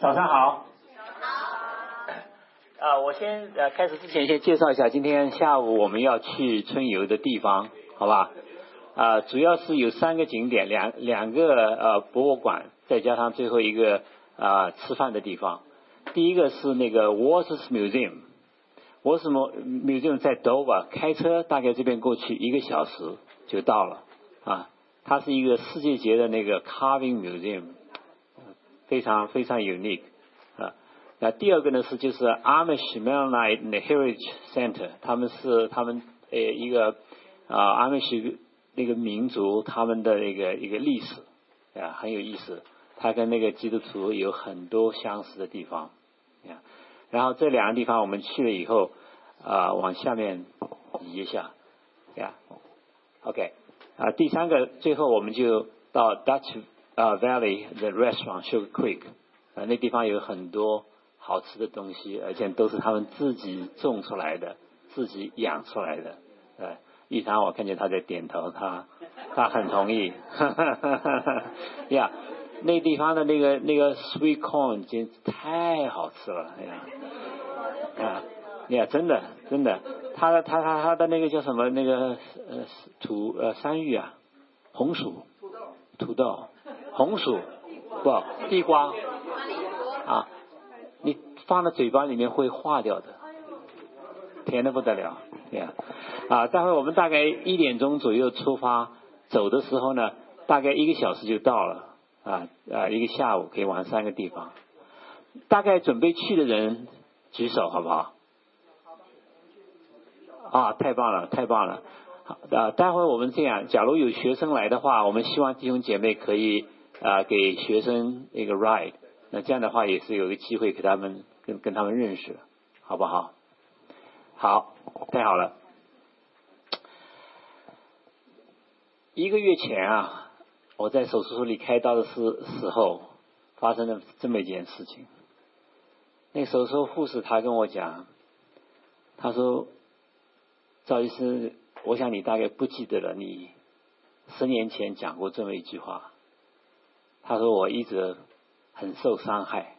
早上好。我先开始之前先介绍一下，今天下午我们要去春游的地方，好吧？主要是有3个景点，两个博物馆，再加上最后一个吃饭的地方。第一个是那个 Waltz Museum。Waltz Museum 在 Dover， 开车大概这边过去1个小时就到了啊。它是一个世界级的那个 Carving Museum， 非常非常 unique 啊。那第二个呢就是 Amish Mennonite Heritage Center， 他们一个Amish 那个民族他们的一个历史啊，很有意思。它跟那个基督徒有很多相似的地方啊。然后这2个地方我们去了以后往下面移一下呀 ，OK 第3个最后我们就到 Dutch Valley the Restaurant Sugar Creek 那地方有很多好吃的东西，而且都是他们自己种出来的，自己养出来的。玉堂我看见他在点头，他很同意。呀，那地方的那个 sweet corn 简直太好吃了，真的，他的那个叫什么那个山芋啊，红薯，土豆，红薯不地瓜啊，你放在嘴巴里面会化掉的，甜的不得了。待会我们大概1点钟左右出发，走的时候呢大概1个小时就到了1个下午可以玩3个地方。大概准备去的人举手好不好？太棒了。待会我们这样，假如有学生来的话，我们希望弟兄姐妹可以给学生一个 ride， 那这样的话也是有一个机会给他们跟他们认识，好不好？好，太好了。1个月前我在手术室里开刀的时候发生了这么一件事情。那手术护士他跟我讲，他说赵医师，我想你大概不记得了，你10年前讲过这么一句话。他说我一直很受伤害。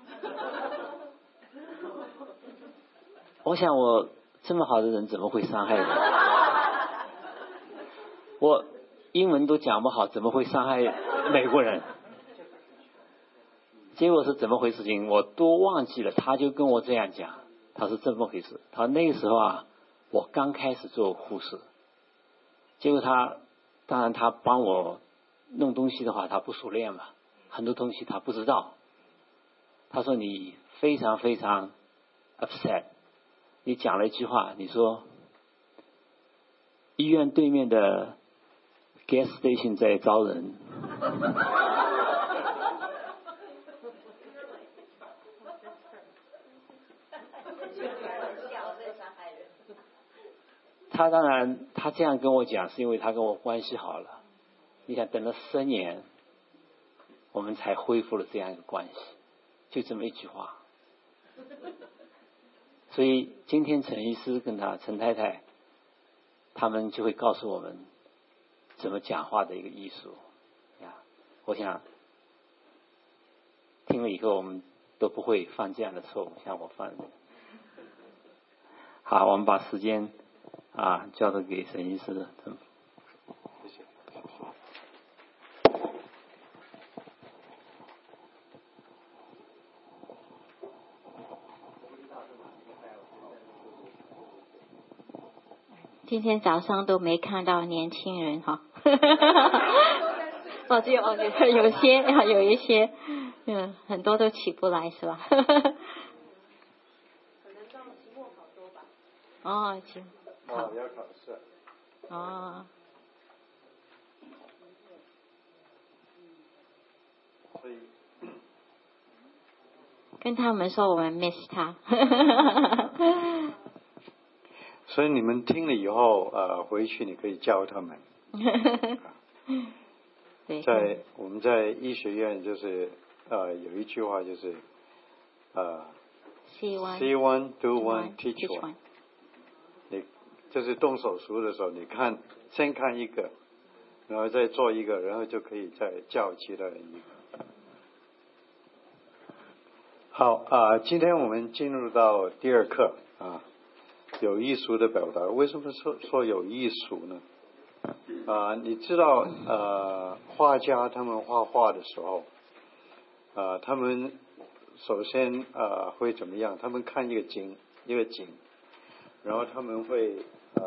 我想我这么好的人怎么会伤害我？我英文都讲不好，怎么会伤害美国人？结果是怎么回事情我都忘记了，他就跟我这样讲，他是这么回事。他那个时候我刚开始做护士，结果当然他帮我弄东西的话他不熟练嘛，很多东西他不知道。他说你非常非常 upset， 你讲了一句话，你说医院对面的 gas station 在招人。他当然他这样跟我讲是因为他跟我关系好了，你想等了10年我们才恢复了这样一个关系，就这么一句话。所以今天陈医师跟陈太太他们就会告诉我们怎么讲话的一个艺术我想听了以后我们都不会犯这样的错误，像我犯的。好，我们把时间交给沈医师的。谢谢。 今天早上都没看到年轻人只有一些很多都起不来是吧？可能到期末考多吧。 要考试。所以跟他们说我们 miss 他。 所以你们听了以后回去你可以教他们。 对， 我们在医学院就是有一句话就是 see one do one teach one。你就是动手术的时候，你先看一个，然后再做一个，然后就可以再教其他人一个。 好今天我们进入到第二课有艺术的表达。为什么说有艺术呢？你知道画家他们画画的时候他们首先会怎么样？他们看一个景，然后他们会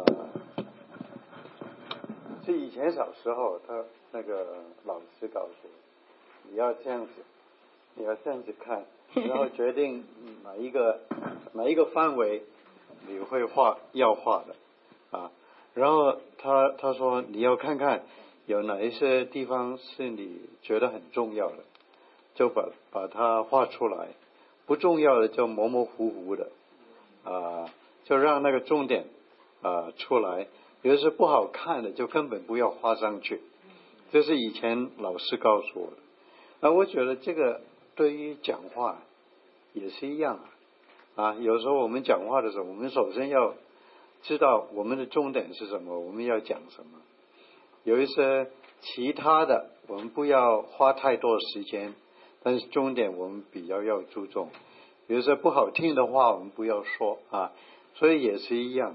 是以前小时候他那个老师告诉我，你要这样子看，然后决定哪一个范围你会要画的然后他说你要看看有哪一些地方是你觉得很重要的，就把它画出来，不重要的就模模糊糊的就让那个重点出来，有的是不好看的就根本不要画上去。这是以前老师告诉我的。我觉得这个对于讲话也是一样有时候我们讲话的时候，我们首先要知道我们的重点是什么，我们要讲什么。有一些其他的我们不要花太多时间，但是重点我们比较要注重。比如说不好听的话我们不要说所以也是一样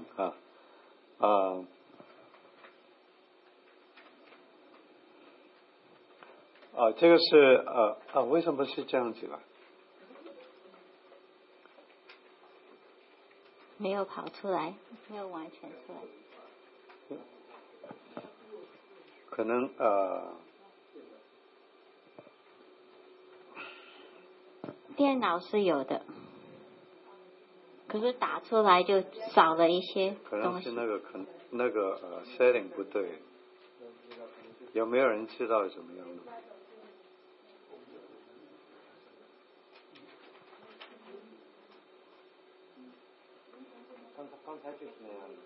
这个是为什么是这样子没有跑出来，没有完全出来。 可能电脑是有的，可是打出来就少了一些可能是东西。 那个setting 不对。有没有人知道怎么样的？刚才就是那样的。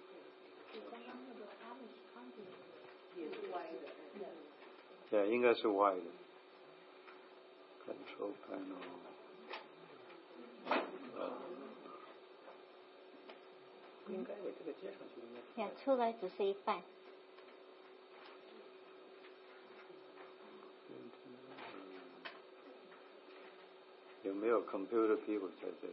对，应该是歪的。Control panel。不应该有这个接上去应该。 出来只是一半。 有没有 computer people 在这里？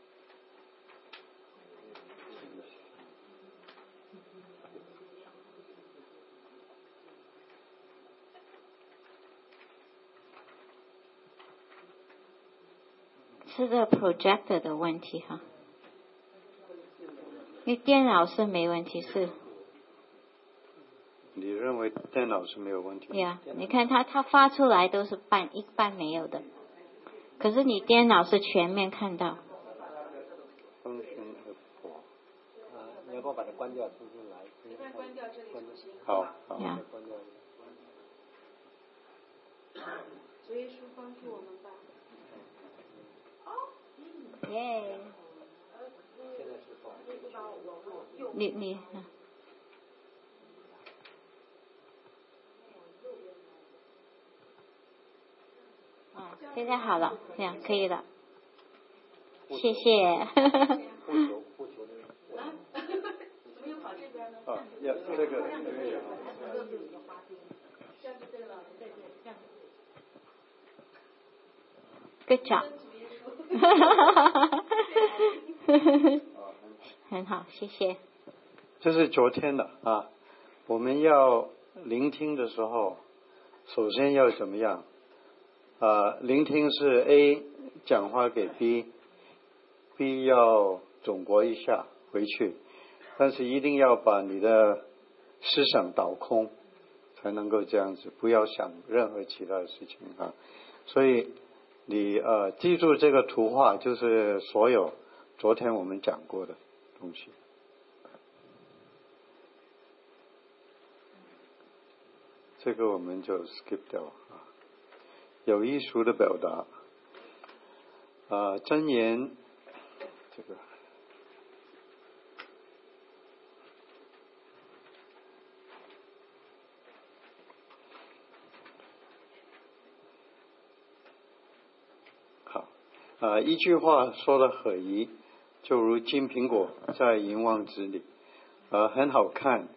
是个 projector 的问题你电脑是没问题是？ 你认为电脑是没有问题？ 对呀，你看它发出来都是一半没有的，可是你电脑是全面看到。 你要不要把它关掉，重新来？ 关掉这里就行。 好。 关掉。 所以说帮助我们吧。 耶。你现在好了，这样可以了，谢谢。 没有跑这边呢。 这个。 Good job。很好，谢谢。 这是昨天的我们要聆听的时候，首先要怎么样聆听是 A 讲话给 B 要总括一下回去，但是一定要把你的思想倒空，才能够这样子，不要想任何其他的事情所以你记住这个图画，就是所有昨天我们讲过的东西。这个我们就 skip 掉有艺术的表达箴言这个好一句话说的可疑，就如金苹果在银王子里很好看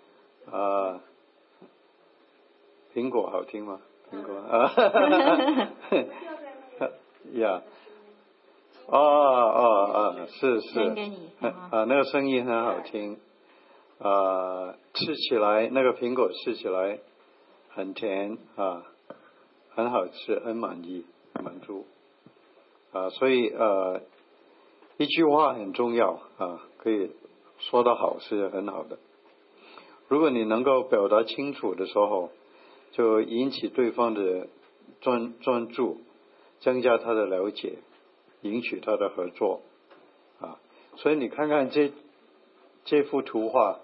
苹果好听吗？苹果是先给你那个声音很好听，吃起来那个苹果吃起来很甜很好吃，很满足所以一句话很重要可以说得好是很好的。如果你能够表达清楚的时候，就引起对方的专注，增加他的了解，引起他的合作所以你看看这幅图画，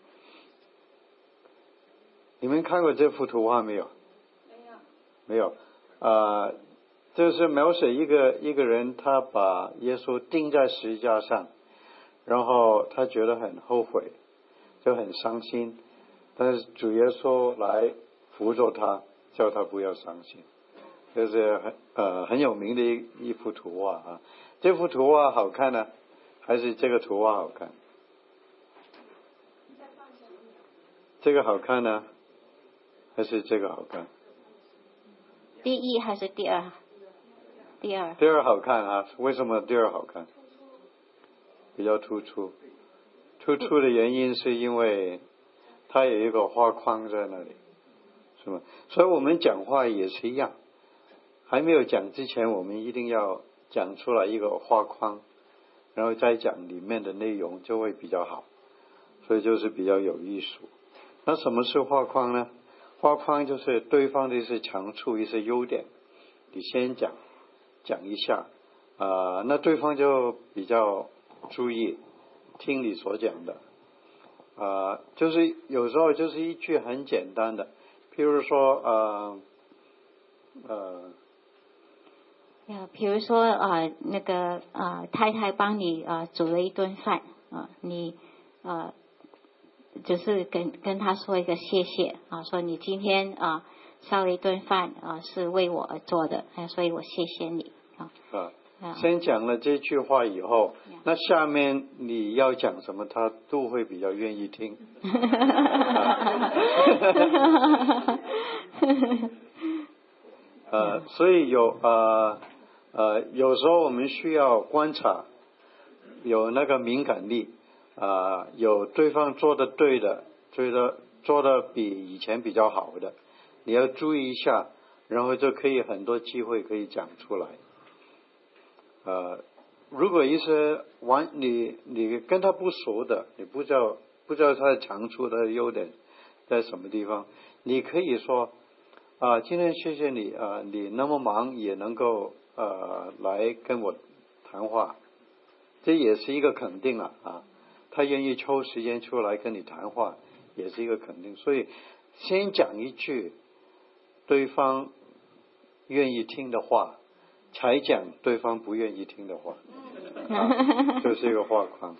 你们看过这幅图画没有？没有就是描写一个人，他把耶稣钉在十字架上，然后他觉得很后悔，就很伤心，但是主耶稣来扶助他，叫他不要伤心，就是很有名的一幅图画这幅图画好看呢，还是这个图画好看？这个好看呢，还是这个好看？ 第一还是第二？第二好看为什么第二好看？比较突出的原因是因为它有一个画框在那里，是吗？所以我们讲话也是一样，还没有讲之前，我们一定要讲出来一个画框，然后再讲里面的内容，就会比较好，所以就是比较有艺术。那什么是画框呢？画框就是对方的一些长处，一些优点，你先讲一下那对方就比较注意听你所讲的就是有时候就是一句很简单的，譬如说比如说那个太太帮你煮了一顿饭你就是跟他说一个谢谢说你今天烧了一顿饭是为我而做的所以我谢谢你先讲了这句话以后那下面你要讲什么他都会比较愿意听所以有时候我们需要观察，有那个敏感力有对方做的对的，做的比以前比较好的，你要注意一下，然后就可以很多机会可以讲出来如果一些你跟他不熟的，你不知道他的长处他的优点在什么地方，你可以说今天谢谢你你那么忙也能够来跟我谈话，这也是一个肯定他愿意抽时间出来跟你谈话也是一个肯定。所以先讲一句对方愿意听的话，才讲对方不愿意听的话就是一个画框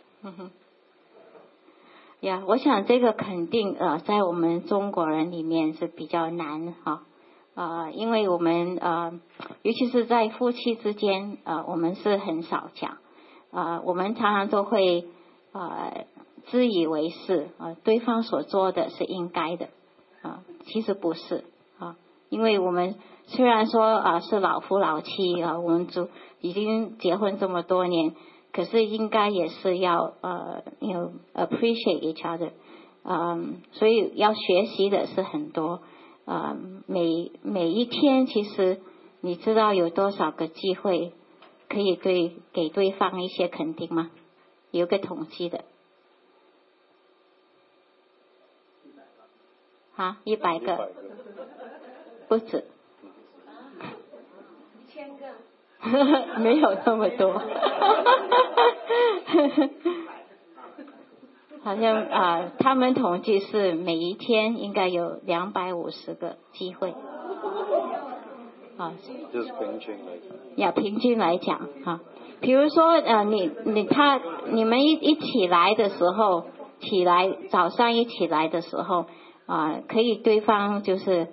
我想这个肯定在我们中国人里面是比较难因为我们尤其是在夫妻之间我们是很少讲我们常常都会自以为是对方所做的是应该的其实不是因为我们虽然说是老夫老妻我们就已经结婚这么多年，可是应该也是要appreciate each other所以要学习的是很多每一天其实你知道有多少个机会可以给对方一些肯定吗？有个统计的100个不止 1000个没有那么多好像他们统计是每一天应该有250个机会就是平均来讲平均来讲比如说你们一起来的时候早上一起来的时候可以对方就是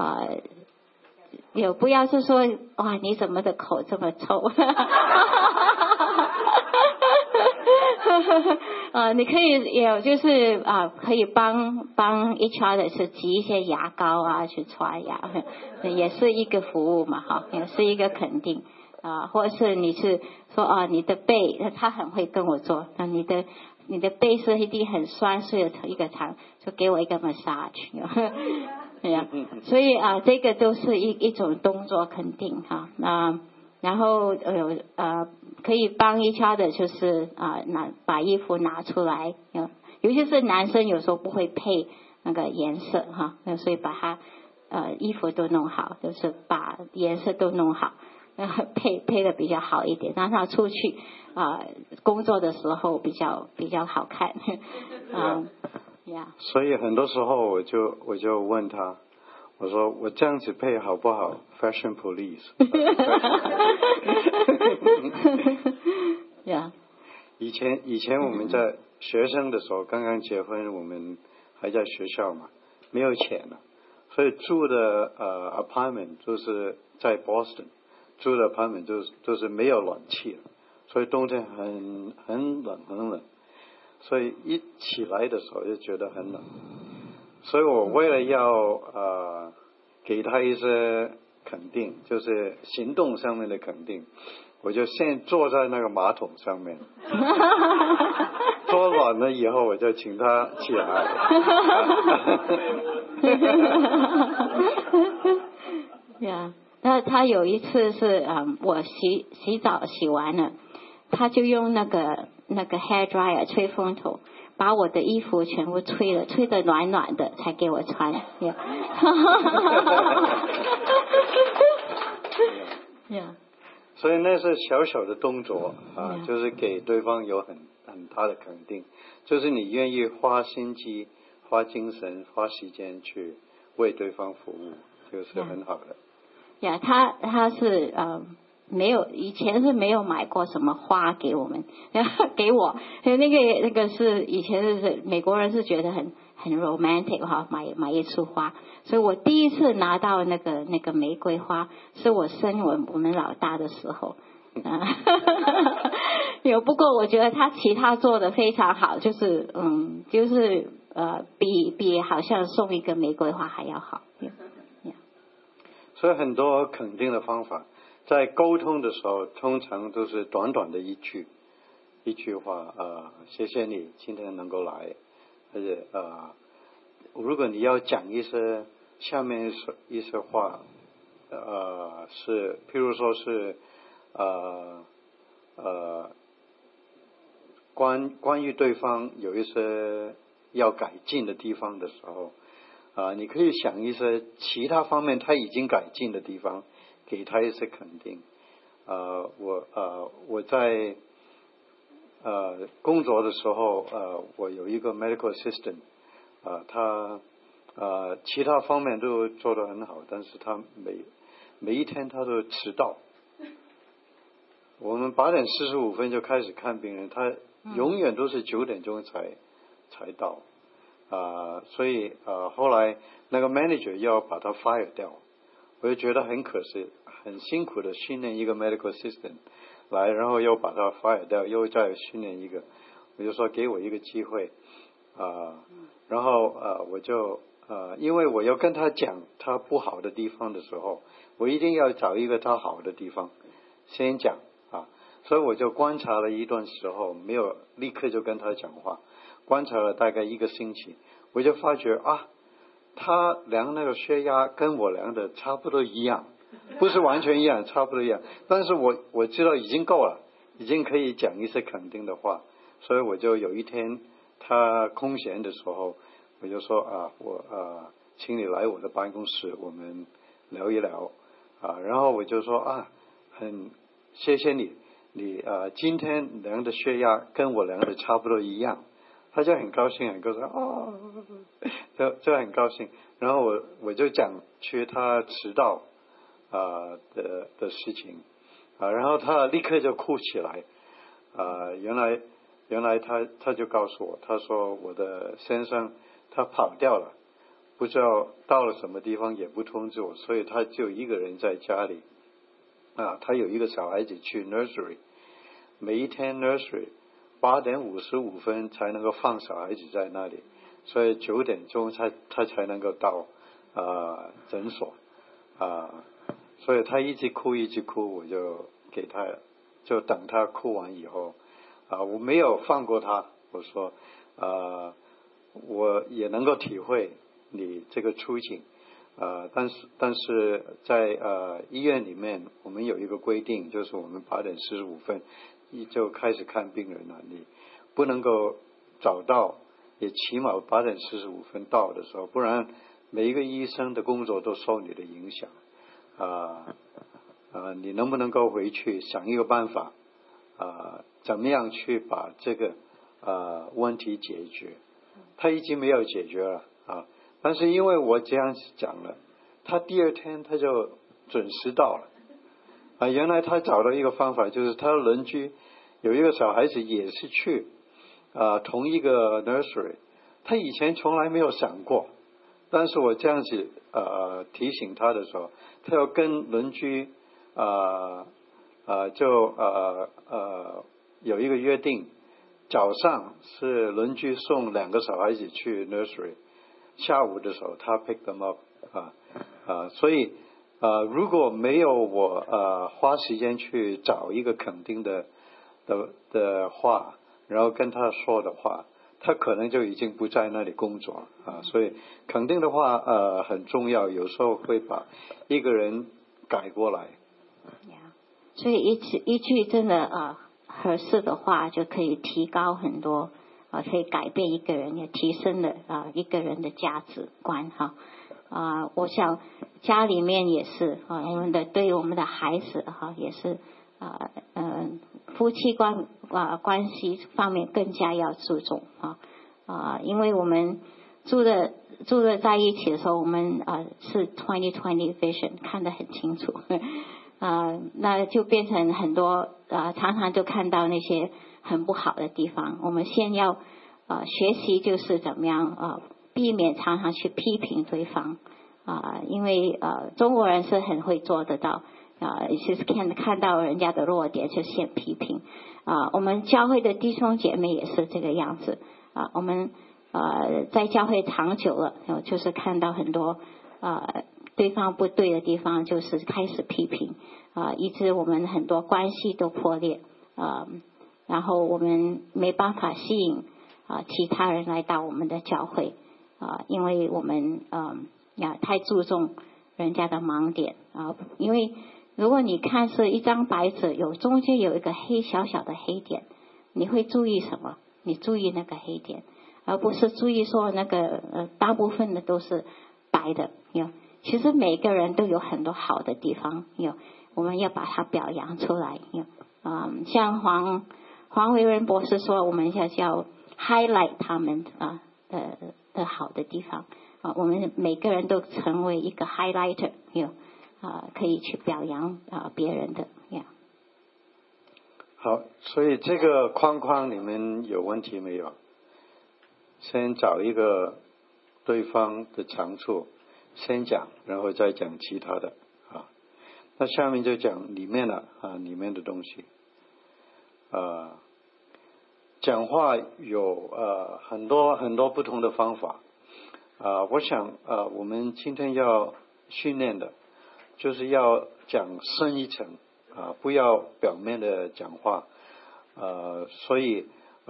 不要是说哇你怎么的口这么臭你可以就是可以帮 HR 的是挤一些牙膏去刷牙也是一个服务嘛也是一个肯定或者是你是说你的背，他很会跟我做，你的背是一定很酸碎的一个肠，就给我一个 massage， 所以这个都是一种动作肯定然后可以帮一下的就是把衣服拿出来，尤其是男生有时候不会配那个颜色所以把他衣服都弄好，就是把颜色都弄好，配的比较好一点，让他出去工作的时候比较好看所以很多时候我就问他，我说我这样子配好不好 ？Fashion Police 以前我们在学生的时候，刚刚结婚，我们还在学校嘛，没有钱了，所以住的apartment 就是在 Boston 住的 apartment 都是没有暖气的，所以冬天很冷，所以一起来的时候就觉得很冷，所以我为了要给他一些肯定，就是行动上面的肯定，我就先坐在那个马桶上面坐暖了以后我就请他起来他有一次是我洗澡洗完了，他就用那个 hair dryer 吹风筒把我的衣服全部吹得暖暖的才给我穿所以那是小小的动作就是给对方有很大的肯定，就是你愿意花心机花精神花时间去为对方服务，就是很好的他是没有，以前是没有买过什么花给我们，给我，那个是以前是美国人是觉得很 romantic 买一束花，所以我第一次拿到那个玫瑰花是我生我们老大的时候不过我觉得他其他做的非常好，就是比好像送一个玫瑰花还要好所以很多肯定的方法在沟通的时候通常都是短短的一句话谢谢你今天能够来，而且如果你要讲一些下面一些话是譬如说是关于对方有一些要改进的地方的时候你可以想一些其他方面他已经改进的地方，给他一些肯定我在工作的时候我有一个 medical assistant他其他方面都做得很好，但是他每一天他都迟到我们8点45分就开始看病人，他永远都是9点钟才到所以后来那个 manager 要把他 fire 掉，我就觉得很可惜，很辛苦的训练一个 medical assistant 来，然后又把他 fire 掉，又再训练一个，我就说给我一个机会然后我就因为我要跟他讲他不好的地方的时候，我一定要找一个他好的地方先讲所以我就观察了一段时候，没有立刻就跟他讲话，观察了大概1个星期，我就发觉他量那个血压跟我量的差不多一样，不是完全一样，差不多一样，但是我知道已经够了，已经可以讲一些肯定的话，所以我就有一天他空闲的时候，我就说请你来我的办公室，我们聊一聊然后我就说很谢谢你今天量的血压跟我量的差不多一样，他就很高兴就很高兴，然后我就讲去他迟到的事情然后他立刻就哭起来原来他就告诉我，他说我的先生他跑掉了，不知道到了什么地方也不通知我，所以他就一个人在家里他有一个小孩子去 nursery， 每一天 nursery 8点55分才能够放小孩子在那里，所以9点钟他才能够到诊所所以他一直哭，我就给他，就等他哭完以后，我没有放过他，我说我也能够体会你这个处境，但是在医院里面我们有一个规定，就是我们8点45分就开始看病人了，你不能够早到，也起码8点45分到的时候，不然每一个医生的工作都受你的影响。你能不能够回去想一个办法，怎么样去把这个问题解决？他已经没有解决了但是因为我这样讲了，他第2天他就准时到了原来他找到一个方法，就是他的邻居有一个小孩子也是去同一个 nursery， 他以前从来没有想过，但是我这样子提醒他的时候，他要跟邻居有一个约定，早上是邻居送2个小孩子去 nursery， 下午的时候他 pick them up 所以如果没有我花时间去找一个肯定的话，然后跟他说的话，他可能就已经不在那里工作了所以肯定的话很重要，有时候会把一个人改过来。 所以一句真的合适的话就可以提高很多可以改变一个人，也提升了一个人的价值观我想家里面也是我们的对我们的孩子也是夫妻关系方面更加要注重因为我们住的在一起的时候，我们是2020 vision 看得很清楚那就变成很多常常就看到那些很不好的地方。我们先要学习就是怎么样避免常常去批评对方因为中国人是很会做得到就是看到人家的弱点就先批评我们教会的弟兄姐妹也是这个样子我们在教会长久了就是看到很多对方不对的地方就是开始批评以致我们很多关系都破裂然后我们没办法吸引其他人来到我们的教会因为我们太注重人家的盲点因为如果你看是一张白纸，中间有一个小小的黑点，你会注意什么？你注意那个黑点，而不是注意说那个大部分的都是白的其实每个人都有很多好的地方我们要把它表扬出来像黄维仁博士说，我们要 highlight 他们的好的地方我们每个人都成为一个 highlighter 可以去表扬别人的好，所以这个框框你们有问题没有？先找一个对方的长处先讲，然后再讲其他的那下面就讲里面了里面的东西讲话有很多很多不同的方法我想我们今天要训练的就是要讲深一层不要表面的讲话所以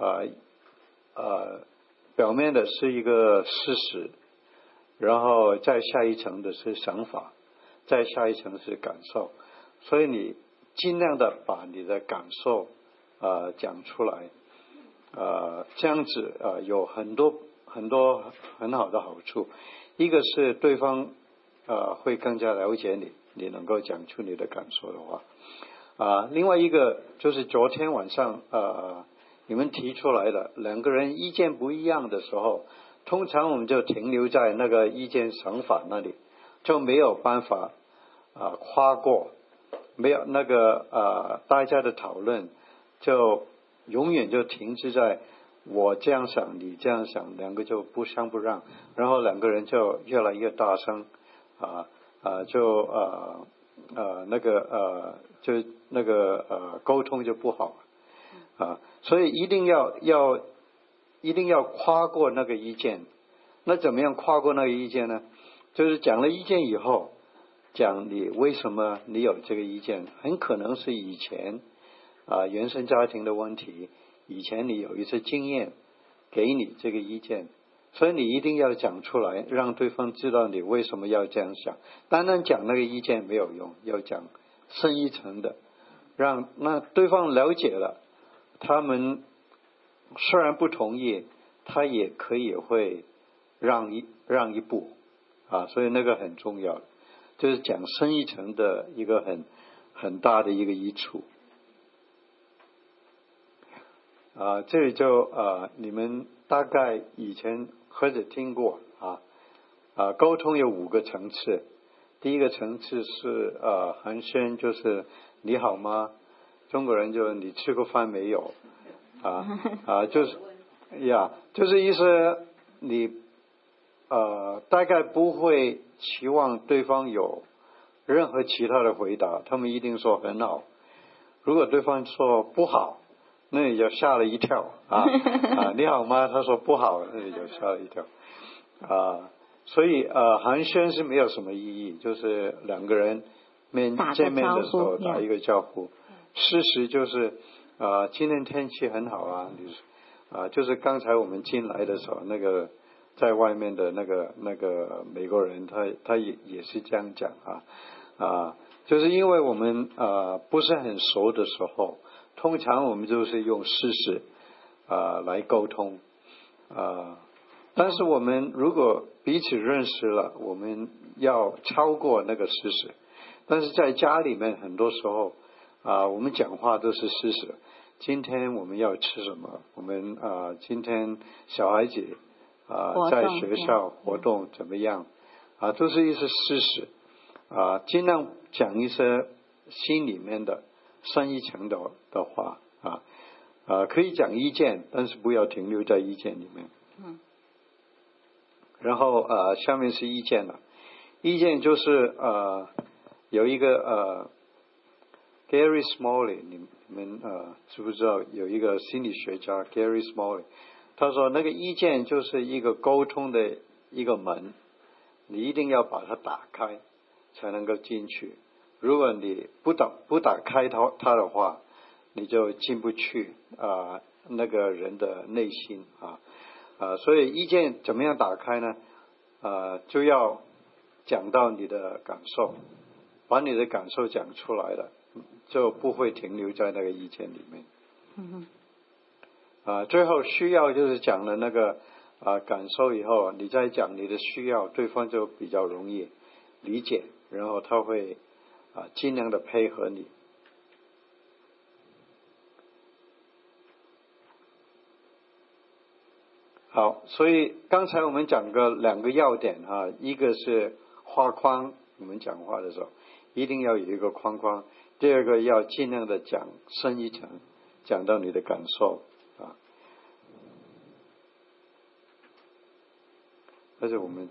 表面的是一个事实，然后再下一层的是想法，再下一层是感受，所以你尽量的把你的感受讲出来这样子有很多很多很好的好处。一个是对方会更加了解你，你能够讲出你的感受的话另外一个就是昨天晚上你们提出来的2个人意见不一样的时候，通常我们就停留在那个意见想法那里，就没有办法跨过，没有那个大家的讨论就永远就停滞在我这样想你这样想，2个就不相不让，然后2个人就越来越大声沟通就不好所以一定要跨过那个意见。那怎么样跨过那个意见呢？就是讲了意见以后讲你为什么你有这个意见，很可能是以前原生家庭的问题，以前你有一次经验给你这个意见，所以你一定要讲出来，让对方知道你为什么要这样想。单单讲那个意见没有用，要讲深一层的，让对方了解了，他们虽然不同意，他也可以会让一步所以那个很重要，就是讲深一层的一个很大的一个益处这里就你们大概以前或者听过沟通有5个层次。第一个层次是寒暄，就是你好吗？中国人就你吃过饭没有就是就是意思你大概不会期望对方有任何其他的回答，他们一定说很好。如果对方说不好，那你就吓了一跳你好吗？他说不好，那你就吓了一跳所以寒暄是没有什么意义，就是2个人见面的时候打一个招呼。事实就是今天天气很好就是刚才我们进来的时候，那个在外面的那个美国人他也是这样讲就是因为我们不是很熟的时候，通常我们就是用事实来沟通但是我们如果彼此认识了，我们要超过那个事实。但是在家里面很多时候我们讲话都是事实。今天我们要吃什么？我们今天小孩子在学校活动怎么样都是一些事实尽量讲一些心里面的深一层的话可以讲意见，但是不要停留在意见里面然后下面是意见了。意见就是有一个Gary Smalley， 你们知不知道有一个心理学家 Gary Smalley， 他说那个意见就是一个沟通的一个门，你一定要把它打开才能够进去。如果你不打开它的话，你就进不去那个人的内心所以意见怎么样打开呢就要讲到你的感受，把你的感受讲出来了，就不会停留在那个意见里面最后需要就是讲了那个感受以后，你再讲你的需要，对方就比较容易理解，然后他会尽量的配合你好，所以刚才我们讲个2个要点一个是画框，我们讲话的时候一定要有一个框框。第二个要尽量的讲深一层，讲到你的感受而且我们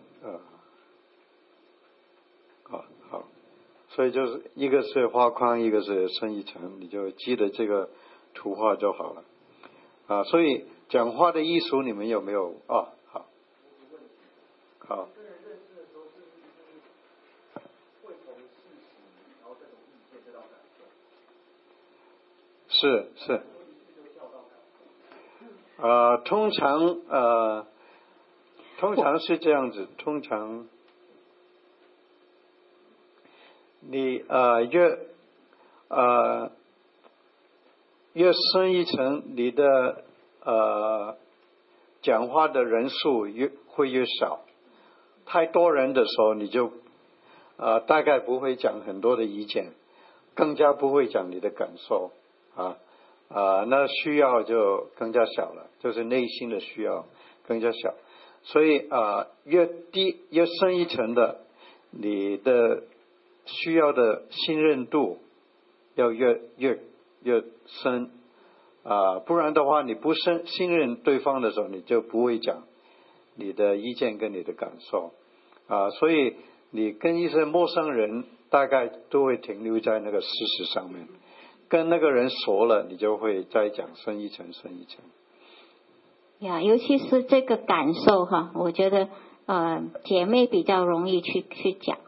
好，所以就是一个是画框，一个是深一层，你就记得这个图画就好了所以讲话的艺术你们有没有好是通常是这样子，通常你越深一层，你的讲话的人数会越少。太多人的时候，你就大概不会讲很多的意见，更加不会讲你的感受那需要就更加小了，就是内心的需要更加小。所以越深一层的，你的需要的信任度要越深不然的话，你不信任对方的时候，你就不会讲你的意见跟你的感受所以你跟一些陌生人大概都会停留在那个事实上面，跟那个人熟了，你就会再讲深一层尤其是这个感受我觉得姐妹比较容易去讲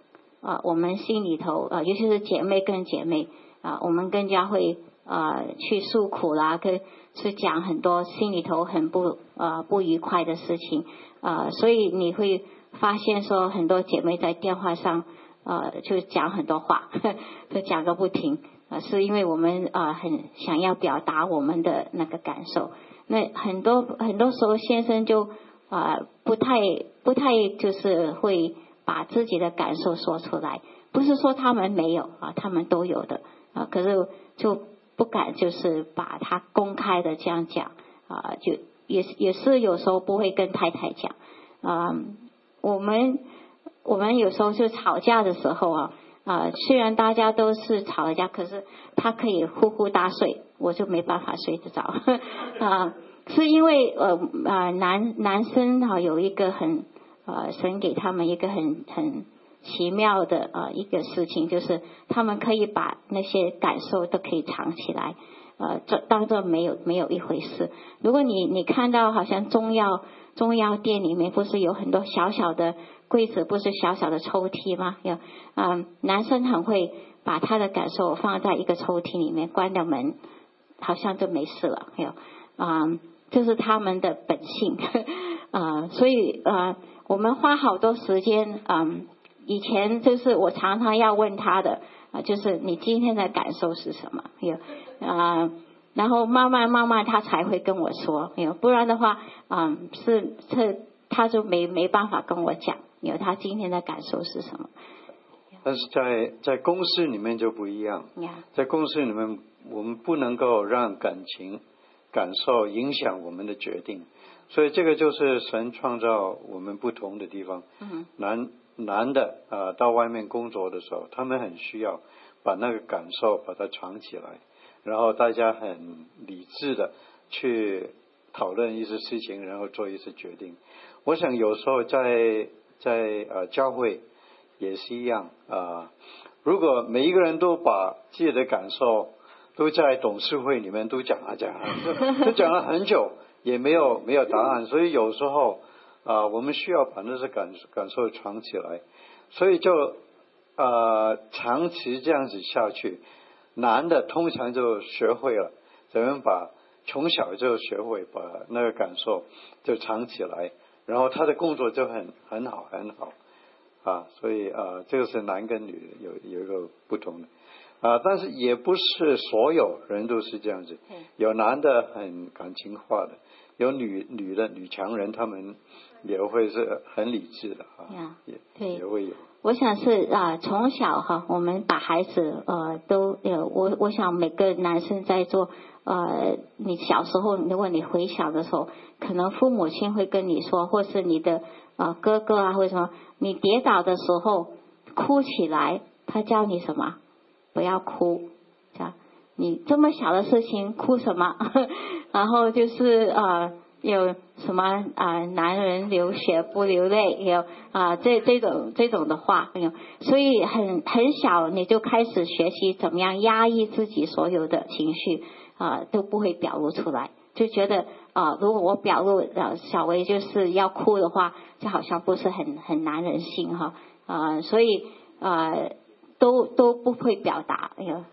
我们心里头尤其是姐妹跟姐妹我们更加会去诉苦啦，去讲很多心里头很不愉快的事情所以你会发现说很多姐妹在电话上就讲很多话就讲个不停是因为我们很想要表达我们的那个感受。那很多时候先生就不太就是会把自己的感受说出来，不是说他们没有他们都有的可是就不敢就是把它公开的这样讲就也是有时候不会跟太太讲我们有时候就吵架的时候虽然大家都是吵了架，可是他可以呼呼大睡，我就没办法睡得着是因为男生有一个神给他们一个很奇妙的一个事情，就是他们可以把那些感受都可以藏起来当作没有一回事。如果你看到好像中药店里面不是有很多小小的柜子，不是小小的抽屉吗？男生很会把他的感受放在一个抽屉里面，关了门好像就没事了这是他们的本性所以我们花好多时间以前就是我常常要问他的就是你今天的感受是什么然后慢慢他才会跟我说不然的话是他就没办法跟我讲他今天的感受是什么。 但是在公司里面就不一样在公司里面我们不能够让感受影响我们的决定，所以这个就是神创造我们不同的地方男的到外面工作的时候，他们很需要把那个感受把它藏起来，然后大家很理智的去讨论一些事情，然后做一些决定。我想有时候在教会也是一样如果每一个人都把自己的感受都在董事会里面都讲了都讲了很久也没有答案，所以有时候我们需要把那些感受藏起来，所以就长期这样子下去，男的通常就学会了怎么从小就学会把那个感受就藏起来，然后他的工作就很好所以这个是男跟女有一个不同的但是也不是所有人都是这样子，有男的很感情化的，有女强人，他们也会是很理智的也会有。 我想是从小我们把孩子都我想每个男生在做你小时候如果你回想的时候，可能父母亲会跟你说，或是你的哥哥或者什么，你跌倒的时候哭起来，他教你什么？不要哭你这么小的事情哭什么然后就是有什么男人流血不流泪有这种的话所以很小你就开始学习怎么样压抑自己所有的情绪都不会表露出来，就觉得如果我表露小薇就是要哭的话，就好像不是很男人性所以都不会表达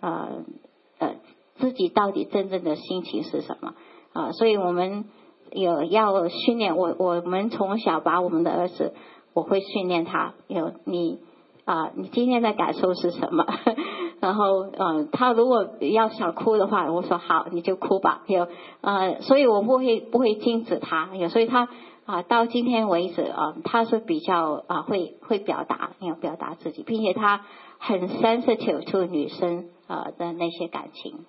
自己到底真正的心情是什么所以我们要训练我们从小把我们的儿子，我会训练他你今天的感受是什么然后他如果要想哭的话，我说好你就哭吧所以我不会禁止他所以他到今天为止他是比较会表达自己，并且他很 sensitive to 女生的那些感情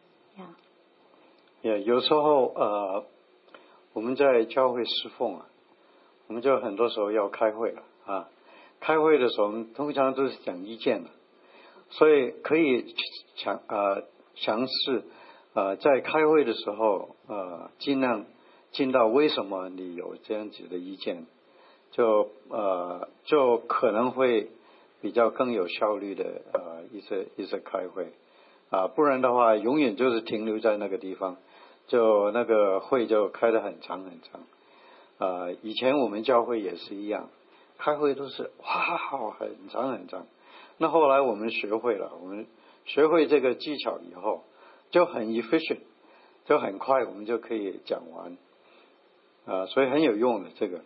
有时候我们在教会侍奉我们就很多时候要开会了开会的时候我们通常都是讲意见的，所以可以尝试在开会的时候尽量听到为什么你有这样子的意见，就可能会比较更有效率的一些开会不然的话永远就是停留在那个地方，就那个会就开得很长以前我们教会也是一样，开会都是哇很长那后来我们学会了，我们学会这个技巧以后，就很 efficient， 就很快我们就可以讲完，所以很有用的这个。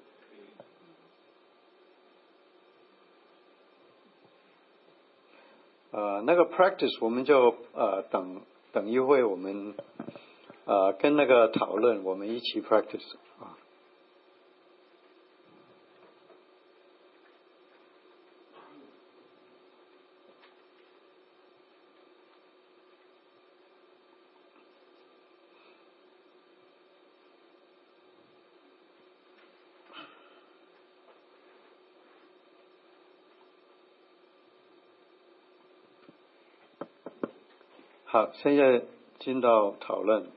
那个 practice 我们就等一会我们跟那个讨论我们一起 practice 啊。好，现在进到讨论。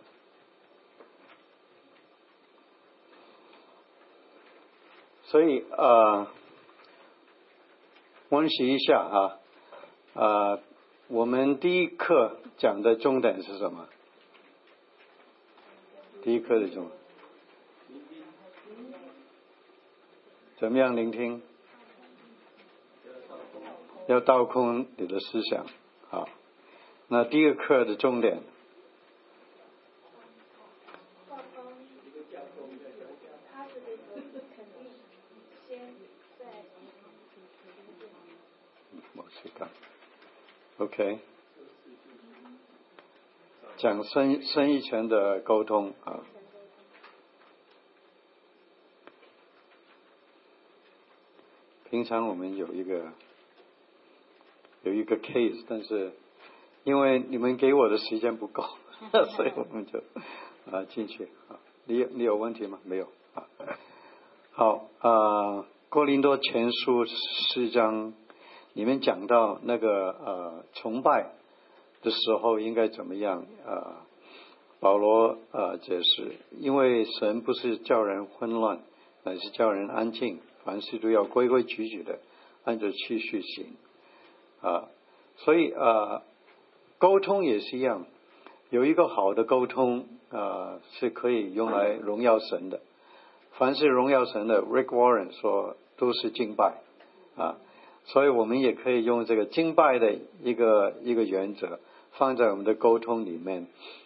所以温习一下我们第一课讲的重点是什么？第一课的重点怎么样聆听？要倒空你的思想。好，那第一个课的重点。OK， 讲深一层的沟通啊。平常我们有一个 case， 但是因为你们给我的时间不够，所以我们就进去啊。你有问题吗？没有啊。好哥林多前书4章。你们讲到那个崇拜的时候应该怎么样？保罗解释，因为神不是叫人混乱，乃是叫人安静，凡事都要规规矩矩的按着次序行所以沟通也是一样，有一个好的沟通是可以用来荣耀神的。凡是荣耀神的 Rick Warren 说都是敬拜所以我们也可以用这个敬拜的一个原则放在我们的沟通里面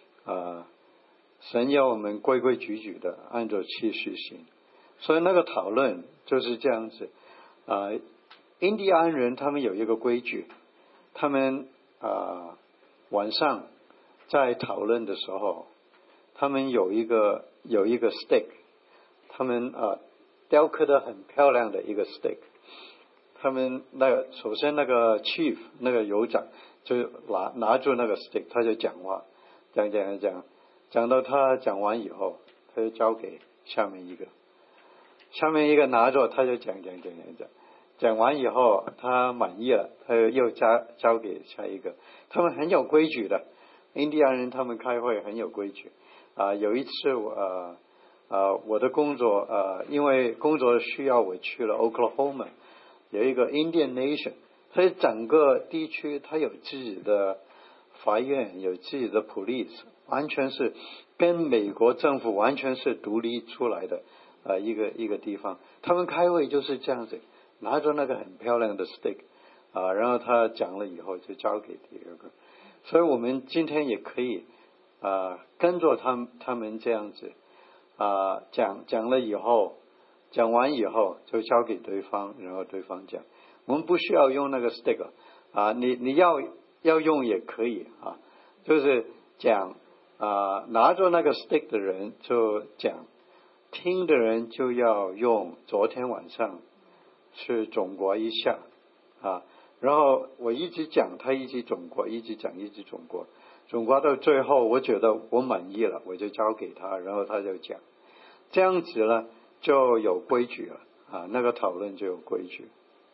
神要我们规规矩矩的按照次序行，所以那个讨论就是这样子印第安人他们有一个规矩，他们晚上在讨论的时候，他们有一个 stick， 他们雕刻的很漂亮的一个 stick，他们首先那个 chief 那个酋长就拿住那个 stick， 他就讲话，讲到他讲完以后，他就交给下面一个拿着，他就讲完以后他满意了，他又交给下一个。他们很有规矩的，印第安人他们开会很有规矩有一次我的工作因为工作需要我去了 Oklahoma。有一个 Indian Nation， 它整个地区它有自己的法院，有自己的 police， 完全是跟美国政府完全是独立出来的一个地方。他们开会就是这样子，拿着那个很漂亮的 stick然后他讲了以后就交给第二个。所以我们今天也可以跟着他们这样子讲了以后。讲完以后就交给对方，然后对方讲。我们不需要用那个 stick 你要用也可以就是讲拿着那个 stick 的人就讲，听的人就要用昨天晚上去总括一下然后我一直讲，他一直总括，一直讲，一直总括到最后我觉得我满意了，我就交给他，然后他就讲，这样子呢就有规矩了那个讨论就有规矩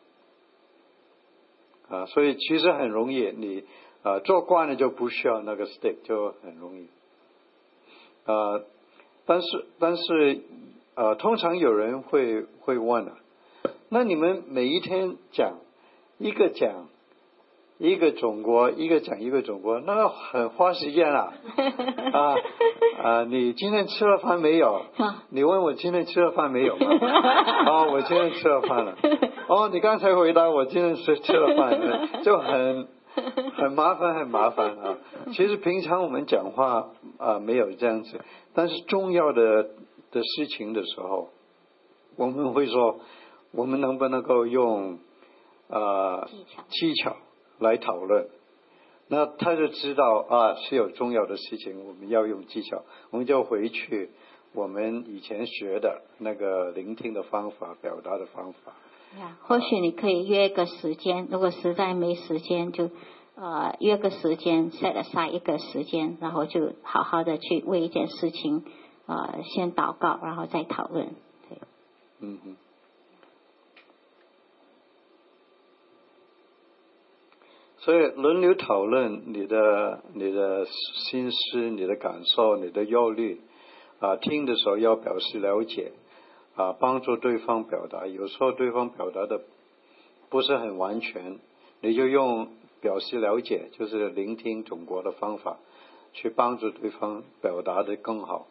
所以其实很容易，你做惯了就不需要那个 stick， 就很容易但是通常有人会问那你们每一天讲一个总国，一个讲一个总国，那很花时间你今天吃了饭没有？你问我今天吃了饭没有吗？我今天吃了饭了哦，你刚才回答我今天是吃了饭，就很麻烦啊。其实平常我们讲话没有这样子，但是重要的事情的时候，我们会说我们能不能够用技巧来讨论。那他就知道是有重要的事情我们要用技巧，我们就回去我们以前学的那个聆听的方法，表达的方法。 或许你可以约个时间，如果实在没时间就约个时间 set aside 一个时间，然后就好好的去为一件事情先祷告，然后再讨论。对， 所以轮流讨论你的心思、你的感受、你的忧虑听的时候要表示了解帮助对方表达。有时候对方表达的不是很完全，你就用表示了解，就是聆听中国的方法去帮助对方表达的更好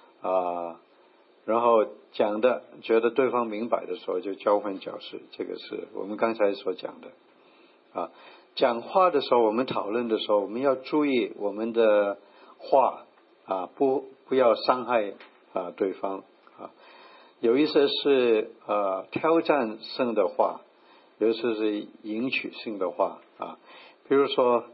然后讲的觉得对方明白的时候就交换角色，这个是我们刚才所讲的讲话的时候，我们讨论的时候，我们要注意我们的话不要伤害对方有一些是挑战性的话，有一些是引取性的话比如说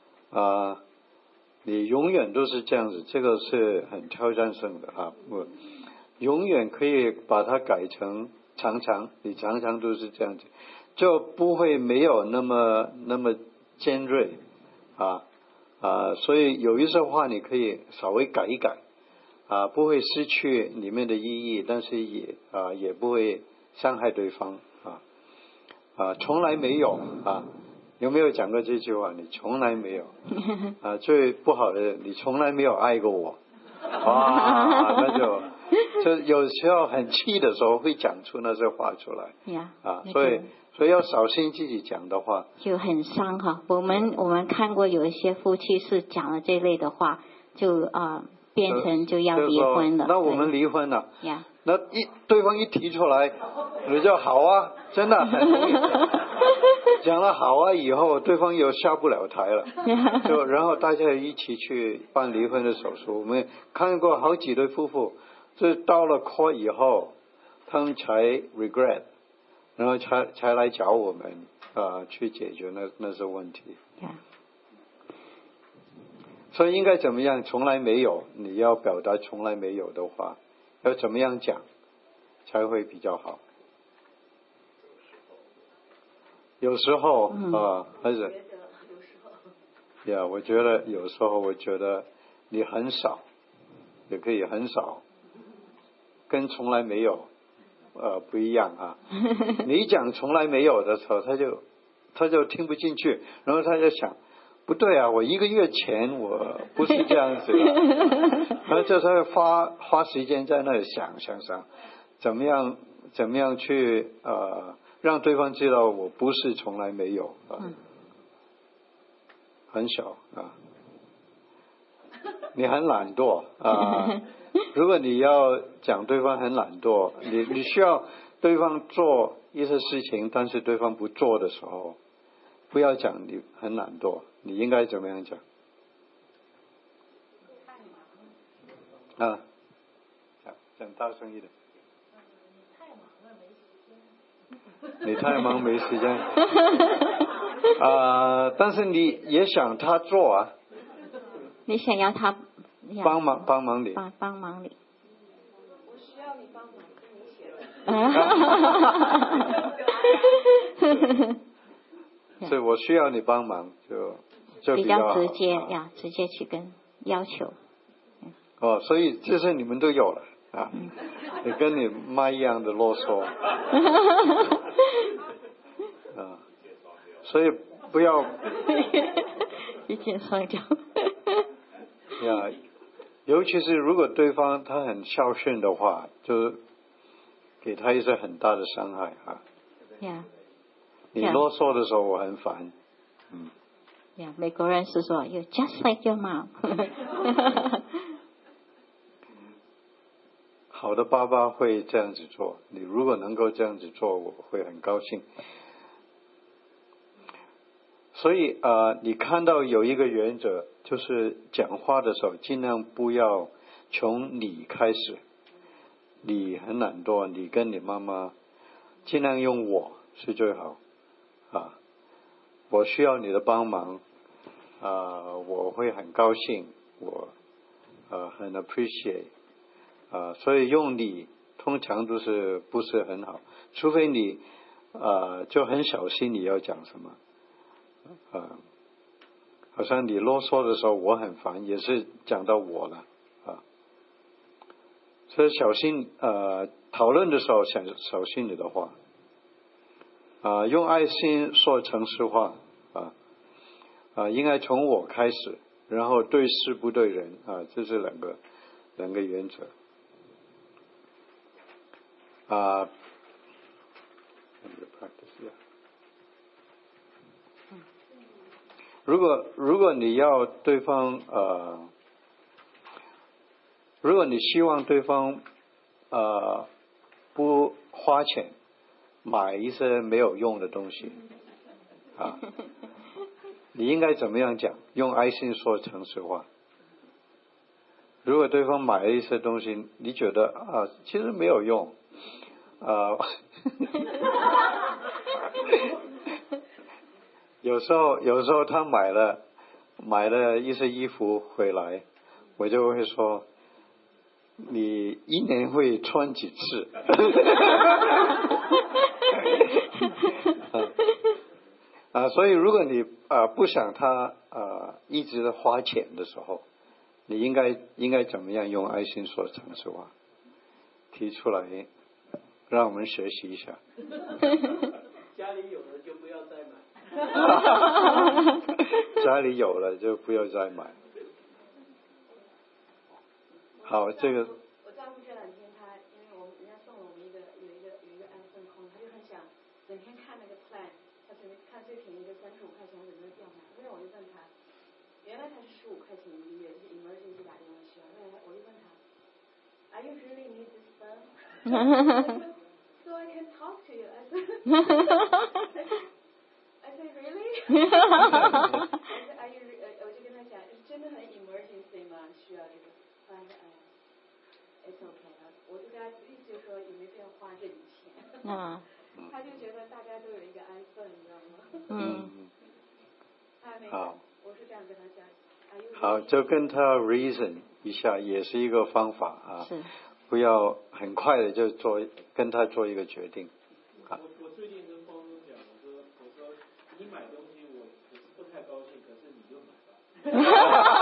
你永远都是这样子，这个是很挑战性的永远可以把它改成常常，你常常都是这样子，就不会没有那么尖锐所以有一些话你可以稍微改一改不会失去里面的意义，但是也不会伤害对方从来没有有没有讲过这句话？你从来没有最不好的，你从来没有爱过我那就有时候很气的时候会讲出那些话出来所以要小心自己讲的话， 就很伤我们看过有一些夫妻是讲了这类的话，就变成就要离婚了。 那我们离婚了那对方一提出来你就好真的很容易讲了好以后对方又下不了台了然后大家一起去办离婚的手术。我们看过好几对夫妇，就到了 court 以后他们才 regret， 然后才来找我们去解决那些问题所以应该怎么样？从来没有，你要表达从来没有的话，要怎么样讲才会比较好？有时候还是我觉得有时候我觉得你很少也可以很少，跟从来没有不一样你讲从来没有的时候他就听不进去，然后他就想不对我1个月前我不是这样子然后就他会花时间在那里想怎么样去让对方知道我不是从来没有很小你很懒惰如果你要讲对方很懒惰，你需要对方做一些事情，但是对方不做的时候，不要讲你很懒惰，你应该怎么样讲讲大声一点。你太忙没时间但是你也想他做你想要他帮忙你帮忙你。 我需要你帮忙跟你写所以我需要你帮忙就比较直接直接去跟要求所以这些你们都有了也跟你妈一样的啰嗦所以不要一箭双雕尤其是如果对方他很孝顺的话，就给他一些很大的伤害你啰嗦的时候我很烦美国人是说 You just like your mom 好的爸爸会这样子做。你如果能够这样子做，我会很高兴。所以你看到有一个原则，就是讲话的时候尽量不要从你开始。你很懒惰，你跟你妈妈尽量用我是最好我需要你的帮忙我会很高兴，我很 appreciate所以用你通常都是不是很好，除非你就很小心你要讲什么好像你啰嗦的时候我很烦，也是讲到我了所以小心讨论的时候小心你的话用爱心说诚实话应该从我开始，然后对事不对人这是两个原则如果你要对方如果你希望对方不花钱买一些没有用的东西你应该怎么样讲？用爱心说诚实话。如果对方买了一些东西，你觉得其实没有用有时候他买了一些衣服回来，我就会说你一年会穿几次所以如果你不想他一直的花钱的时候，你应该怎么样用爱心说诚实话提出来让我们学习一下家里有了就不要再买家里有了就不要再买好这个我丈夫这两天因为人家送了我们有一个 iPhone 空，他就很想整天看那个 plan， 他准备看最便宜的35块钱，我准备要买。因为我就问他，原来他是15块钱一个月，就是 emergency 打电话需要。我就问他 ，Are you really need this phone? So I can talk to you. I said really? I said Are you? 我就跟他讲，真的很 emergency 吗？需要这个？It's okay 我就跟他意思就是说也没必要花这笔钱他就觉得大家都有一个 iPhone 你知道吗好我是这样跟他讲好就跟他 reason 一下也是一个方法不要很快的就跟他做一个决定我最近跟方东讲我说你买东西我是不太高兴，可是你就买吧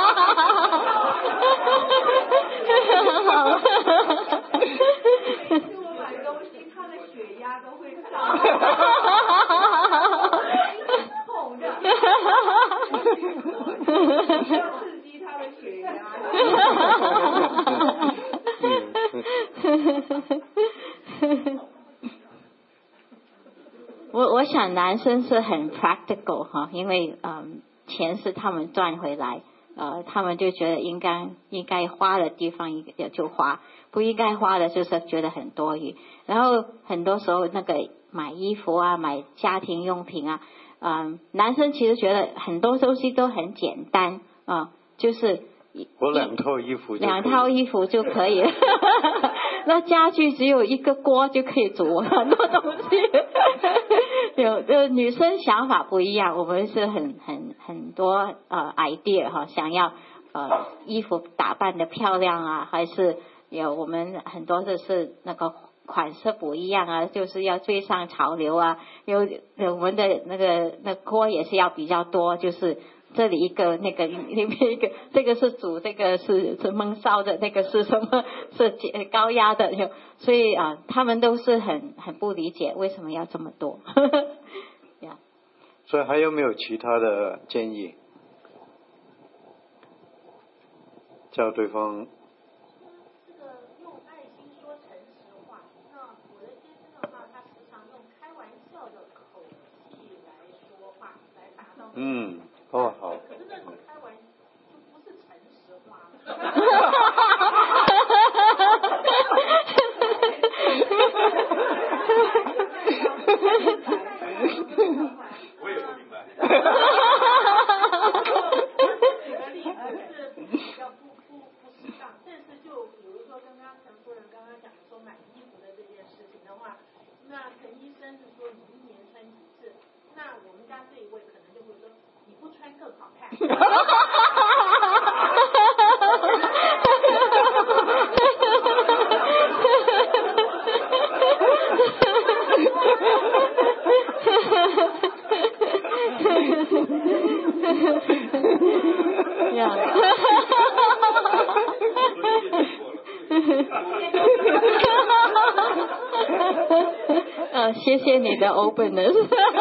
每次我买东西他的血压都会上痛的要刺激他的血压我想男生是很 practical 因为钱是他们赚回来他们就觉得应该花的地方也就花，不应该花的就是觉得很多余。然后很多时候那个买衣服买家庭用品男生其实觉得很多东西都很简单就是我2套衣服就可以了那家具只有一个锅就可以煮很多东西女生想法不一样，我们是很多idea 想要衣服打扮的漂亮还是我们很多的是那个款式不一样就是要追上潮流我们的那锅也是要比较多，就是这里一个那个里面一个，这个是煮，这个是焖烧的，那个是什么是高压的，所以他们都是很不理解为什么要这么多所以还有没有其他的建议叫对方这个用爱心说诚实话，那我的先生的话他时常用开玩笑的口气来说话来达到好可是那种开玩笑就不是诚实话就比如说刚刚陈夫人刚刚讲说买衣服的这件事情的话，那陈医生是说你1年穿几次，那我们家这一位可能就会说你不穿更好看。 谢谢你的 openness 。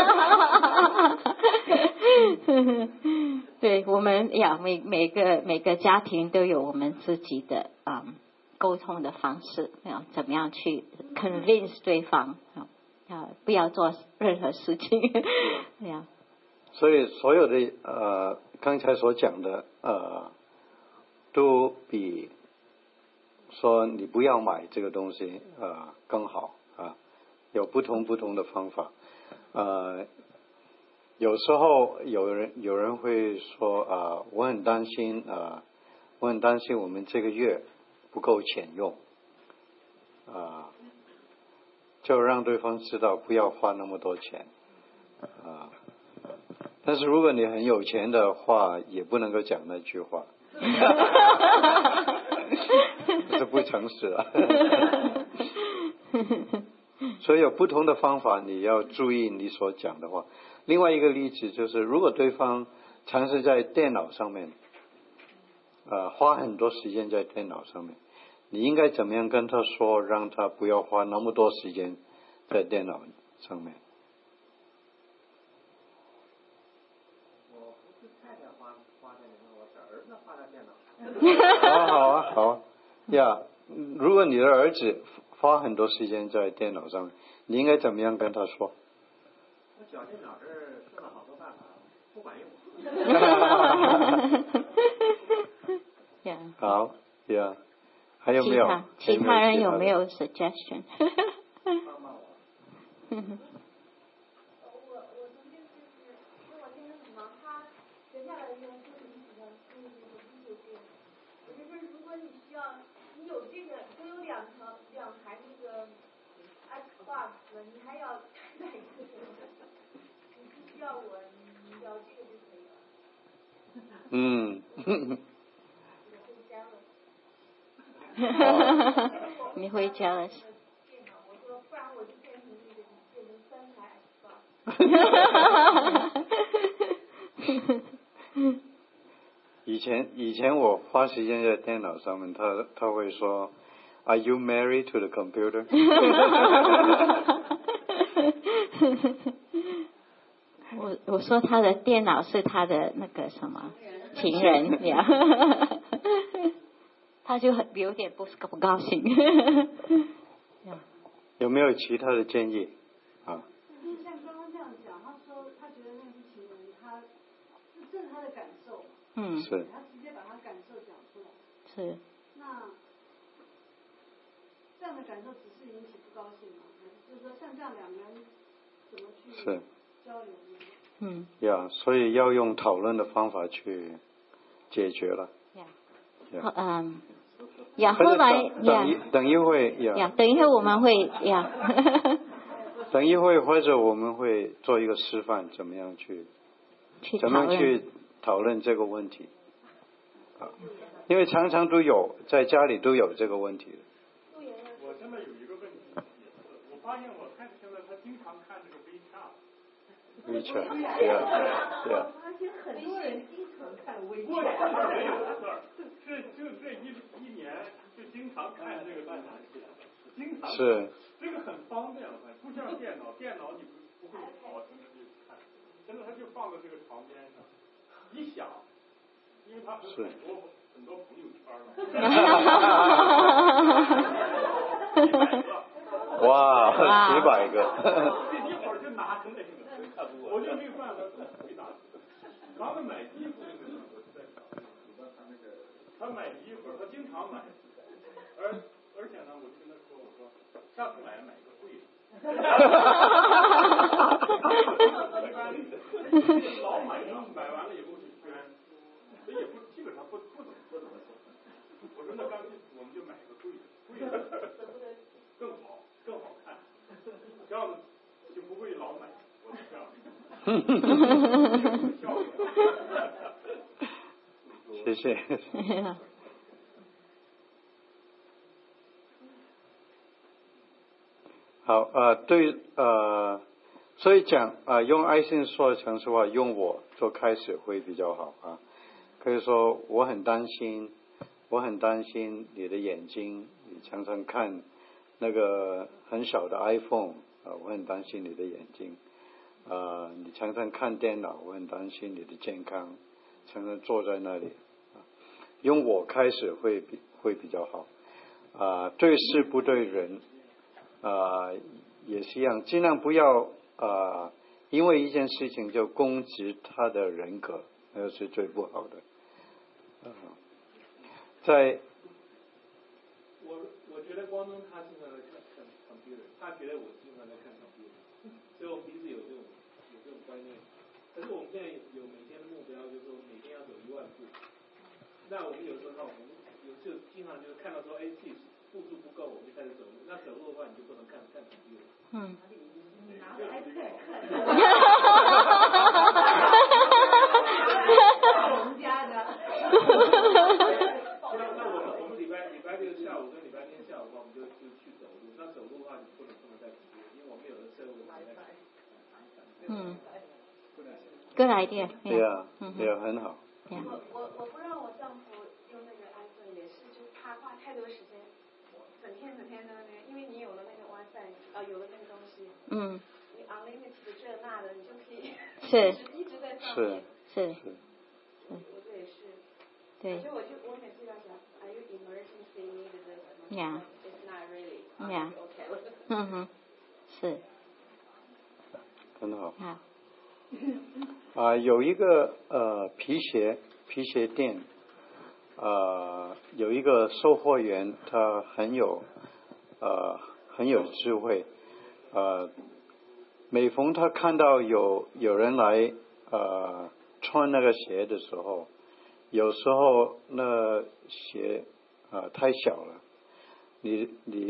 对，我们每个家庭都有我们自己的沟通的方式，怎么样去 convince 对方不要做任何事情。 所以所有的刚才所讲的都比说你不要买这个东西更好有不同的方法有时候有人会说我很担心我们这个月不够钱用就让对方知道不要花那么多钱但是如果你很有钱的话也不能够讲那句话这不诚实了所以有不同的方法你要注意你所讲的话。另外一个例子就是如果对方常是在电脑上面花很多时间在电脑上面，你应该怎么样跟他说让他不要花那么多时间在电脑上面。 我不是太太花在电脑，我是儿子花在电脑。 好啊如果你的儿子花很多时间在电脑上面，你应该怎么样跟他说？ 我小电脑这儿试了好多办法，不管用。 好还有没有其他人有没有 suggestion？ 帮帮我。 我曾经就是因为我先生很忙，他闲下来的时候就是一直在注意这个啤酒店。我就说如果你需要，你有这个，都有两台那个 Xbox， 你还要买一个什么？你不需要我，你要这个就可以了。 你会 jealous？ 我说不然我就变成3台 Xbox。 以前我花时间在电脑上面，他会说 Are you married to the computer？ 我说他的电脑是他的那个什么情人他就有点不高兴有没有其他的建议就是像刚刚这样讲，他说他觉得那是情人，这是他的感受， 是他直接把他感受讲出来， 是那这样的感受只是引起不高兴吗？就是说像这样两个人怎么去交流呢？ 所以要用讨论的方法去解决了后来等一会我们会等一会或者我们会做一个示范，怎么样去讨论这个问题因为常常都有在家里都有这个问题我现在有一个问题我发现我看现在他经常看这个WeChat 我发现很多人经常看微信。没有的事儿，就这一年就经常看这个东西，经常是这个很方便了，不像电脑你不会跑什么去看，现在他就放在这个床边上，一想，因为他很多朋友圈了， 哇，100个。 一会儿就拿出来，我就没有办法回答。他们买衣服的时候，我在想，他买衣服，他经常买，而且呢，我就跟他说，我说下次买一个贵的。一般老买完了以后就捐，所以基本上不怎么说。我说那干脆我们就买个贵的更好看，这样就不会老买。我是这样。 谢谢。好所以讲用爱心说城市话，用我做开始会比较好啊。可以说我很担心你的眼睛，你常常看那个很小的 iPhone 我很担心你的眼睛你常常看电脑，我很担心你的健康，常常坐在那里用我开始会比较好对事不对人也是一样，尽量不要因为一件事情就攻击他的人格，那是最不好的我觉得光东他经常在看 computer， 他觉得我经常在看 computer， 所以我们彼此有这种观念。可是我们现在有每天的目标，就是说每天要走10000步。那我们有时候经常就是看到说，自己步数不够，我们就开始走路。那走路的话，你就不能看 computer。 拿着 iPad 看。我们家的。 那我们礼拜六下午跟礼拜天下午的话，我们就去走路。那走路的话，你不能在因为我们有的车我们在。 Good idea. Yeah, 很好。 我不让我丈夫用那个 iPhone 也是，就他花太多时间，整天在那边，因为你有了那个 WiFi，有了那个东西。你 unlimited 的这那的，你就可以。一直在上面。 是。 我这也是。 对。 所以我每次要讲 ，Are you emergency needed this? Yeah. It's not really. Yeah. Okay. 是。 很好。 好。 有一个皮鞋店有一个售货员，他很有智慧每逢他看到有人来穿那个鞋的时候，有时候那鞋太小了，你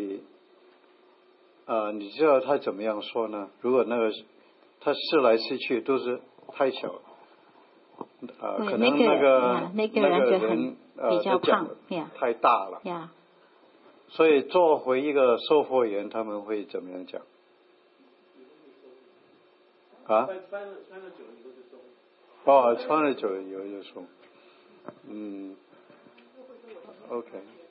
知道他怎么样说呢？如果那个他试来试去都是太小了可能那个人就很比较胖太大了所以作为一个售货员他们会怎么样讲穿了久了以后就松穿了久了以后就松OK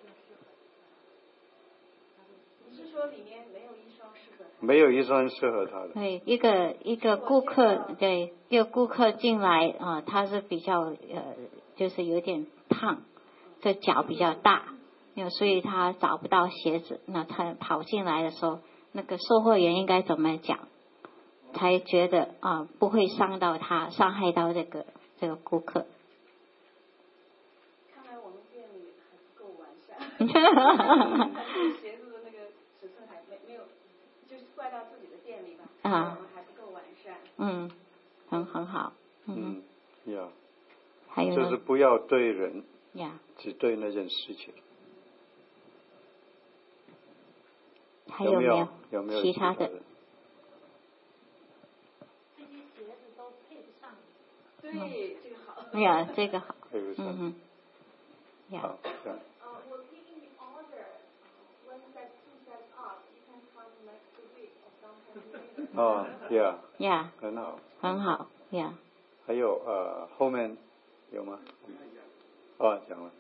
你是说里面没有一双适合他？ 没有一双适合他的。 对，一个顾客进来他是比较就是有点胖，这脚比较大，所以他找不到鞋子。那他跑进来的时候，那个售货员应该怎么讲，才觉得不会伤害到这个顾客。 看来我们店里还不够完善。鞋子的那个尺寸还没有，就是怪到自己的店里吧。我们还不够完善。 很好。还有就是不要对人只对那件事情。 还有没有其他的？ 这些鞋子都配不上。 对，这个好。 这个好。 配不上。 We're taking the order. One set, 2 sets up. You can come next week or something. 很好。 很好。 还有后面有吗？讲了。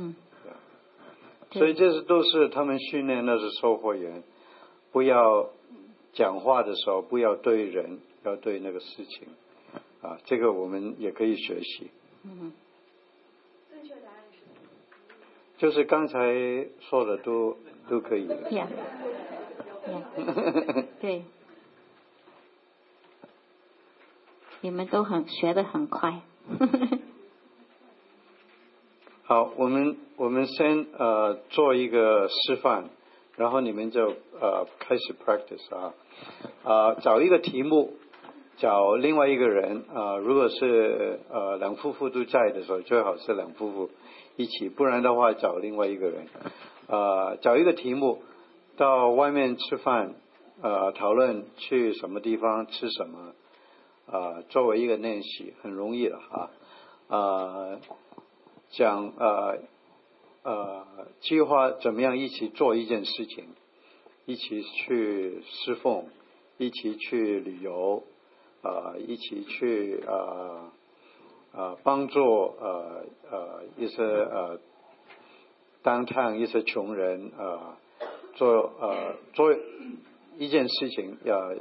所以这都是他们训练那是售货员，不要讲话的时候不要对人，要对那个事情这个我们也可以学习。 正确答案是？ 就是刚才说的都可以。 对。你们都学得很快。 好，我们先做一个示范，然后你们就开始 practice 找一个题目，找另外一个人如果是两夫妇都在的时候，最好是两夫妇一起，不然的话找另外一个人，找一个题目，到外面吃饭，讨论去什么地方吃什么，作为一个练习很容易的讲计划怎么样一起做一件事情，一起去侍奉，一起去旅游，一起去帮助一些downtown一些穷人做一件事情，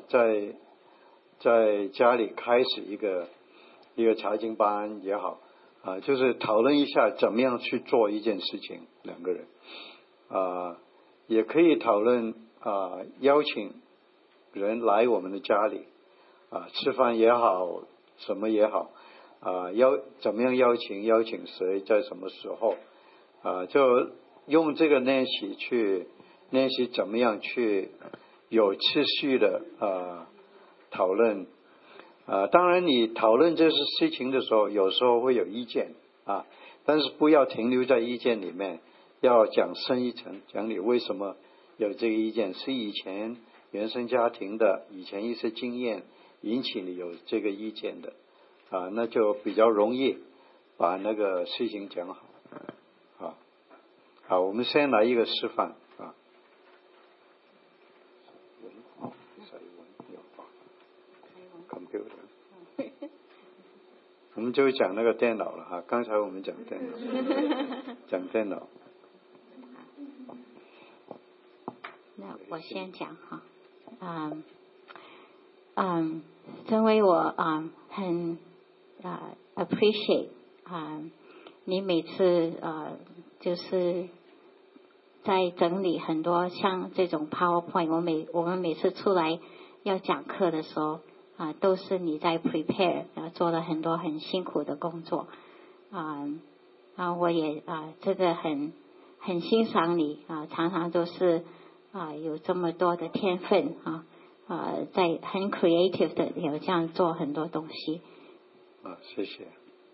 在家里开始一个查经班也好，就是讨论一下怎么样去做一件事情，两个人也可以讨论邀请人来我们的家里吃饭也好，什么也好，怎么样邀请谁，在什么时候就用这个练习去练习怎么样去有秩序的讨论。当然你讨论这些事情的时候，有时候会有意见但是不要停留在意见里面，要讲深一层，讲你为什么有这个意见，是以前原生家庭的以前一些经验引起你有这个意见的那就比较容易把那个事情讲好。好，我们先来一个示范computer 我们就讲那个电脑了刚才我们讲电脑讲电脑。 那我先讲因为我很appreciate 你每次就是在整理很多像这种 PowerPoint， 我们每次出来要讲课的时候都是你在 prepare， 做了很多很辛苦的工作我也这个很欣赏你常常都是有这么多的天分在很 creative 的有这样做很多东西谢谢。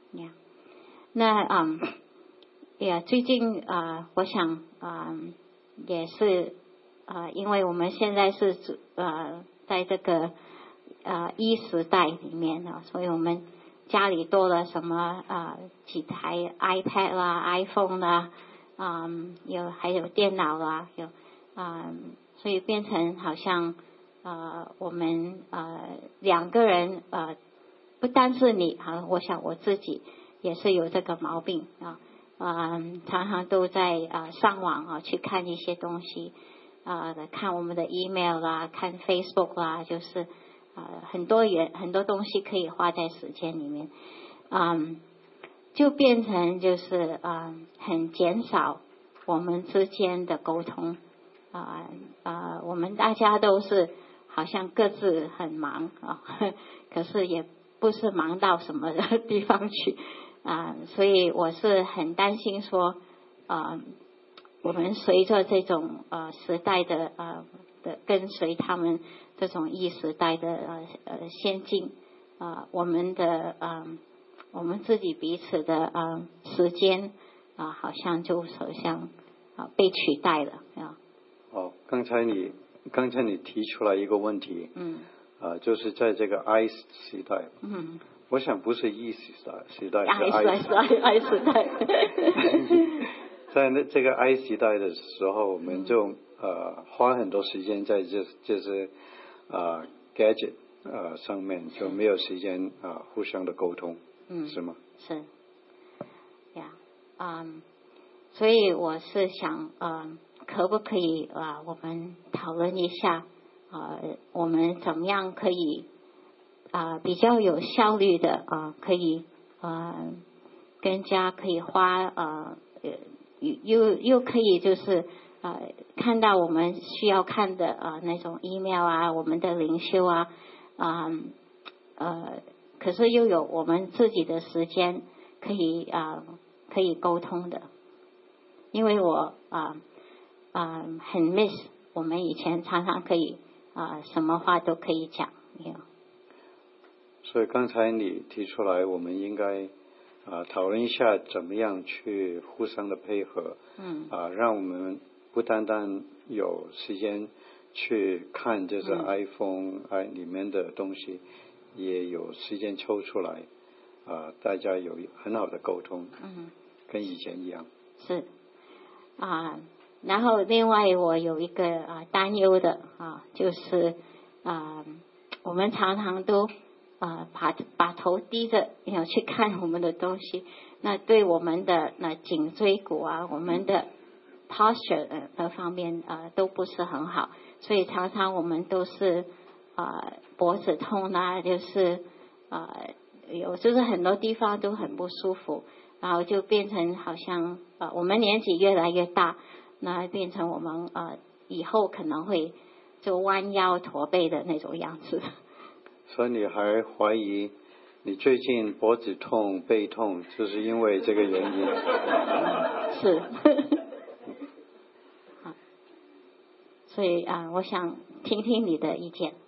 那最近我想也是因为我们现在是在这个时代里面所以我们家里多了什么几台 iPad 啦 iPhone 啦还有电脑啦所以变成好像我们两个人不单是你我想我自己也是有这个毛病常常都在上网去看一些东西看我们的 email 啦，看 Facebook 啦，就是很多东西可以花在时间里面就变成就是很减少我们之间的沟通我们大家都是好像各自很忙可是也不是忙到什么地方去所以我是很担心说我们随着这种时代的跟随他们这种时代的先进我们自己彼此的时间好像就好像被取代了刚才你提出来一个问题就是在这个 I 时代我想不是 E 时代是 I 时代在这个 I 时代的时候我们就花很多时间在这些gadget 上面，就没有时间互相的沟通是吗？ 是所以我是想可不可以我们讨论一下我们怎么样可以比较有效率的可以更加可以花又可以就是看到我们需要看的那种 email 我们的灵修可是又有我们自己的时间可以沟通的，因为我很 miss 我们以前常常可以什么话都可以讲所以刚才你提出来我们应该讨论一下怎么样去互相的配合，让我们不单单有时间去看这是 iPhone 里面的东西，也有时间抽出来，大家有很好的沟通，跟以前一样。 是然后另外我有一个担忧的就是我们常常都把头低着去看我们的东西，那对我们的颈椎骨我们的 posture 的方面都不是很好，所以常常我们都是脖子痛就是就是很多地方都很不舒服，然后就变成好像我们年纪越来越大，那变成我们以后可能会就弯腰驼背的那种样子。 所以你还怀疑你最近脖子痛背痛就是因为这个原因？ 是所以我想听听你的意见。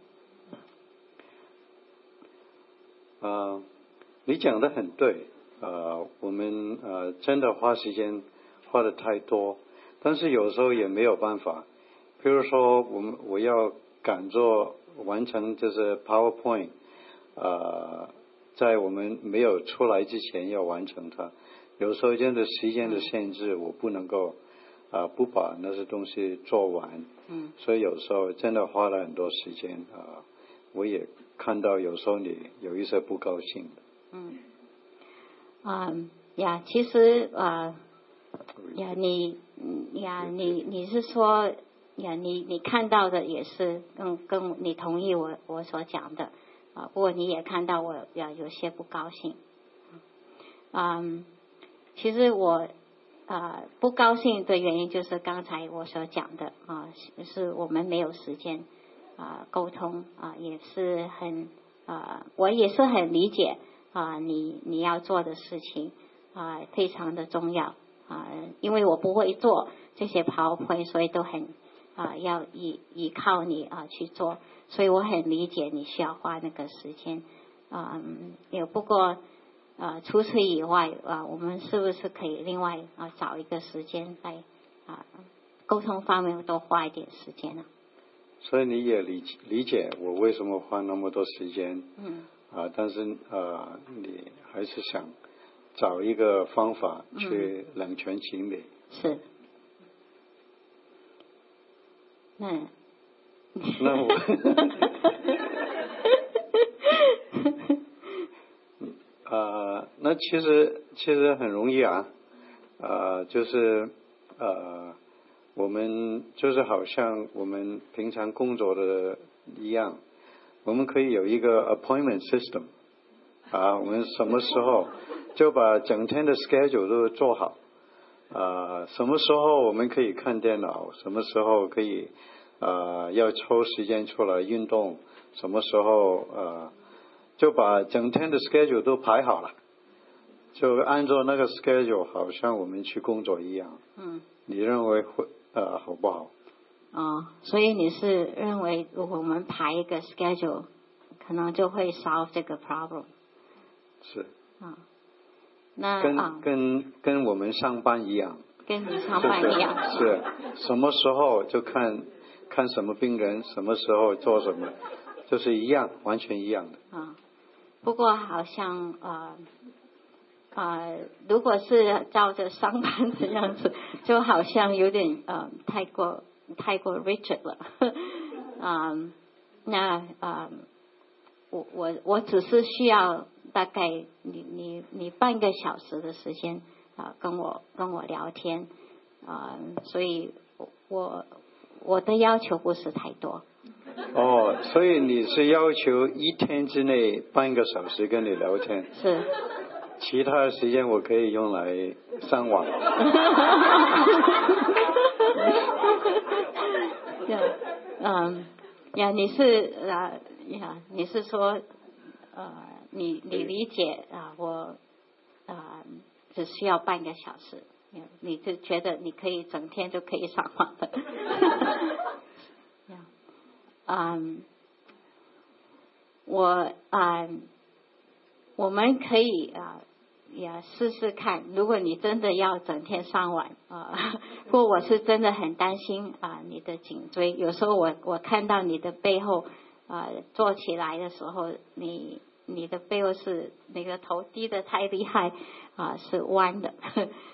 你讲的很对，我们真的花时间花的太多，但是有时候也没有办法。比如说我要赶着完成就是 PowerPoint， 在我们没有出来之前要完成它，有时候真的时间的限制，我不能够不把那些东西做完，所以有时候真的花了很多时间，我也看到有时候你有一些不高兴的。 其实你是说你看到的也是跟你同意我所讲的不过你也看到我有些不高兴。其实我不高兴的原因就是刚才我所讲的是我们没有时间沟通也是我也是很理解你要做的事情非常的重要因为我不会做这些 PowerPoint， 所以都很要依靠你去做，所以我很理解你需要花那个时间不过除此以外我们是不是可以另外找一个时间来沟通方面多花一点时间呢？ 所以你也理解我为什么花那么多时间，但是你还是想找一个方法去冷全情理。 是。那我那其实很容易就是我们就是好像我们平常工作的一样，我们可以有一个 appointment system 我们什么时候就把整天的 schedule 都做好什么时候我们可以看电脑，什么时候可以要抽时间出来运动，什么时候就把整天的 schedule 都排好了，就按照那个 schedule 好像我们去工作一样。你认为会好不好？ 所以你是认为如果我们排一个 schedule 可能就会 solve 这个 problem？ 是那跟我们上班一样， 跟你上班一样， 是什么时候就看什么病人，什么时候做什么，就是一样，完全一样的。 不过好像如果是照着上班的样子，就好像有点太过 rigid 了。那我只是需要大概你半个小时的时间跟我聊天所以我的要求不是太多。 所以你是要求一天之内半个小时跟你聊天？ 是。 其他的时间我可以用来上网。 你是说你理解我只需要半个小时，你就觉得你可以整天就可以上网的。我们可以也试试看。如果你真的要整天上网不过我是真的很担心你的颈椎。有时候我看到你的背后坐起来的时候，你的背后是那个头低得太厉害是弯的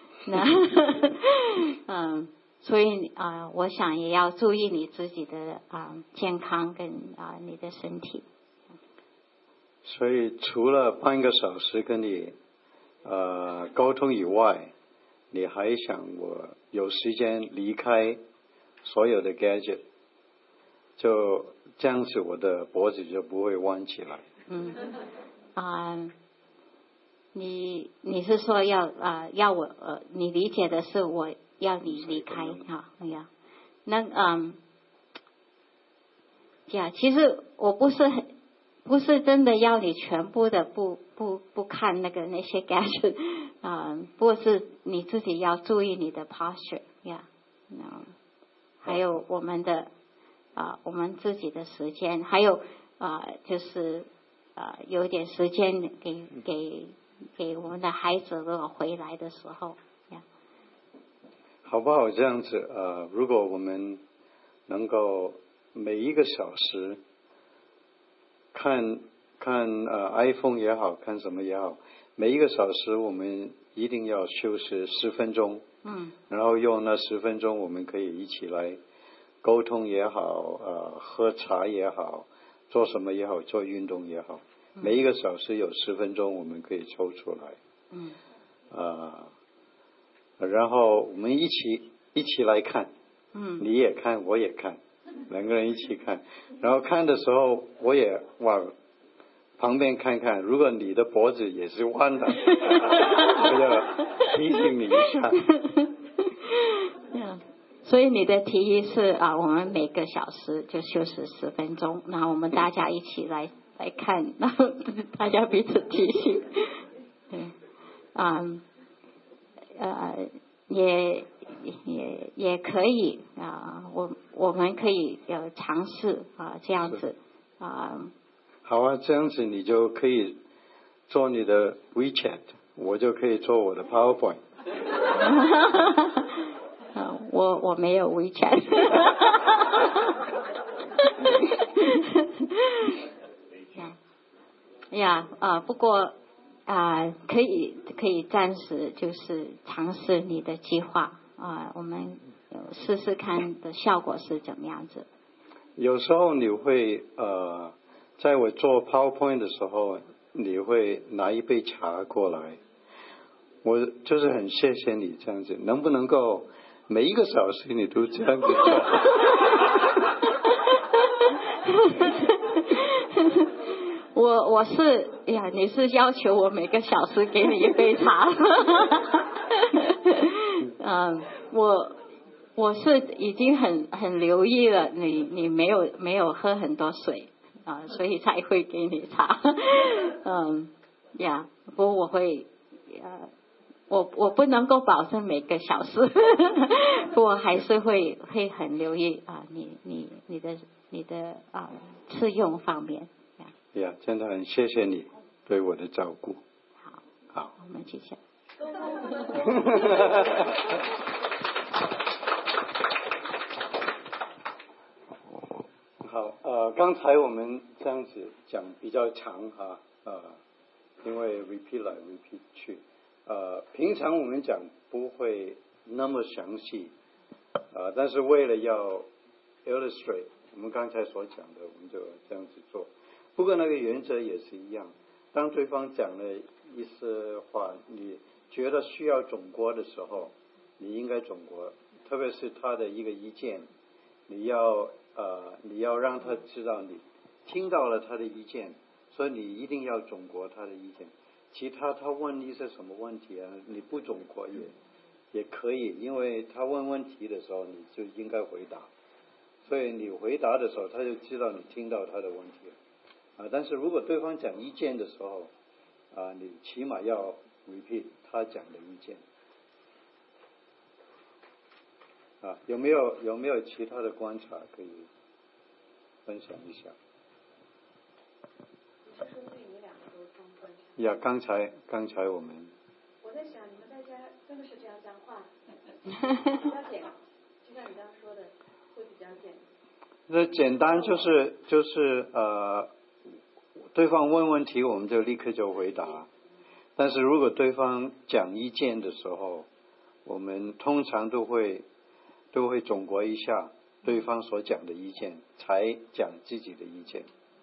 那所以我想也要注意你自己的健康跟你的身体。 所以除了半个小时跟你沟通以外，你还想我有时间离开所有的 gadget， 就这样子我的脖子就不会弯起来。 你是说要我你理解的是我要你离开呀？那其实我不是真的要你全部的不看那些 gadget 不过是你自己要注意你的 posture 呀，还有我们自己的时间，还有就是有一点时间给我们的孩子，如果回来的时候呀， 好不好？这样子如果我们能够每一个小时看 iPhone 也好，看什么也好，每一个小时我们一定要休息10分钟，然后用那10分钟我们可以一起来沟通也好，喝茶也好，做什么也好，做运动也好，每一个小时有10分钟我们可以抽出来，然后我们一起来看，你也看我也看，两个人一起看，然后看的时候我也往旁边看看，如果你的脖子也是弯的我要提醒你一下。 所以你的提议是我们每个小时就休息10分钟，然后我们大家一起来看，然后大家彼此提醒。也可以我们可以尝试这样子好啊，这样子你就可以做你的 WeChat， 我就可以做我的 PowerPoint。 我没有 WeChat。不过可以暂时就是尝试你的计划我们试试看的效果是怎么样子。 有时候你会在我做 PowerPoint 的时候，你会拿一杯茶过来，我就是很谢谢你这样子，能不能够每一个小时你都这样子做？ 我是你是要求我每个小时给你一杯茶？我是已经很留意了，你没有喝很多水所以才会给你茶。不过我会我不能够保证每个小时，不过还是会很留意你的吃用方面。 真的很谢谢你对我的照顾。好， 我们继续。 好，刚才我们这样子讲比较长因为 repeat 来 repeat 去，平常我们讲不会那么详细，但是为了要 illustrate 我们刚才所讲的，我们就这样子做。不过那个原则也是一样，当对方讲了一些话，你觉得需要总括的时候，你应该总括，特别是他的一个意见，你要让他知道你听到了他的意见，所以你一定要总括他的意见。其他他问一些什么问题你不总括也可以，因为他问问题的时候你就应该回答，所以你回答的时候他就知道你听到他的问题了。但是如果对方讲意见的时候你起码要 repeat 他讲的意见。有没有其他的观察可以分享一下？刚才我们真的是这样讲话，比较简，就像你刚刚说的，会比较简。 那简单就是对方问问题，我们就立刻就回答。但是如果对方讲意见的时候，我们通常都会总括一下对方所讲的意见，才讲自己的意见。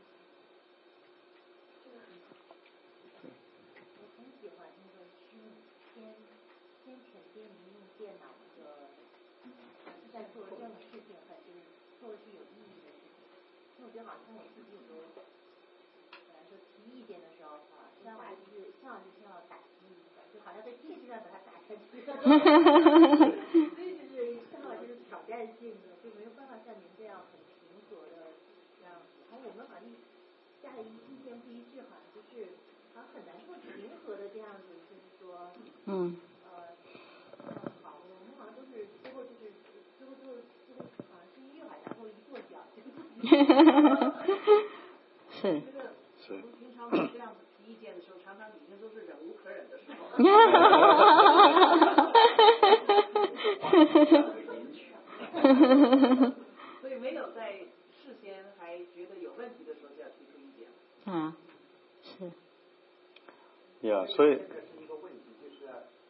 在做任何事情，就是做的是有意义的事情。因为我觉得好像我自己有时候，本来说提意见的时候啊，像我就是像打击一下，就好像在电视上把它打下去。所以就是正好就是挑战性的，就没有办法像您这样很平和的这样子。然后我们好像下了一言不一句，好像就是好像很难说平和的这样子，就是说，好，我们好像都是最后好像是一月海，然后一跺脚。 是。 我们平常这样子提意见的时候，常常已经都是忍无可忍的时候。所以没有在事先还觉得有问题的时候就要提出意见。 是。 呀，所以。 这个是一个问题，就是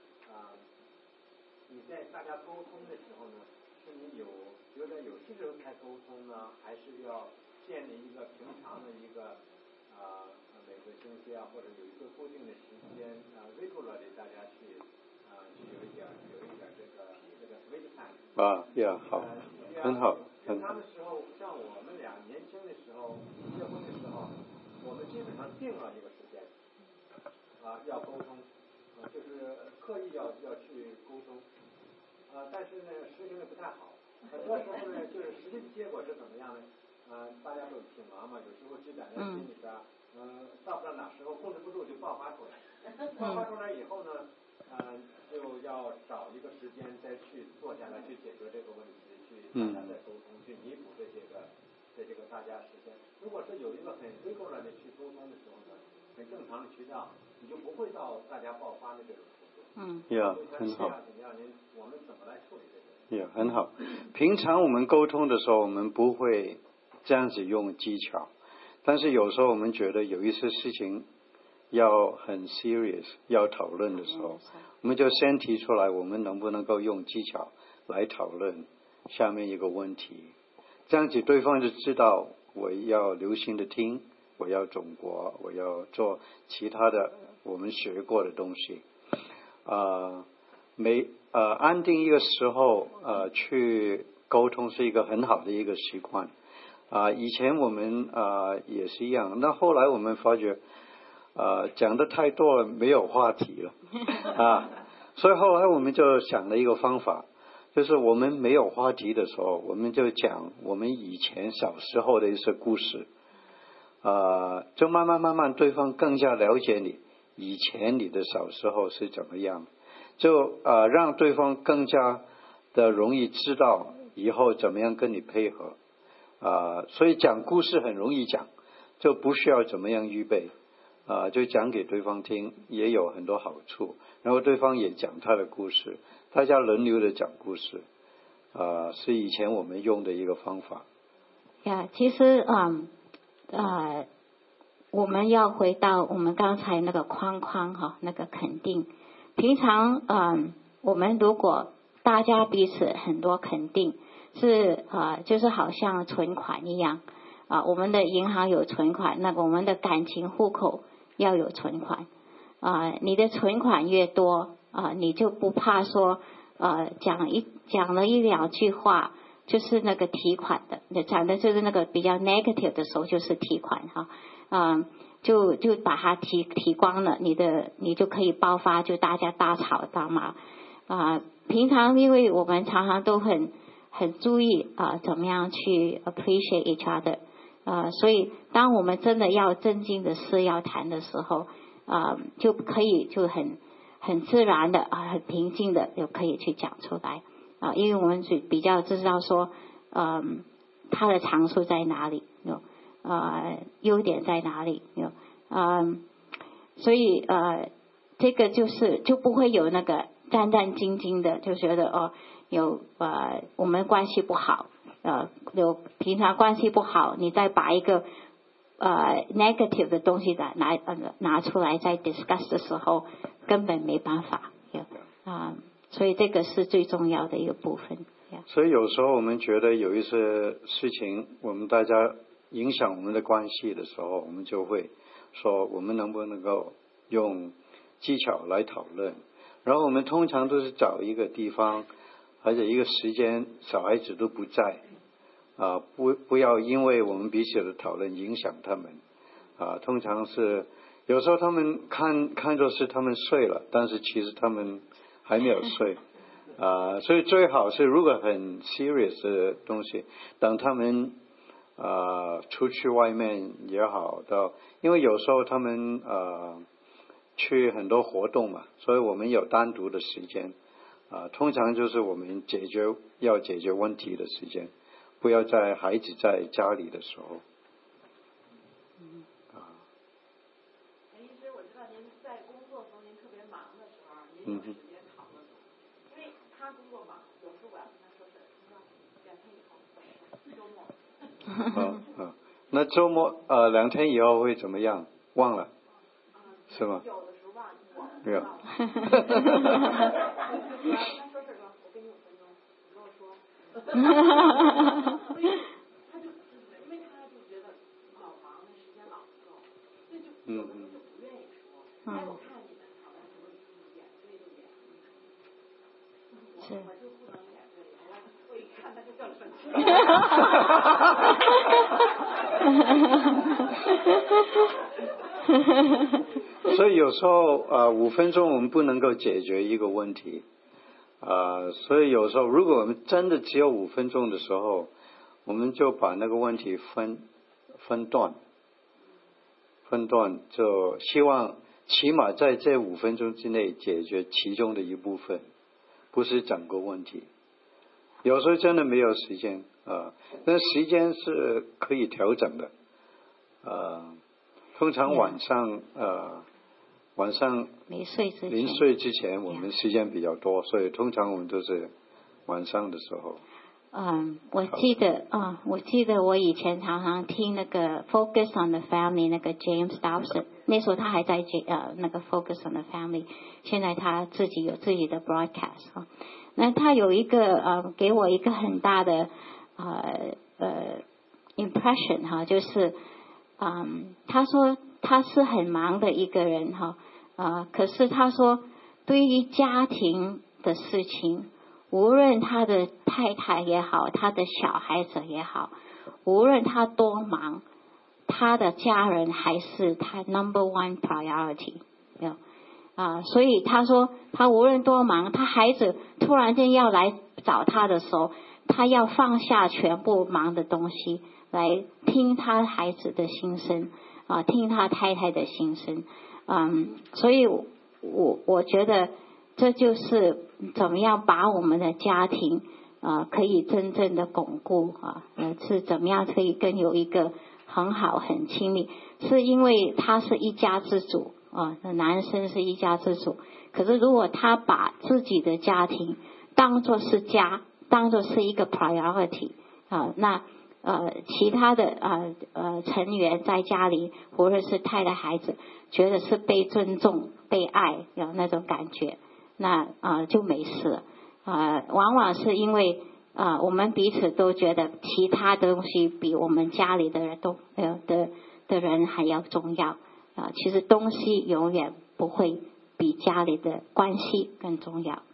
你在大家沟通的时候呢，是你觉得有事时候才沟通呢，还是要建立一个平常的一个每个星期或者有一个固定的时间regularly 大家去有一点这个 switch time 好，很好。 平常的时候，像我们俩年轻的时候结婚的时候，我们基本上定了一个时间要沟通就是刻意要去沟通但是呢实行的不太好，很多时候呢就是实际的结果是怎么样呢大家都挺忙嘛，有时候积攒在心里边到不了哪时候控制不住就爆发出来，爆发出来以后呢就要找一个时间再去坐下来去解决这个问题，去大家再沟通，去弥补这个大家实现。如果是有一个很 regular 的去沟通的时候呢，很正常的渠道，你就不会到大家爆发的这种程度。 很好。 我们怎么来处理这个？ 很好。平常我们沟通的时候，我们不会这样子用技巧，但是有时候我们觉得有一些事情要很 serious 要讨论的时候，我们就先提出来，我们能不能够用技巧来讨论下面一个问题，这样子对方就知道我要留心的听，我要总括，我要做其他的我们学过的东西安定一个时候去沟通是一个很好的一个习惯以前我们也是一样，那后来我们发觉讲的太多了，没有话题了所以后来我们就想了一个方法，就是我们没有话题的时候，我们就讲我们以前小时候的一些故事就慢慢对方更加了解你以前你的小时候是怎么样，就让对方更加的容易知道以后怎么样跟你配合所以讲故事很容易讲，就不需要怎么样预备就讲给对方听，也有很多好处，然后对方也讲他的故事，大家轮流的讲故事是以前我们用的一个方法其实我们要回到我们刚才那个框那个肯定，平常我们如果大家彼此很多肯定是就是好像存款一样我们的银行有存款，那我们的感情户口要有存款你的存款越多你就不怕说讲了一两句话就是那个提款的，讲的就是那个比较 negative 的时候就是提款就把它提光了，你就可以爆发，就大家大吵大骂平常因为我们常常都很注意怎么样去 appreciate each other所以当我们真的要正经的事要谈的时候就可以就很自然的很平静的就可以去讲出来因为我们比较知道说它的长处在哪里优点在哪里所以这个就不会有那个战战兢兢的，就觉得我们关系不好，有平常关系不好，你再把一个negative 的东西拿出来在 discuss 的时候，根本没办法，所以这个是最重要的一个部分。 所以有时候我们觉得有一些事情，我们大家影响我们的关系的时候，我们就会说我们能不能够用技巧来讨论。然后我们通常都是找一个地方，而且一个时间，小孩子都不在，不要因为我们彼此的讨论影响他们，通常是有时候他们看作是他们睡了，但是其实他们还没有睡，所以最好是如果很 serious 的东西，等他们出去外面也好的，因为有时候他们去很多活动嘛，所以我们有单独的时间，通常就是我们要解决问题的时间，不要在孩子在家里的时候。 医师，我知道您在工作中您特别忙的时候，您有时间讨论，因为他工作忙，有时候我要跟他说事，他说2天以后，周末。 那周末2天以后会怎么样？忘了，是吗？ 有的时候忘了。 没有。 他说事说，我给你5分钟，你跟我说。他就因为他就觉得老忙，那时间老不够，所以就有的时候就不愿意说。我看你们讨论什么演对就演，我就不能演对，我一看他就更生气。 所以有时候5分钟我们不能够解决一个问题，所以有时候如果我们真的只有5分钟的时候，我们就把那个问题分段，就希望起码在这5分钟之内解决其中的一部分，不是整个问题。有时候真的没有时间但时间是可以调整的，通常晚上临睡之前我们时间比较多，所以通常我们都是晚上的时候。 我记得我以前常常听那个 Focus on the Family 那个 James Dobson， 那时候他还在那个 Focus on the Family， 现在他自己有自己的 broadcast 那他有一个给我一个很大的impression 就是他说他是很忙的一个人可是他说对于家庭的事情，无论他的太太也好，他的小孩子也好，无论他多忙，他的家人还是他 number one priority。所以他说他无论多忙，他孩子突然间要来找他的时候，他要放下全部忙的东西来听他孩子的心声听他太太的心声所以我觉得这就是怎么样把我们的家庭可以真正的巩固是怎么样可以更有一个很好很亲密，是因为他是一家之主男生是一家之主，可是如果他把自己的家庭当作是家，当作是一个 priority 那其他的成员在家里或者是太太孩子觉得是被尊重被爱有那种感觉，那就没事了往往是因为我们彼此都觉得其他的东西比我们家里的人的人还要重要其实东西永远不会比家里的关系更重要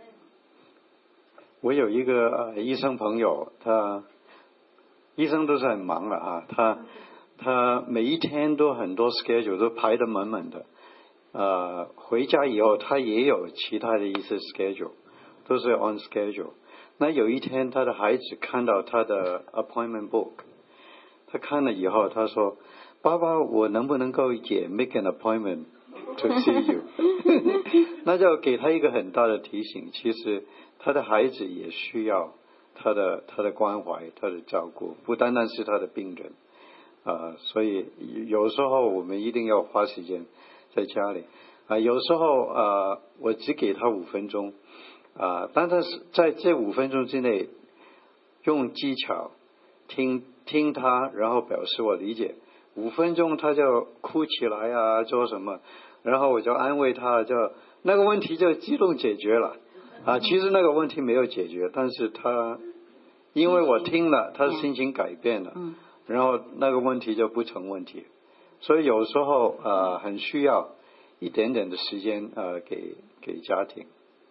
我有一个医生朋友，医生都是很忙的他每一天都很多 schedule 都排得满满的回家以后他也有其他的一些 schedule 都是 on schedule。 那有一天他的孩子看到他的 appointment book， 他看了以后他说，爸爸我能不能够也 make an appointment to see you 那就给他一个很大的提醒，其实他的孩子也需要他的关怀他的照顾，不单单是他的病人所以有时候我们一定要花时间在家里有时候我只给他5分钟但是在这5分钟之内用技巧听他，然后表示我理解。5分钟他就哭起来做什么，然后我就安慰他，就那个问题就自动解决了其实那个问题没有解决，但是他因为我听了，他的心情改变了，然后那个问题就不成问题。所以有时候很需要一点点的时间给家庭。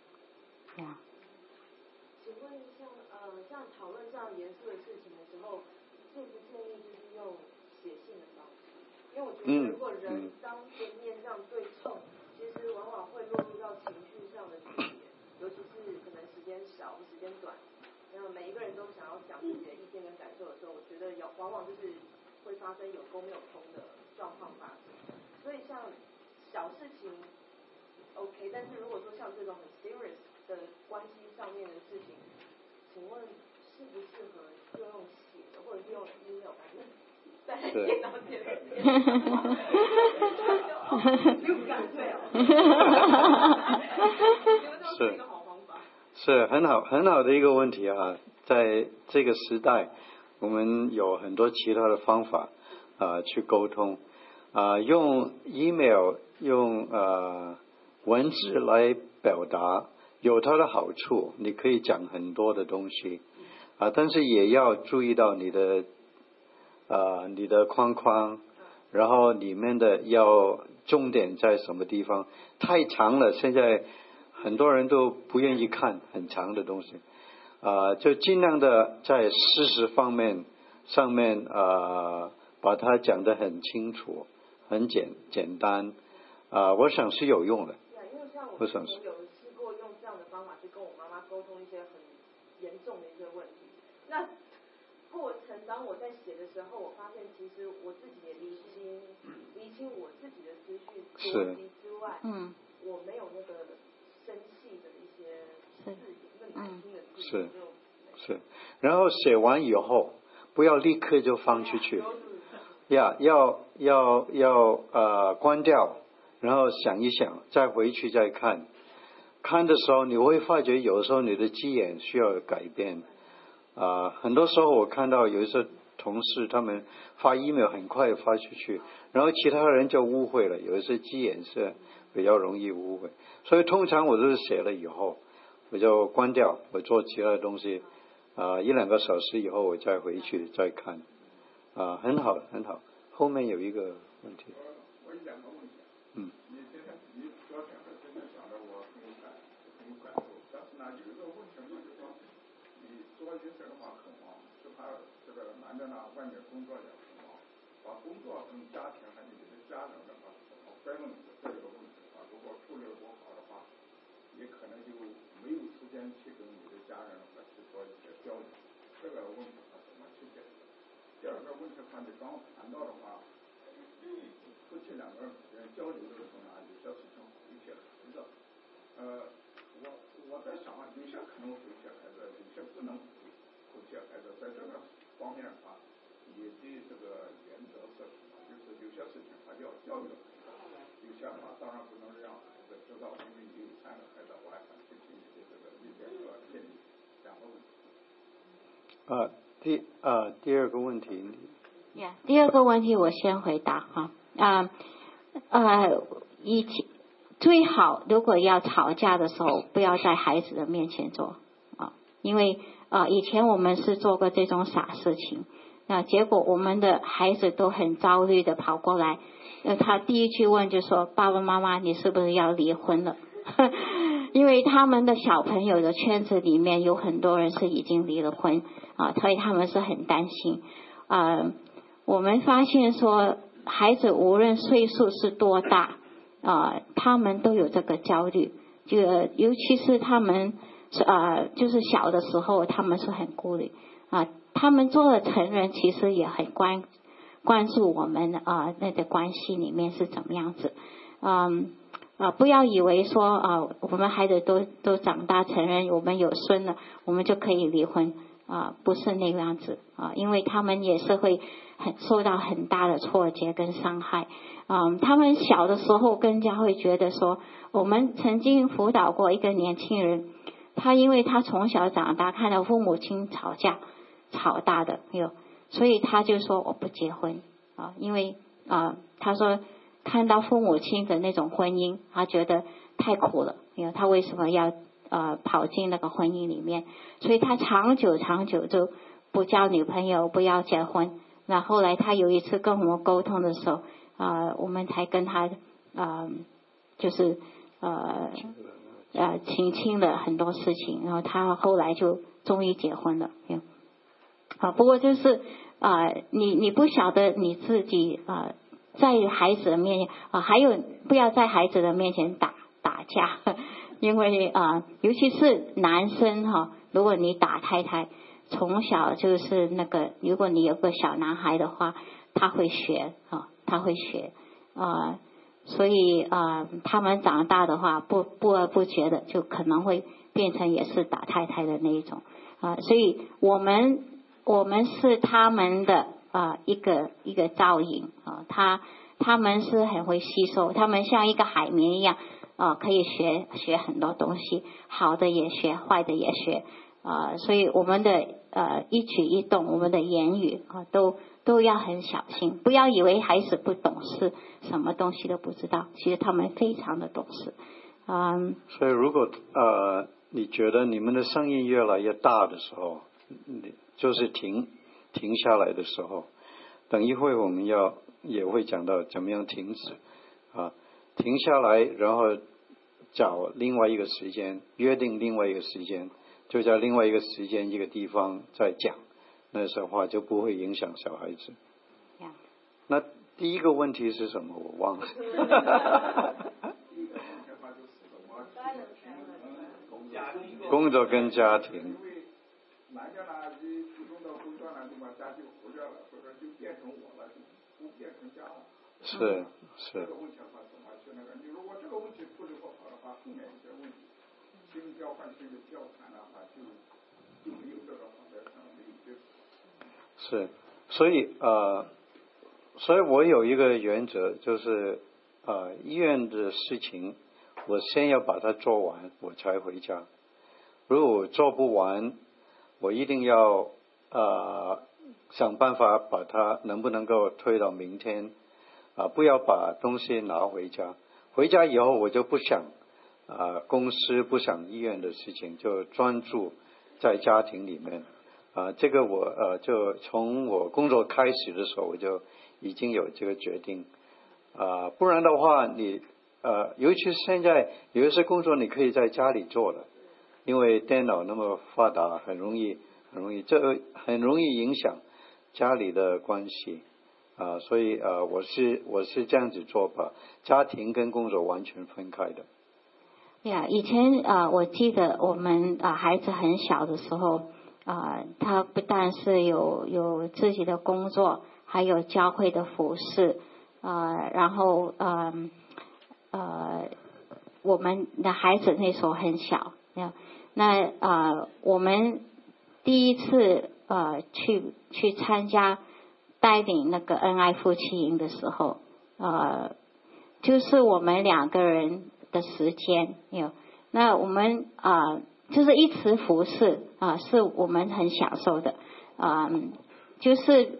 请问像讨论这样严肃的事情的时候，建不建议就是用写信的方式？因为我觉得如果人当面这样对冲，其实往往会落入到情绪上的纠结，尤其是可能时间少、时间短，然后每一个人都想要讲自己的意见跟感受的时候，我觉得往往就是会发生有沟没有通的状况发生。所以像小事情 OK， 但是如果说像这种很 serious 的关系上面的事情，请问适不适合就用写的，或者是用 email 反正在电脑前面就干脆是一个好方法。 是很好的一个问题在这个时代我们有很多其他的方法去沟通用 email 用文字来表达有它的好处，你可以讲很多的东西但是也要注意到你的框框，然后里面的要重点在什么地方。太长了，现在很多人都不愿意看很长的东西就尽量的在事实方面上面把它讲得很清楚很简单我想是有用的。 因为像我有试过用这样的方法去跟我妈妈沟通一些很严重的一些问题，那过程当我在写的时候，我发现其实我自己也厘清我自己的思绪逻辑之外我没有那个生气的一些字眼，那难听的字眼是然后写完以后不要立刻就放出去要关掉，然后想一想，再回去再看的时候，你会发觉有时候你的字眼需要改变很多时候我看到有一些同事他们发 email 很快发出去，然后其他人就误会了，有一些字眼是比较容易误会，所以通常我都是写了以后我就关掉，我做其他的东西1-2个小时以后我再回去再看很好。后面有一个问题。 我有2个问题你昨天和今天讲的我很有感受，但是呢有一个问题呢，就是说你做医生的话很忙，是怕这个男的呢外面工作也很忙，把工作跟家庭还有你的家人的话怎么分论这个问题如果处理不好的话，你可能就没有时间去跟你的家人去做一些交流，这个问题怎么去解决？第二个问题你刚谈到的话，夫妻2个人交流的时候呢，有些事情回去孩子我在想有些可能回去孩子，有些不能回去孩子，在这个方面的话，你的这个原则是什么？就是有些事情还是要教育孩子，有些话当然不能让孩子知道，因为你有3个孩子，我还想听听你的这个意见和建议。2个问题。 第二个问题。 第二个问题我先回答最好如果要吵架的时候不要在孩子的面前做因为以前我们是做过这种傻事情结果我们的孩子都很焦虑的跑过来他第一句问就说爸爸妈妈你是不是要离婚了因为他们的小朋友的圈子里面有很多人是已经离了婚所以他们是很担心我们发现说孩子无论岁数是多大他们都有这个焦虑尤其是他们就是小的时候他们是很顾虑他们做了成人其实也很关注我们那个关系里面是怎么样子不要以为说我们孩子都长大成人我们有孙了我们就可以离婚不是那个样子因为他们也是会受到很大的挫折跟伤害他们小的时候更加会觉得说，我们曾经辅导过一个年轻人，他因为他从小长大看到父母亲吵架吵大的所以他就说我不结婚因为他说看到父母亲的那种婚姻，他觉得太苦了，他为什么要跑进那个婚姻里面，所以他长久就不交女朋友，不要结婚。那后来他有一次跟我们沟通的时候我们才跟他就是澄清了很多事情，然后他后来就终于结婚了不过就是你不晓得你自己在孩子的面前还有不要在孩子的面前打架因为尤其是男生如果你打太太，从小就是那个，如果你有个小男孩的话，他会学所以他们长大的话不而不觉的就可能会变成也是打太太的那一种所以我们是他们的一个造影他们是很会吸收，他们像一个海绵一样可以学很多东西，好的也学，坏的也学所以我们的一举一动，我们的言语都要很小心，不要以为孩子不懂事，什么东西都不知道，其实他们非常的懂事所以如果你觉得你们的声音越来越大的时候，就是停下来的时候，等一会我们也会讲到怎么样停止停下来，然后找另外一个时间，约定另外一个时间，就在另外一个时间一个地方再讲，那时候话就不会影响小孩子那第一个问题是什么我忘了工作跟家庭男家呢一主动到工作呢就把家就忽略了，所以说就变成我了，就不变成家了。 是这个问题的话怎么去你如果这个问题处理不好的话，后面一些问题心理交换心理交谈的话就没有这个方面上没有结果。 是所以我有一个原则，就是医院的事情我先要把它做完我才回家，如果我做不完，我一定要想办法把它能不能够推到明天不要把东西拿回家，回家以后我就不想公司不想医院的事情，就专注在家庭里面这个我就从我工作开始的时候我就已经有这个决定不然的话你尤其是现在有一些工作你可以在家里做的，因为电脑那么发达，很容易这很容易影响家里的关系所以我是这样子做吧，家庭跟工作完全分开的以前我记得我们孩子很小的时候他不但是有自己的工作，还有教会的服事然后我们的孩子那时候很小那我们第一次去参加带领那个恩爱夫妻营的时候就是我们两个人的时间那我们就是一直服侍是我们很享受的就是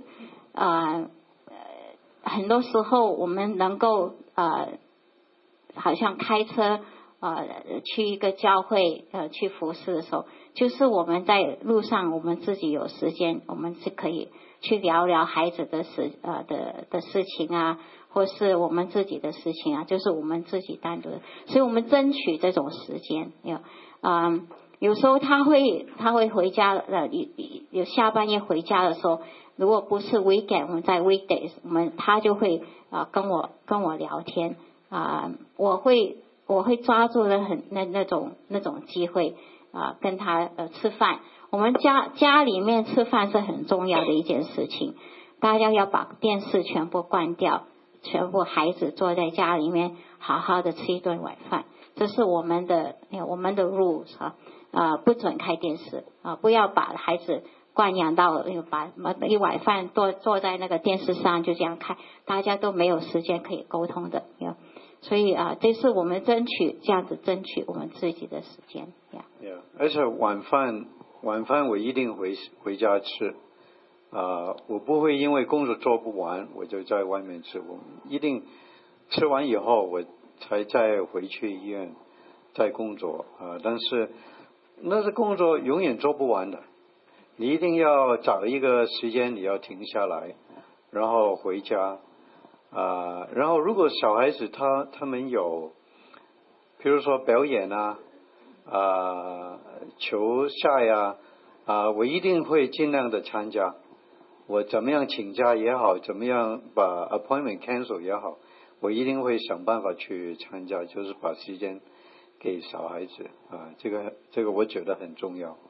很多时候我们能够好像开车去一个教会去服侍的时候，就是我们在路上我们自己有时间，我们是可以去聊聊孩子的事情或是我们自己的事情就是我们自己单独的，所以我们争取这种时间有时候他会回家有下半夜回家的时候，如果不是 weekend 我们在 weekdays 他就会跟我聊天我会抓住那种机会跟他吃饭。我们家里面吃饭是很重要的一件事情，大家要把电视全部关掉，全部孩子坐在家里面好好的吃一顿晚饭，这是我们的 rules不准开电视不要把孩子惯养到把一碗饭坐在那个电视上就这样看，大家都没有时间可以沟通的。所以这是我们争取我们自己的时间。 而且晚饭我一定回家吃。我不会因为工作做不完我就在外面吃，我一定吃完以后我才再回去医院再工作。但是那是工作永远做不完的，你一定要找一个时间你要停下来，然后回家。然后如果小孩子他们有比如说表演球赛我一定会尽量的参加。我怎么样请假也好，怎么样把 appointment cancel 也好，我一定会想办法去参加，就是把时间给小孩子。这个我觉得很重要。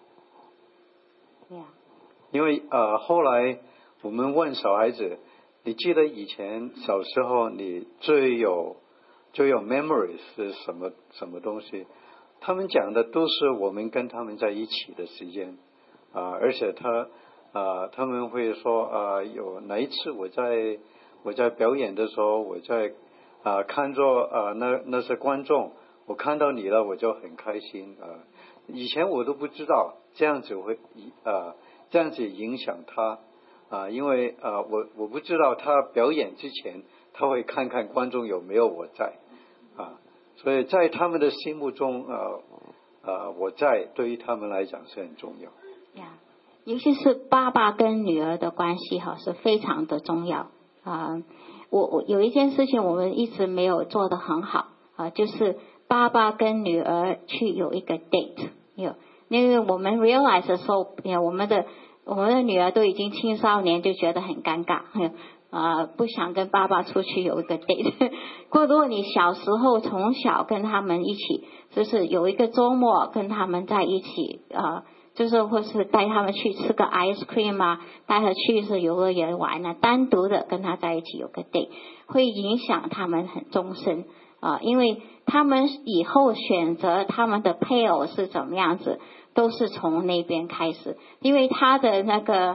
因为后来我们问小孩子，你记得以前小时候你最有 memory 是什么东西？他们讲的都是我们跟他们在一起的时间。而且他们会说有哪一次我在表演的时候，我在看着那些观众，我看到你了我就很开心。以前我都不知道这样子会这样子影响他。因为我不知道他表演之前他会看看观众有没有我在。所以在他们的心目中我在对于他们来讲是很重要。 尤其是爸爸跟女儿的关系是非常的重要。我有一件事情我们一直没有做得很好就是爸爸跟女儿去有一个 date。因为我们 realize 的时候，我们的女儿都已经青少年，就觉得很尴尬。不想跟爸爸出去有一个 date。如果你小时候从小跟他们一起，就是有一个周末跟他们在一起就是或是带他们去吃个 ice cream 带他去是游乐园玩单独的跟他在一起有个 date， 会影响他们很终身。因为他们以后选择他们的配偶是怎么样子，都是从那边开始。因为他的那个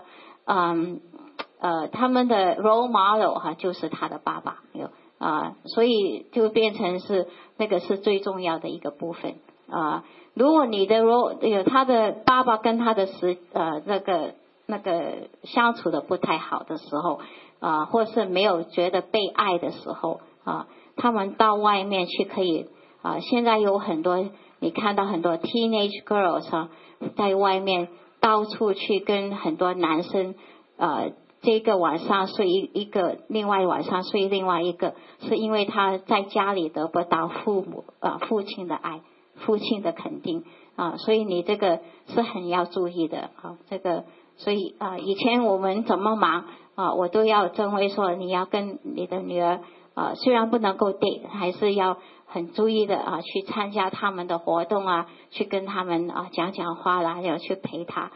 他们的 role model 就是他的爸爸。所以就变成是那个是最重要的一个部分。如果你的他的爸爸跟他的那个相处的不太好的时候或是没有觉得被爱的时候他们到外面去可以现在有很多你看到很多 teenage girls 在外面到处去跟很多男生这个晚上睡一个，另外晚上睡另外一个，是因为他在家里得不到父亲的爱，父亲的肯定所以你这个是很要注意的这个所以以前我们怎么忙我都要真会说你要跟你的女儿虽然不能够 date， 还是要很注意的去参加他们的活动去跟他们讲讲话啦，要去陪他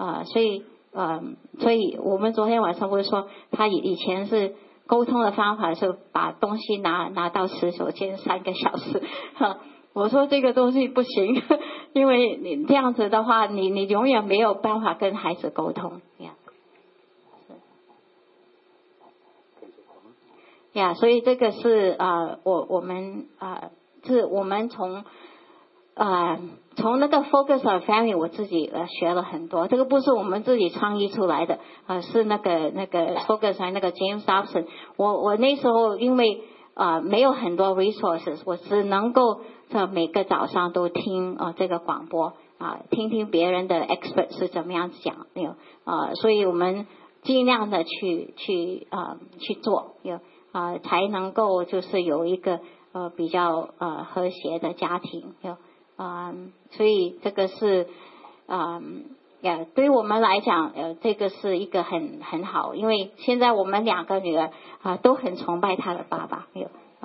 所以我们昨天晚上不是说他以前是沟通的方法是把东西拿到洗手间3个小时我说这个东西不行因为你这样子的话你永远没有办法跟孩子沟通所以这个是我们是我们从那个 focus on family 我自己学了很多，这个不是我们自己创意出来的是那个 focus on 那个 James Dobson。 我那时候因为没有很多 resources， 我只能够每个早上都听这个广播听听别人的 expert 是怎么样讲所以我们尽量的去做才能够就是有一个比较和谐的家庭所以这个是对于我们来讲这个是一个很好，因为现在我们2个女儿都很崇拜她的爸爸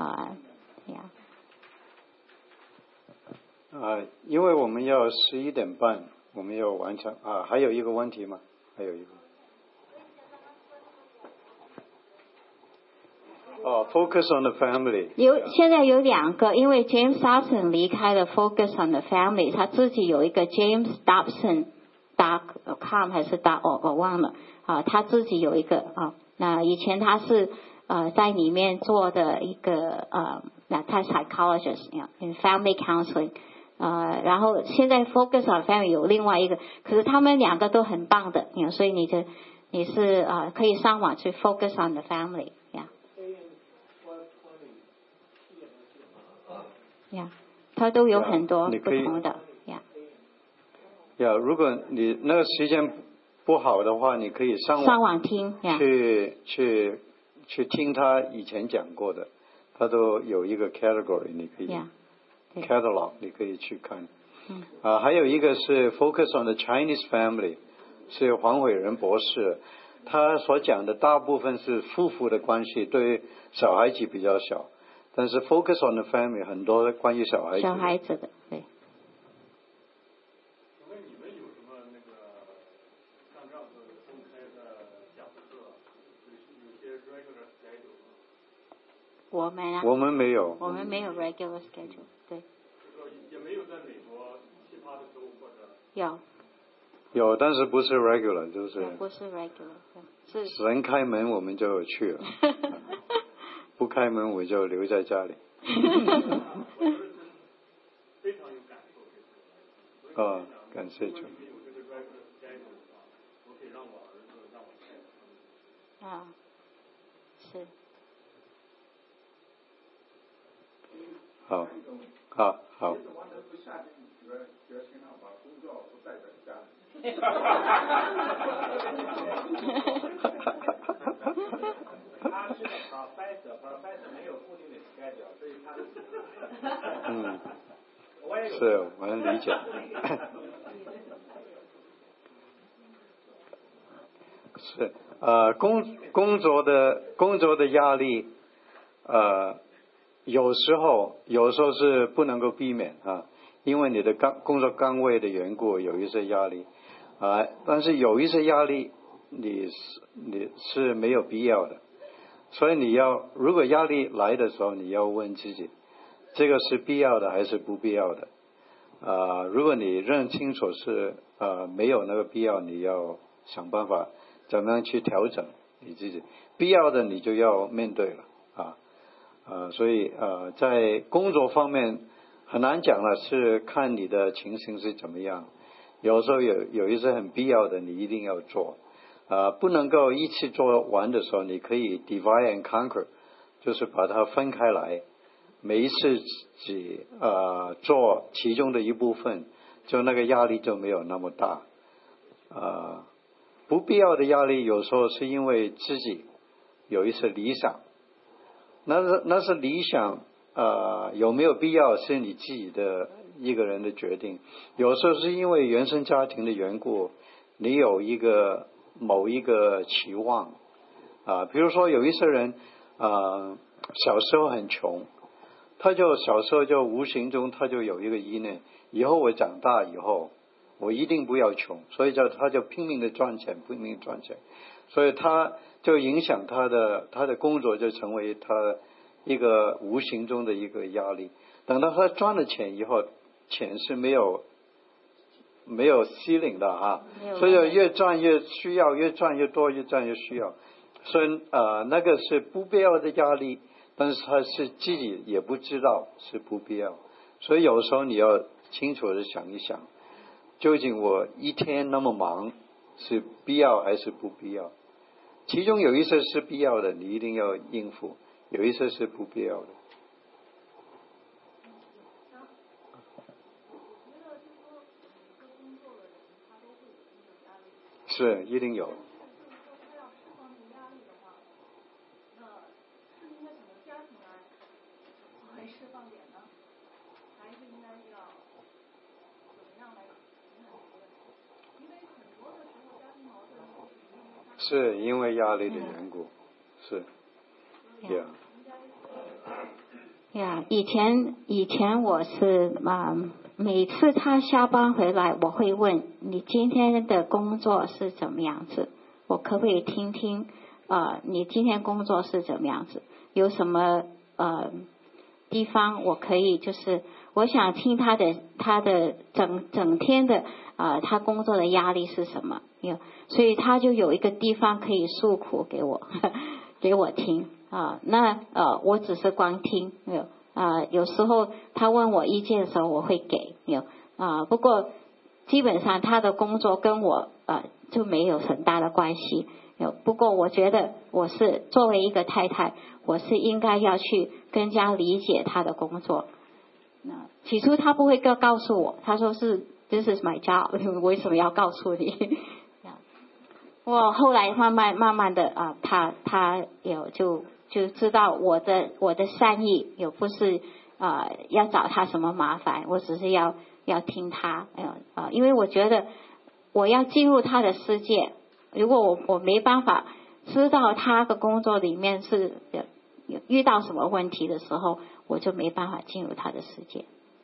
因为我们要11点半我们要完成还有一个问题吗？还有一个focus on the family 现在有2个，因为 James Dobson 离开了 focus on the family， 他自己有一个 James Dobson .com 还是我忘了啊，他自己有一个啊，那以前他是在里面做的一个那他 psychologist in family counseling。然后现在 focus on family 有另外一个，可是他们两个都很棒的，所以你是可以上网去 focus on the family， 它都有很多不同的如果你那个时间不好的话，你可以上网听去听他以前讲过的，他都有一个 category， 你可以。catalog 你可以去看，还有一个是 focus on the Chinese family， 是黄伟仁博士，他所讲的大部分是夫妇的关系，对小孩子比较小，但是 focus on the family 很多关于小孩子的，对。 请问你们有什么那个像这样子公开的讲课，有些 regular schedule 吗？ 我们没有 regular schedule， 对。 也没有在美国其他的州或者。 有，但是不是 regular， 就是不是 regular， 是人开门我们就去了，不开门我就留在家里。 非常有感受。 感谢主。 是。 好。 他是professor 没有固定的 schedule， 所以他是我能理解。是工作的压力有时候是不能够避免因为你的工作岗位的缘故有一些压力但是有一些压力你是没有必要的，所以如果压力来的时候，你要问自己，这个是必要的还是不必要的如果你认清楚是没有那个必要，你要想办法怎么样去调整你自己，必要的你就要面对了所以在工作方面很难讲了，是看你的情形是怎么样。有时候有一些很必要的你一定要做不能够一起做完的时候，你可以 divide and conquer， 就是把它分开来，每一次只做其中的一部分，就那个压力就没有那么大不必要的压力有时候是因为自己有一些理想，那是理想有没有必要是你自己的一个人的决定，有时候是因为原生家庭的缘故，你有某一个期望比如说有一些人小时候很穷，他就小时候就无形中他就有一个意念，以后我长大以后我一定不要穷，所以他就拼命的赚钱，所以他就影响他的工作，就成为他一个无形中的一个压力。等到他赚了钱以后，钱是没有ceiling的所以越赚越需要，越赚越多，越赚越需要，所以那个是不必要的压力，但是他是自己也不知道是不必要，所以有时候你要清楚的想一想，究竟我一天那么忙是必要还是不必要，其中有一些是必要的，你一定要应付，有一些是不必要的。是一定有。是因为压力的缘故，是。 以前我是每次他下班回来，我会问你今天的工作是怎么样子，我可不可以听听你今天工作是怎么样子，有什么地方，我可以就是我想听他的整天的他工作的压力是什么，所以他就有一个地方可以诉苦给我给我听那我只是光听有时候他问我意见的时候我会给不过基本上他的工作跟我就没有很大的关系不过我觉得我是作为一个太太，我是应该要去更加理解他的工作。起初他不会告诉我，他说是 This is my job， 为什么要告诉你？我后来慢慢的他有就知道我的善意，有不是要找他什么麻烦，我只是要听他因为我觉得我要进入他的世界。如果我没办法知道他的工作里面是遇到什么问题的时候，我就没办法进入他的世界。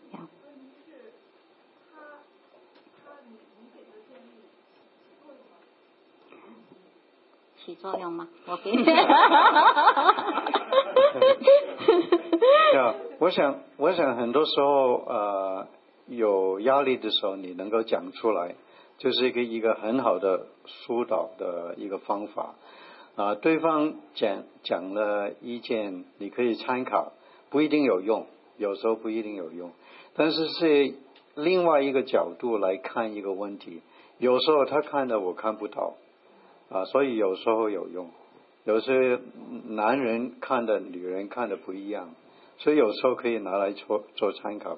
起作用吗？我给你。 我想很多时候有压力的时候，你能够讲出来，就是一个很好的疏导的一个方法对方讲了意见，你可以参考，不一定有用，有时候不一定有用，但是是另外一个角度来看一个问题，有时候他看的我看不到所以有时候有用，有时男人看的女人看的不一样，所以有时候可以拿来做参考的。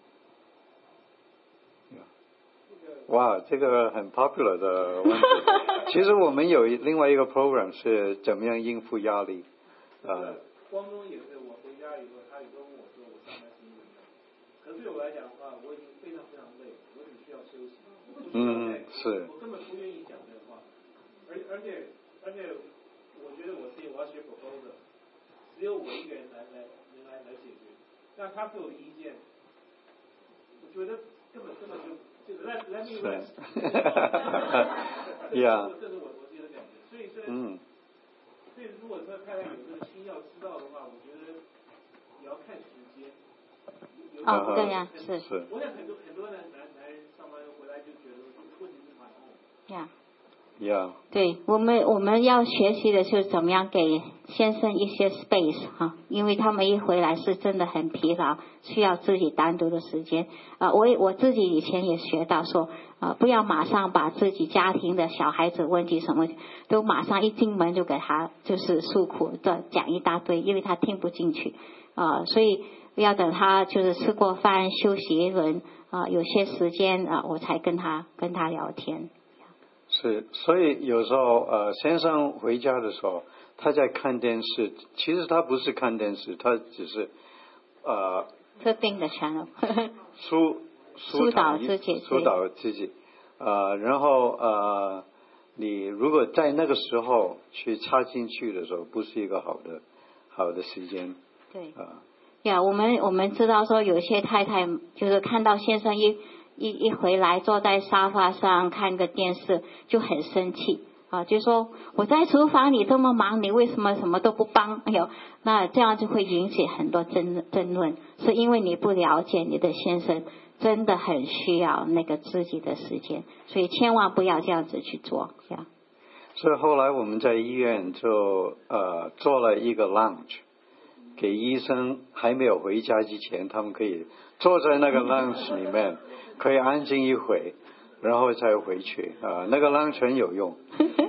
哇，这个很 popular 的问题。其实我们有另外一个 program 是怎么样应付压力。 光中也是，我回家以后，他也跟我说我上班辛苦，可是对我来讲的话，我已经非常非常累，我只需要休息，我不需要是。 我根本不愿意讲这个话，而且我觉得我要学 proposal， 只有我一个人来解决，那他给我的意见，我觉得根本就let me rest。这是我自己的感觉，所以如果说太太有这个心要知道的话，我觉得也要看时间。 对呀，是。 我想很多男人上班回来就觉得问题是蛮多。 对，我们要学习的就是怎么样给先生一些 space 因为他们一回来是真的很疲劳，需要自己单独的时间我自己以前也学到说不要马上把自己家庭的小孩子问题什么都马上一进门就给他就是诉苦的讲一大堆，因为他听不进去所以要等他就是吃过饭休息一轮有些时间我才跟他聊天。 是，所以有时候先生回家的时候，他在看电视，其实他不是看电视，他只是特定的 channel 疏导自己然后你如果在那个时候去插进去的时候，不是一个好的时间。 对我们知道说有些太太就是看到先生一回来坐在沙发上看个电视就很生气就说我在厨房你这么忙，你为什么什么都不帮？那这样就会引起很多争论，是因为你不了解你的先生真的很需要那个自己的时间，所以千万不要这样子去做所以后来我们在医院就做了一个 lunch， 给医生还没有回家之前，他们可以坐在那个 lunch 里面可以安静一会，然后再回去那个 lunch 很有用。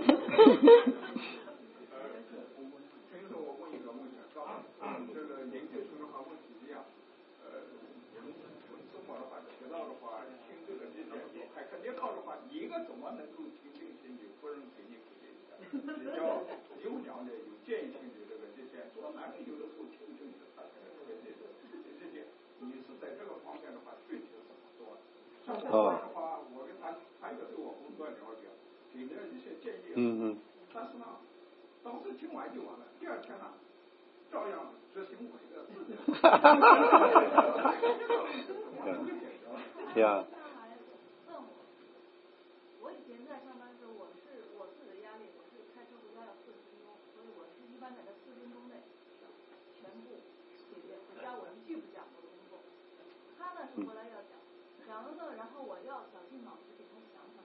但是呢，当时听完就完了，第二天呢，照样执行我的。 我以前在上班的时候，我自己的压力，我是开车回家要40分钟，所以我是一般在这4分钟内全部解决，回家我一是回来要讲，讲了呢，然后我要小心脑子给他想想。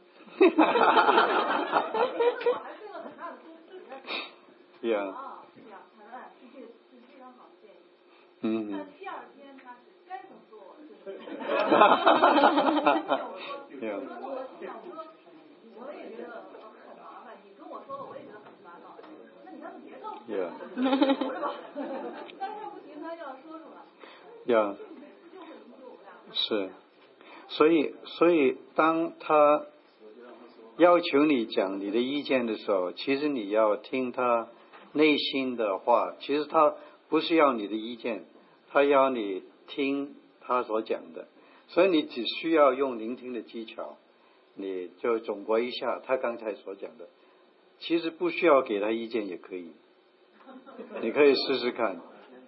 我还费了很大的功夫给他讲。啊，是呀，他说这是非常好的建议。但第二天他是该怎么做就怎么做。我也觉得很麻烦，你跟我说了我也觉得很烦恼。那你干脆别告诉我，是吧？但是他不行，他要说出来。 是，所以当他要求你讲你的意见的时候，其实你要听他内心的话。其实他不是要你的意见，他要你听他所讲的。所以你只需要用聆听的技巧，你就总结一下他刚才所讲的。其实不需要给他意见也可以，你可以试试看。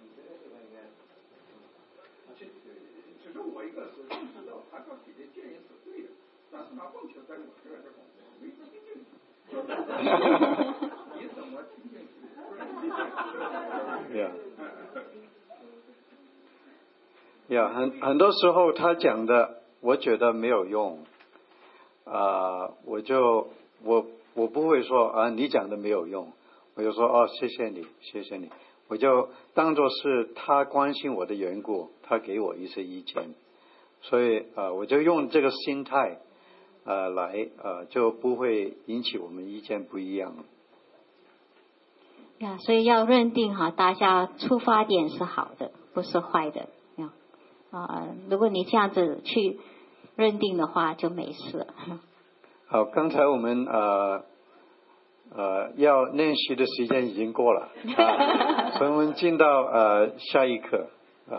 其实我一个是认识到他给的建议是对的，但是呢，问题在我这儿没听进去。你怎么听进去？很多时候他讲的我觉得没有用，我不会说你讲的没有用，我就说谢谢你，我就当作是他关心我的缘故，他给我一些意见，所以我就用这个心态来就不会引起我们意见不一样。 所以要认定大家出发点是好的，不是坏的。如果你这样子去认定的话，就没事了。 好，刚才我们要练习的时间已经过了，所以我们进到下一课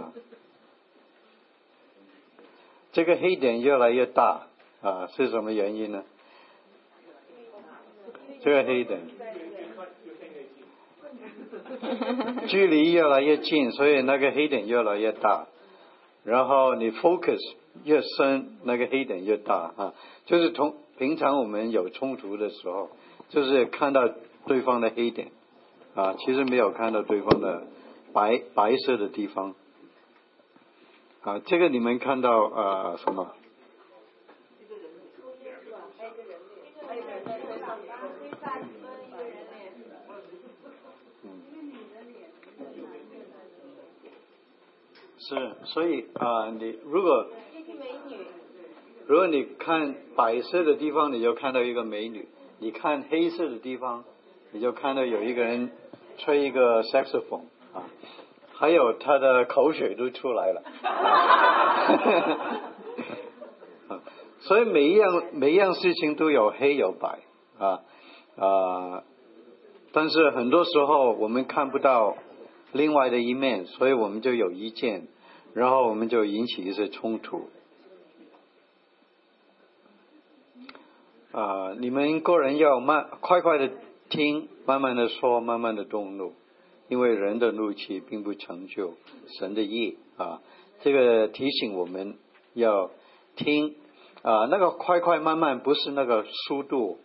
这个黑点越来越大是什么原因呢？这个黑点距离越来越近，所以那个黑点越来越大。然后你 focus 越深，那个黑点越大就是平常我们有冲突的时候，就是看到对方的黑点其实没有看到对方的白色的地方这个你们看到什么？是，所以你如果你看白色的地方，你就看到一个美女；你看黑色的地方，你就看到有一个人吹一个 saxophone 还有他的口水都出来了。所以每一样事情都有黑有白但是很多时候我们看不到另外的一面，所以我们就有意见，然后我们就引起一些冲突你们个人要快的听，慢慢的说，慢慢的动怒，因为人的怒气并不成就神的义这个提醒我们要听那个快慢慢不是那个速度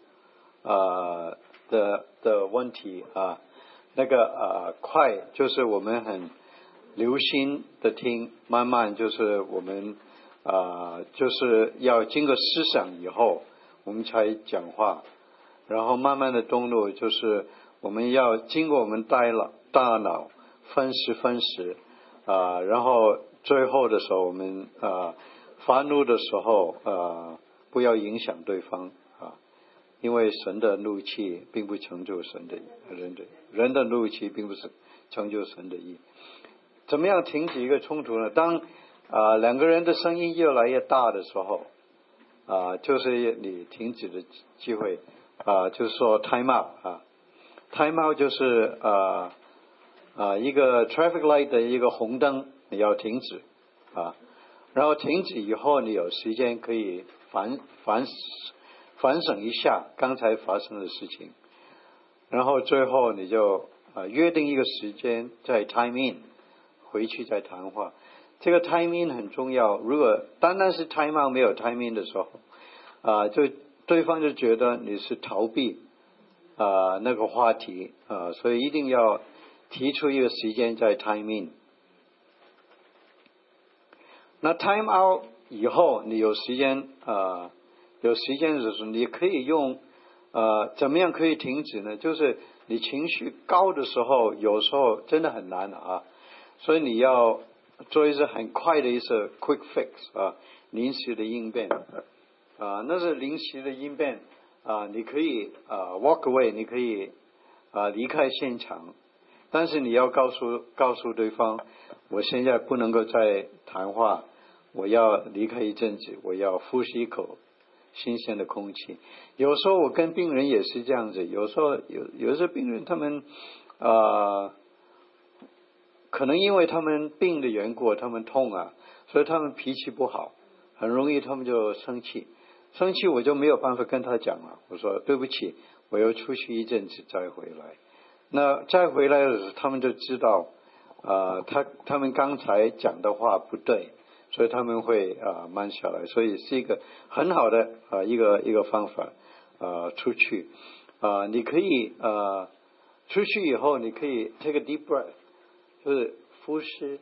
的问题那个快就是我们很留心的听，慢慢就是我们就是要经过思想以后我们才讲话，然后慢慢的动怒就是我们要经过我们大脑分析然后最后的时候我们发怒的时候不要影响对方因为神的怒气并不成就神的人的怒气并不是成就神的义。怎么样停止一个冲突呢？当两个人的声音越来越大的时候就是你停止的机会就是说 time out time out 就是一个 traffic light 的一个红灯你要停止然后停止以后你有时间可以反省一下刚才发生的事情，然后最后你就约定一个时间再 time in 回去再谈话。这个 time in 很重要，如果单单是 time out 没有 time in 的时候就对方就觉得你是逃避那个话题所以一定要提出一个时间再 time in。 那 time out 以后，你有时间的时候，你可以用怎么样可以停止呢？就是你情绪高的时候，有时候真的很难所以你要做一些很快的一些 quick fix 临时的应变那是临时的应变你可以walk away， 你可以离开现场，但是你要告诉对方，我现在不能够再谈话，我要离开一阵子，我要呼吸一口新鲜的空气。有时候我跟病人也是这样子，有时候有些病人他们可能因为他们病的缘故，他们痛所以他们脾气不好，很容易他们就生气我就没有办法跟他讲了，我说对不起，我要出去一阵子再回来。那再回来的时候，他们就知道他们刚才讲的话不对，所以他们会慢下来，所以是一个很好的一个方法出去你可以出去以后，你可以 take a deep breath， 就是呼吸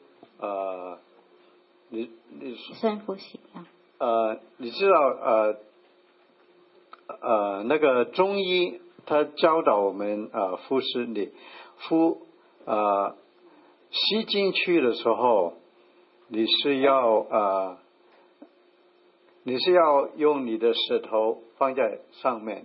你深呼吸你知道那个中医他教导我们呼吸，你吸进去的时候，你是要用你的舌头放在上面，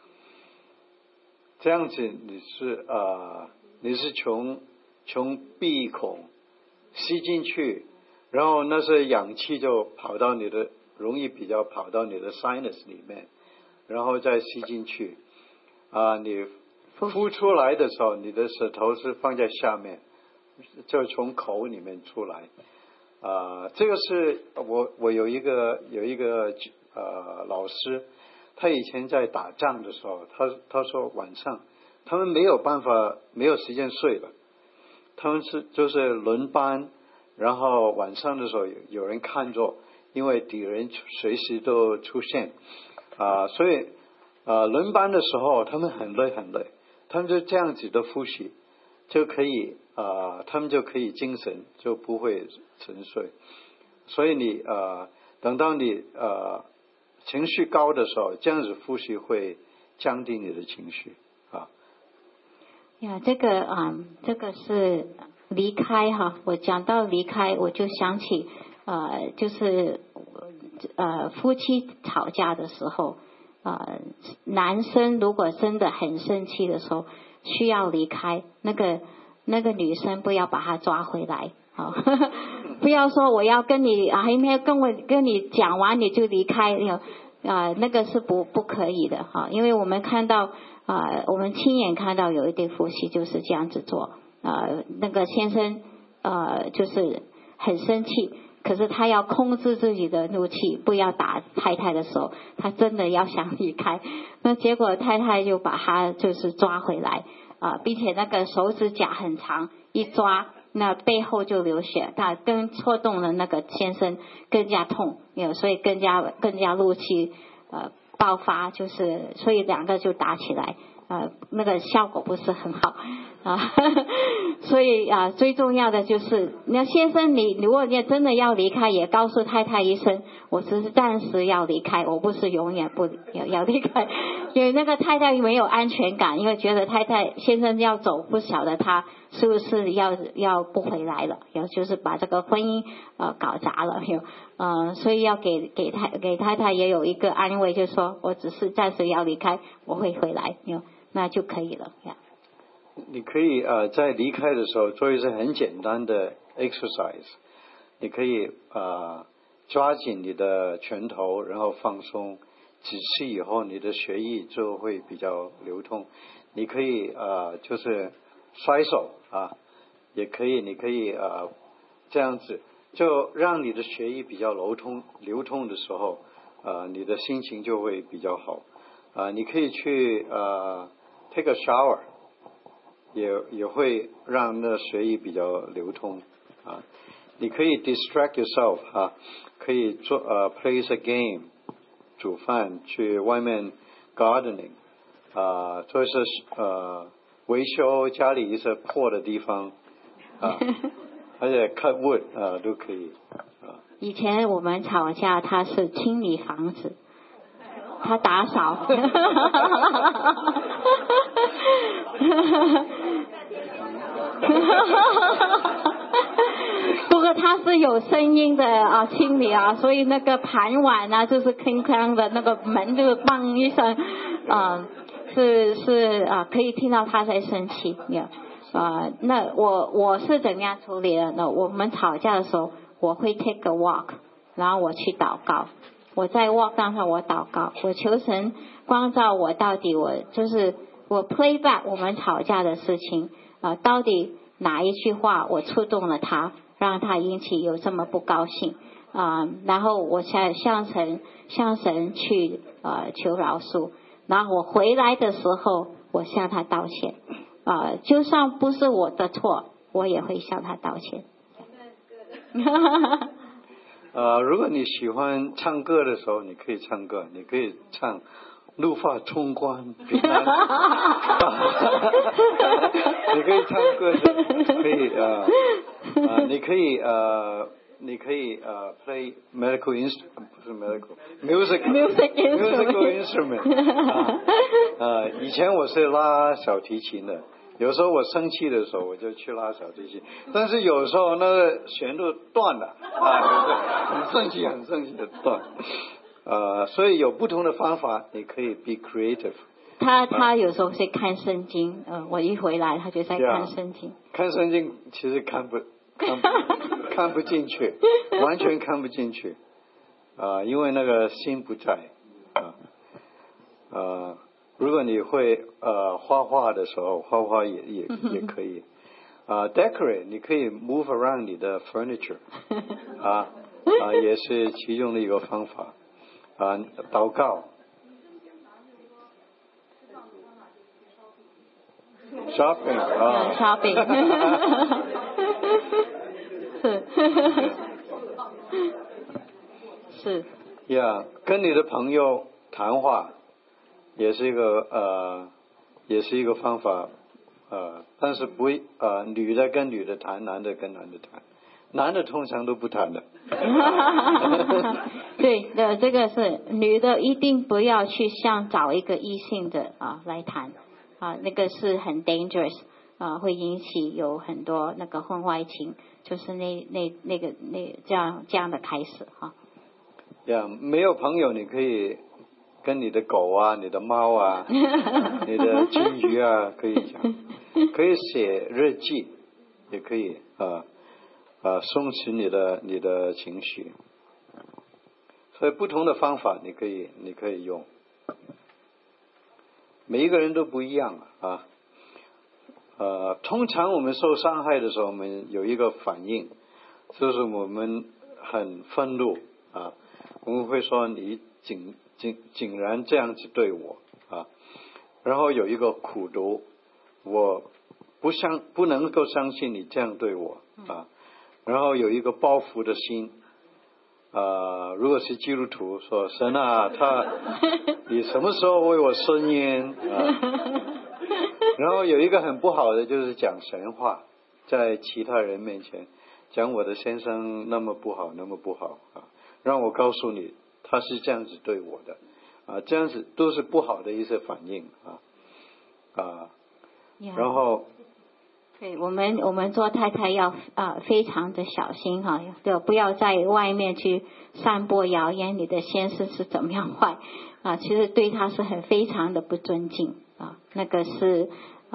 这样子你是从鼻孔吸进去，然后那些氧气就容易比较跑到你的 sinus 里面，然后再吸进去你呼出来的时候，你的舌头是放在下面，就从口里面出来这个是我有一个老师，他以前在打仗的时候，他说晚上他们没有办法没有时间睡了，他们就是轮班，然后晚上的时候有人看着，因为敌人随时都出现所以轮班的时候他们很累，他们就这样子的呼吸就可以他们就可以精神就不会沉睡。所以你等到你情绪高的时候，这样子呼吸会降低你的情绪这个是离开我讲到离开，我就想起就是夫妻吵架的时候男生如果真的很生气的时候需要离开，那个女生不要把他抓回来不要说我要跟你还没有跟你讲完你就离开那个是不可以的因为我们看到我们亲眼看到有一对夫妻就是这样子做那个先生就是很生气，可是他要控制自己的怒气，不要打太太的手，他真的要想离开，那结果太太就把他就是抓回来并且那个手指甲很长，一抓那背后就流血，他更戳动了那个先生更加痛所以更加怒气爆发，就是所以两个就打起来那个效果不是很好所以最重要的就是那先生你如果你真的要离开，也告诉太太一声，我只是暂时要离开，我不是永远不要离开，因为那个太太没有安全感，因为觉得先生要走，不晓得他是不是要不回来了，就是把这个婚姻搞砸了所以要给太太也有一个安慰，就是说我只是暂时要离开，我会回来那就可以了你可以在离开的时候做一些很简单的 exercise， 你可以抓紧你的拳头，然后放松，几次以后你的血液就会比较流通。你可以就是甩手也可以，你可以这样子，就让你的血液比较流通的时候你的心情就会比较好你可以去take a shower， 也会让那血液比较流通你可以 distract yourself 可以做play a game， 煮饭，去外面 gardening 做一些维修家里一些破的地方而且 cut wood 都可以以前我们吵架，他是清理房子，他打扫。不过他是有声音的啊，清理啊，所以那个盘碗啊，就是铿锵的那个门就嘣一声，是可以听到他在生气。那我是怎么样处理的？那我们吵架的时候，我会 take a walk， 然后我去祷告。我在 walk 当上我祷告，我求神光照我，到底我 play back 我们吵架的事情到底哪一句话我触动了他，让他引起有这么不高兴然后我向神去求饶恕，然后我回来的时候我向他道歉就算不是我的错，我也会向他道歉。 如果你喜欢唱歌的时候，你可以唱歌，你可以唱怒发冲冠平安你可以唱歌可以你可以play medical instrument， 不是 musical instrument 以前我是拉小提琴的，有时候我生气的时候我就去拉小提琴，但是有时候那个弦都断了很生气的断所以有不同的方法，你可以 be creative。 他有时候是看圣经我一回来他就在看圣经看圣经其实看不进去，完全看不进去因为那个心不在如果你会画画的时候，画画也可以decorate， 你可以 move around 你的 furniture 也是其中的一个方法祷告 shopping 是跟你的朋友谈话也是一个方法但是不女的跟女的谈，男的跟男的谈，男的通常都不谈的对的，这个是女的一定不要去找一个异性的来谈那个是很 dangerous会引起有很多那个婚外情，就是那个这样的开始没有朋友你可以跟你的狗啊，你的猫啊你的金鱼啊可以讲，可以写日记，也可以松弛你的情绪，所以不同的方法你可以用，每一个人都不一样通常我们受伤害的时候，我们有一个反应，就是我们很愤怒我们会说你竟然这样子对我然后有一个苦毒，我不能够相信你这样对我然后有一个报复的心如果是基督徒说神你什么时候为我伸冤然后有一个很不好的就是讲神话，在其他人面前讲我的先生那么不好让我告诉你他是这样子对我的这样子都是不好的一些反应然后对我们做太太要非常的小心不要在外面去散播谣言，你的先生是怎么样坏其实对他是非常的不尊敬那个是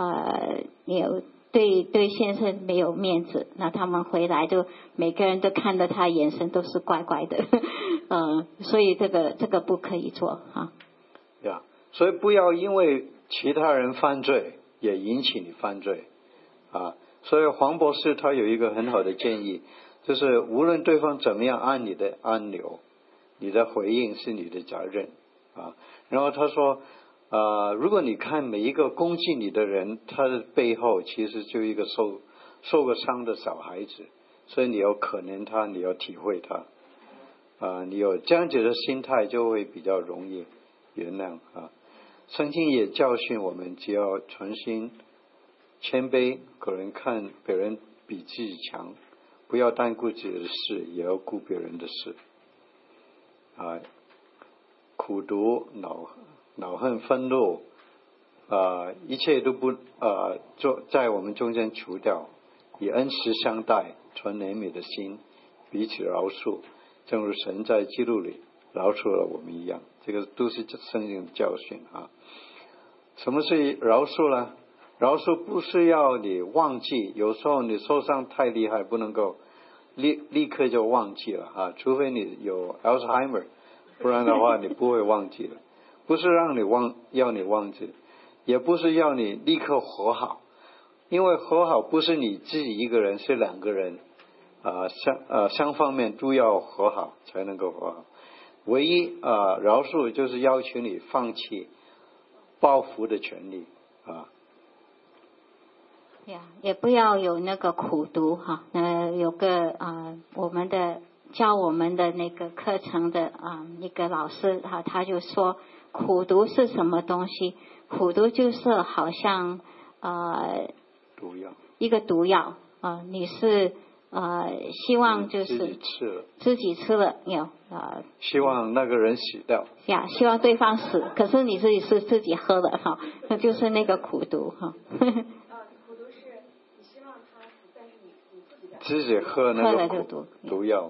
对先生没有面子，那他们回来就每个人都看到他眼神都是怪怪的所以这个不可以做所以不要因为其他人犯罪也引起你犯罪所以黄博士他有一个很好的建议，就是无论对方怎么样按你的按钮，你的回应是你的责任然后他说如果你看每一个攻击你的人，他的背后其实就一个受过伤的小孩子，所以你要可怜他，你要体会他你有这样子的心态，就会比较容易原谅圣经也教训我们，只要存心谦卑，可能看别人比自己强， 不要单顾自己的事，也要顾别人的事。苦毒、恼恨、愤怒，一切都不在我们中间除掉，以恩慈相待，存怜悯的心，彼此饶恕，正如神在基督里饶恕了我们一样。这个都是圣经的教训啊。什么是饶恕呢？饶恕不是要你忘记，有时候你受伤太厉害，不能够立刻就忘记了啊，除非你有 Alzheimer， 不然的话你不会忘记的。不是要你忘记，也不是要你立刻和好，因为和好不是你自己一个人，是两个人双方面都要和好才能够和好。唯一饶恕就是要求你放弃报复的权利啊。 也不要有那个苦读哈。有个我们的教我们的那个课程的一个老师哈，他就说苦读是什么东西？苦读就是好像毒药， 一个毒药你是希望就是自己吃了希望那个人死掉希望对方死，可是你自己是自己喝的哈，那就是那个苦毒哈。 苦毒是你希望他死，但是你自己喝那个毒药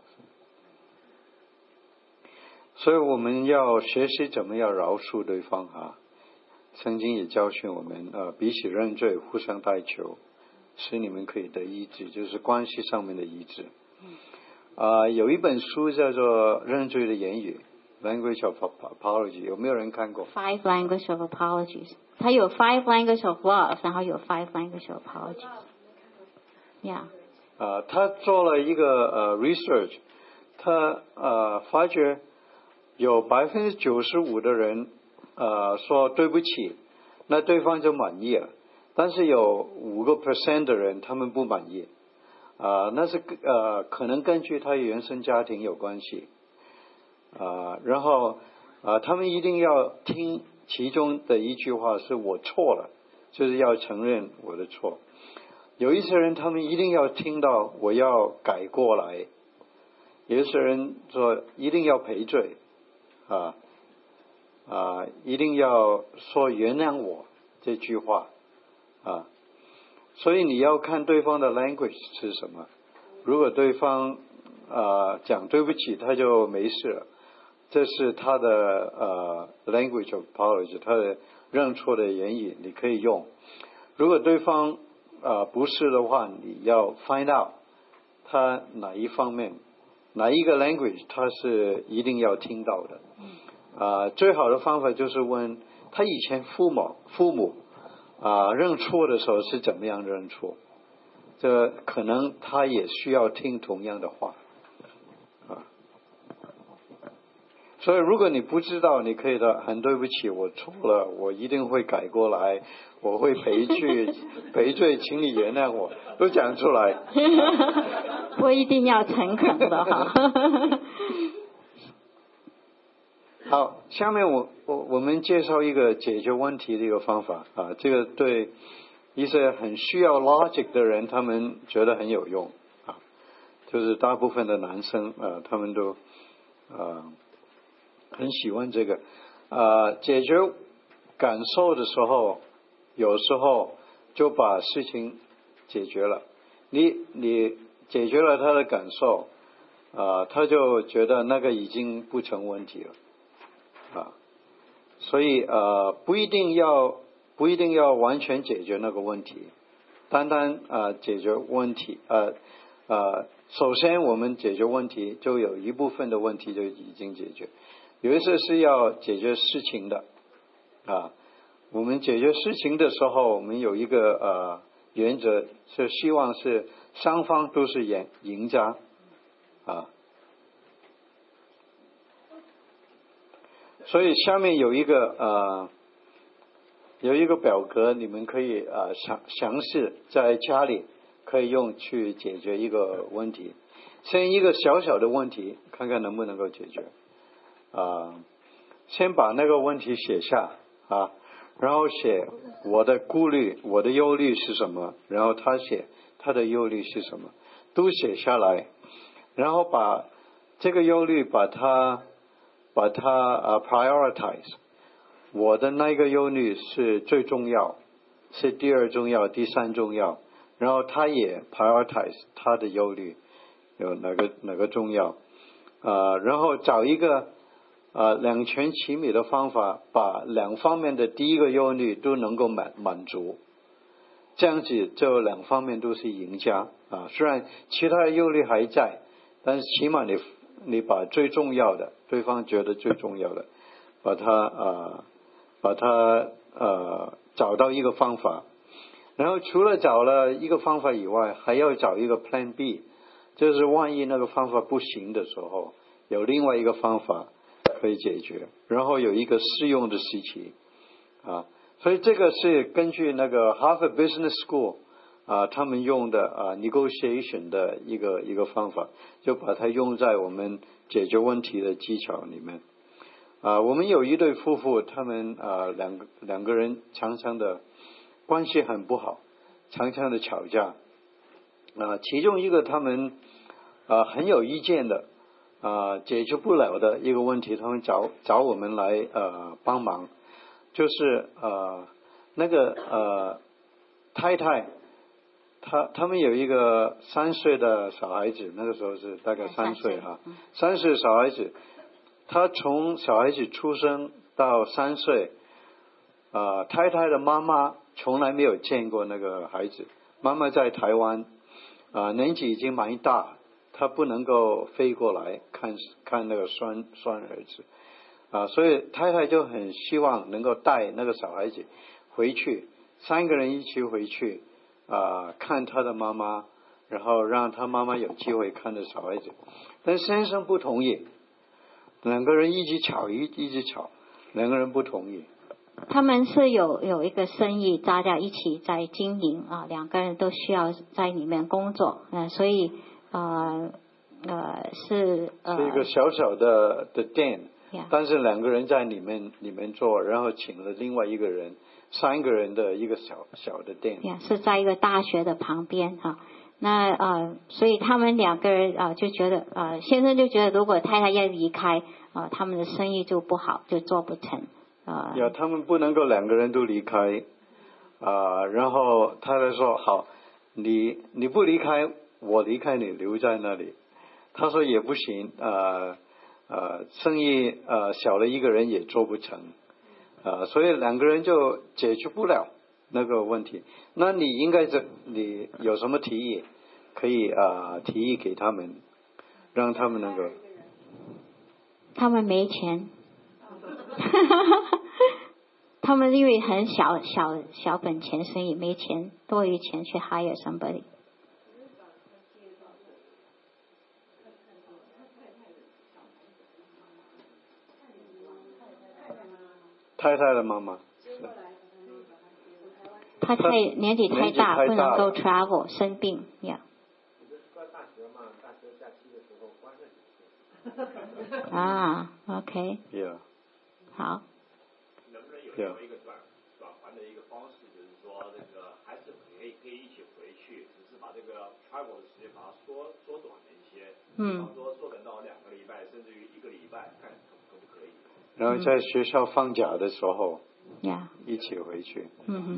所以我们要学习怎么样饶恕对方啊。圣经也教训我们彼此认罪，互相代求，使你们可以得医治，就是关系上面的医治。有一本书叫做《认罪的言语》（Language of Apology）， 有没有人看过 ？Five Language of Apologies， 它有 Five Language of Love， 然后有 Five Language of Apologies。 他做了一个research， 他发觉有 95% 的人说对不起，那对方就满意了，但是有5% 的人他们不满意那是可能根据他原生家庭有关系然后他们一定要听其中的一句话是我错了，就是要承认我的错。有一些人他们一定要听到我要改过来，有些人说一定要赔罪一定要说原谅我这句话所以你要看对方的 language 是什么。如果对方讲对不起他就没事了，这是他的language of apology， 他的认错的言语你可以用。如果对方不是的话，你要 find out 他哪一方面哪一个 language 他是一定要听到的最好的方法就是问他以前父母认错的时候是怎么样认错，这可能他也需要听同样的话所以如果你不知道，你可以的很对不起，我错了，我一定会改过来，我会赔罪，请你原谅我，都讲出来不一定要诚恳的哈好，下面我们介绍一个解决问题的一个方法这个对一些很需要 logic 的人他们觉得很有用就是大部分的男生他们都很喜欢这个解决感受的时候，有时候就把事情解决了。你解决了他的感受他就觉得那个已经不成问题了所以不一定要完全解决那个问题，单单解决问题首先我们解决问题就有一部分的问题就已经解决，有一些是要解决事情的我们解决事情的时候，我们有一个原则，是希望是双方都是赢家所以下面有一个表格，你们可以详细在家里可以用去解决一个问题。先一个小小的问题，看看能不能够解决先把那个问题写下然后写我的顾虑，我的忧虑是什么，然后他写他的忧虑是什么， 都写下来，然后把这个忧虑把它prioritize。我的那个忧虑是最重要，是第二重要，第三重要。然后他也 prioritize 他的忧虑有哪个重要，然后找一个两全其美的方法，把两方面的第一个忧虑都能够满足，这样子就两方面都是赢家虽然其他的忧虑还在，但是起码你把最重要的，对方觉得最重要的，把它找到一个方法。然后除了找了一个方法以外，还要找一个 Plan B， 就是万一那个方法不行的时候，有另外一个方法可以解决，然后有一个适用的时期所以这个是根据那个 Harvard Business School他们用的negotiation 的一个方法，就把它用在我们解决问题的技巧里面。我们有一对夫妇，他们两个人常常的关系很不好，常常的吵架。其中一个他们很有意见的解决不了的一个问题，他们找我们来帮忙，就是那个太太，他们有一个3岁的小孩子，那个时候是大概3岁3岁小孩子，他从小孩子出生到3岁，太太的妈妈从来没有见过那个孩子，妈妈在台湾年纪已经蛮大，她不能够飞过来看那个孙儿子所以太太就很希望能够带那个小孩子回去，3个人一起回去看他的妈妈，然后让他妈妈有机会看着小孩子。但先生不同意，两个人一直吵，两个人不同意。 他们是有一个生意，大家一起在经营两个人都需要在里面工作所以是一个小小的店但是两个人在里面做，然后请了另外一个人，3个人的一个小的店是在一个大学的旁边那所以他们两个人就觉得先生就觉得如果太太要离开他们的生意就不好，就做不成他们不能够两个人都离开然后太太说好，你不离开，我离开你留在那里。他说也不行生意小了一个人也做不成所以两个人就解决不了那个问题。那你有什么提议可以提议给他们，让他们能够。 他们没钱他们因为很小本钱生意，没钱，多余钱去 hire somebody。 太太的妈妈， 太太年纪太大，不能够 travel， 生病OK， 好。 能不能有一个转换的一个方式，就是说这个还是可以一起回去，只是把这个 travel 的时间把它缩短了一些，比方说缩短到2个礼拜，甚至于1个礼拜，看可不可以。 然后在学校放假的时候一起回去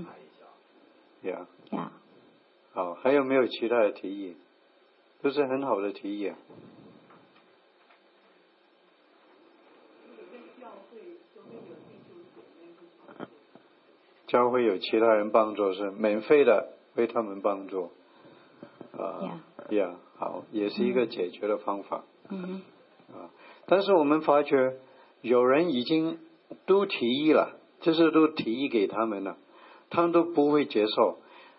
好，还有没有其他的提议？都是很好的提议教会有其他人帮助，是免费的为他们帮助好，也是一个解决的方法但是我们发觉有人已经都提议了，就是都提议给他们了，他们都不会接受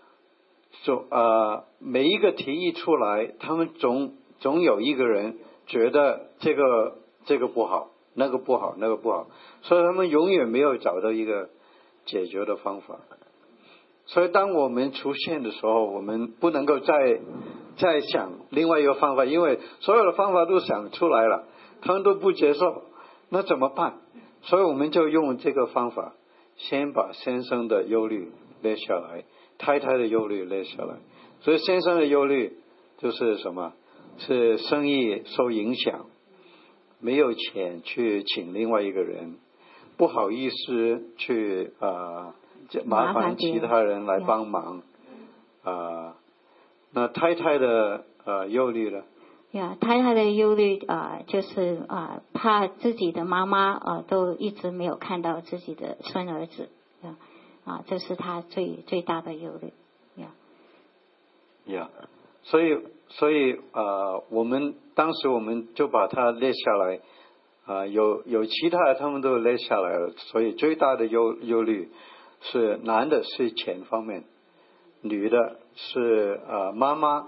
每一个提议出来，他们总有一个人觉得这个不好，那个不好，所以他们永远没有找到一个解决的方法。所以当我们出现的时候，我们不能够再想另外一个方法，因为所有的方法都想出来了，他们都不接受，那怎么办？所以我们就用这个方法，先把先生的忧虑列下来，太太的忧虑列下来。所以先生的忧虑就是什么？是生意受影响，没有钱去请另外一个人，不好意思去麻烦其他人来帮忙那太太的忧虑呢？ 太太的忧虑就是怕自己的妈妈都一直没有看到自己的孙儿子这是他最大的忧虑。 所以当时我们就把它列下来有其他的他们都列下来了，所以最大的忧虑是男的是钱方面，女的是妈妈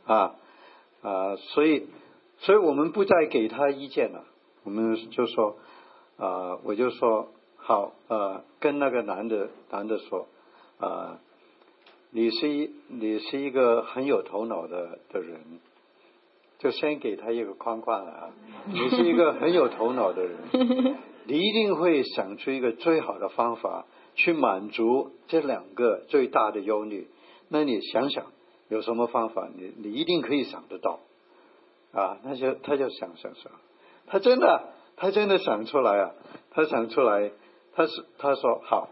所以我们不再给他意见了，我们就说我就说好跟那个男的说你是一个很有头脑的人，就先给他一个框框你是一个很有头脑的人，你一定会想出一个最好的方法去满足这两个最大的忧虑。那你想想有什么方法，你一定可以想得到他就想，他真的想出来他想出来，他说好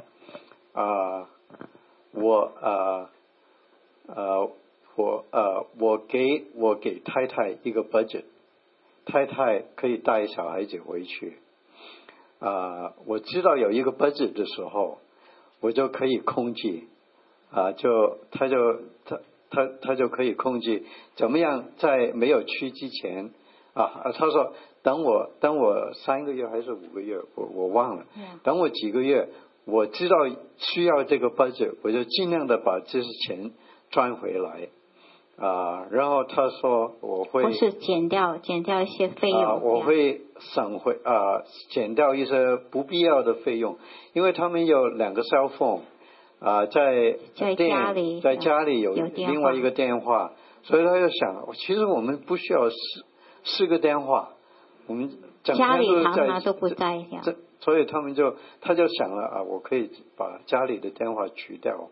我给太太一个 budget， 太太可以带小孩子回去我知道有一个 budget 的时候，我就可以控制他就可以控制怎么样在没有去之前他说等我3个月还是5个月我忘了等我几个月我知道需要这个 budget， 我就尽量的把这些钱赚回来然后他说我会或是减掉一些费用我会减掉一些不必要的费用，因为他们有2个 cell phone在家里有另外一个电话，所以他就想其实我们不需要4个电话，我们家里常常都不在所以他就想了我可以把家里的电话取掉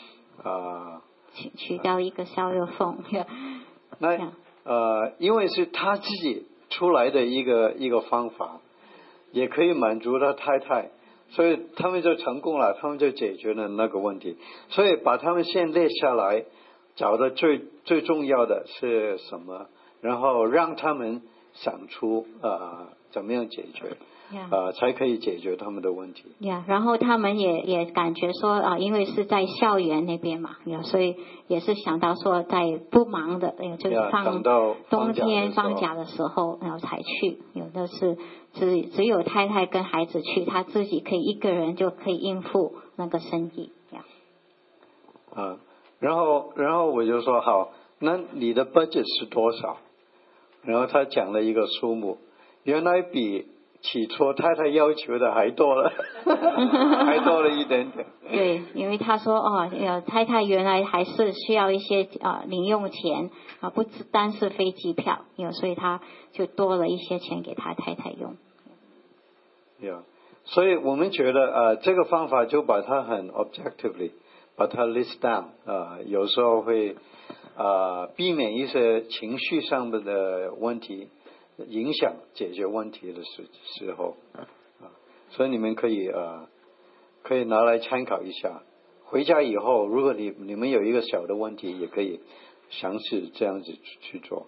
取掉一个cell phone 那因为是他自己出来的一个方法，也可以满足他太太，所以他们就成功了，他们就解决了那个问题。所以把他们先列下来，找的最重要的是什么，然后让他们想出怎么样解决才可以解决他们的问题然后他们也感觉说因为是在校园那边嘛所以也是想到说在不忙的就是冬天放假的时候然后才去，有的是只有太太跟孩子去，他自己可以一个人就可以应付那个生意然后我就说好，那你的 budget 是多少？然后他讲了一个数目，原来比起初太太要求的还多了还多了一点点。 对，因为他说太太原来还是需要一些零用钱不只单是飞机票所以他就多了一些钱给他太太用所以我们觉得这个方法就把它很 objectively 把它 list down 有时候会避免一些情绪上面的问题影响解决问题的时候所以你们可以拿来参考一下，回家以后如果你们有一个小的问题也可以尝试这样子去做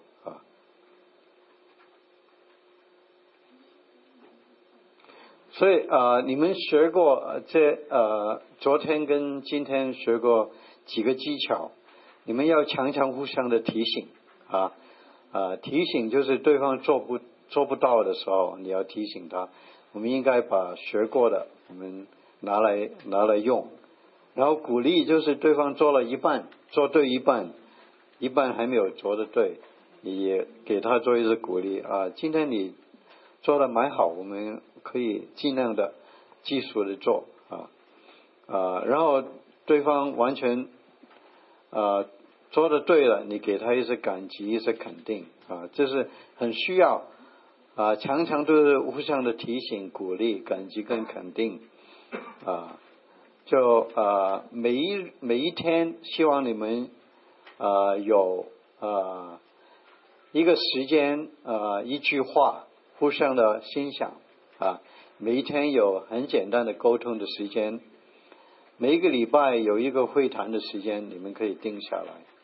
所以你们学过昨天跟今天学过几个技巧，你们要常常互相的提醒提醒就是对方做不到的时候你要提醒他，我们应该把学过的我们拿来用，然后鼓励就是对方做了一半做对一半还没有做得对，也给他做一次鼓励今天你做得蛮好，我们可以尽量的继续的做然后对方完全做得对了，你给他一些感激一些肯定这是很需要常常都是互相的提醒鼓励感激跟肯定就每一天希望你们有一个时间一句话互相的欣赏每一天有很简单的沟通的时间，每一个礼拜有一个会谈的时间，你们可以定下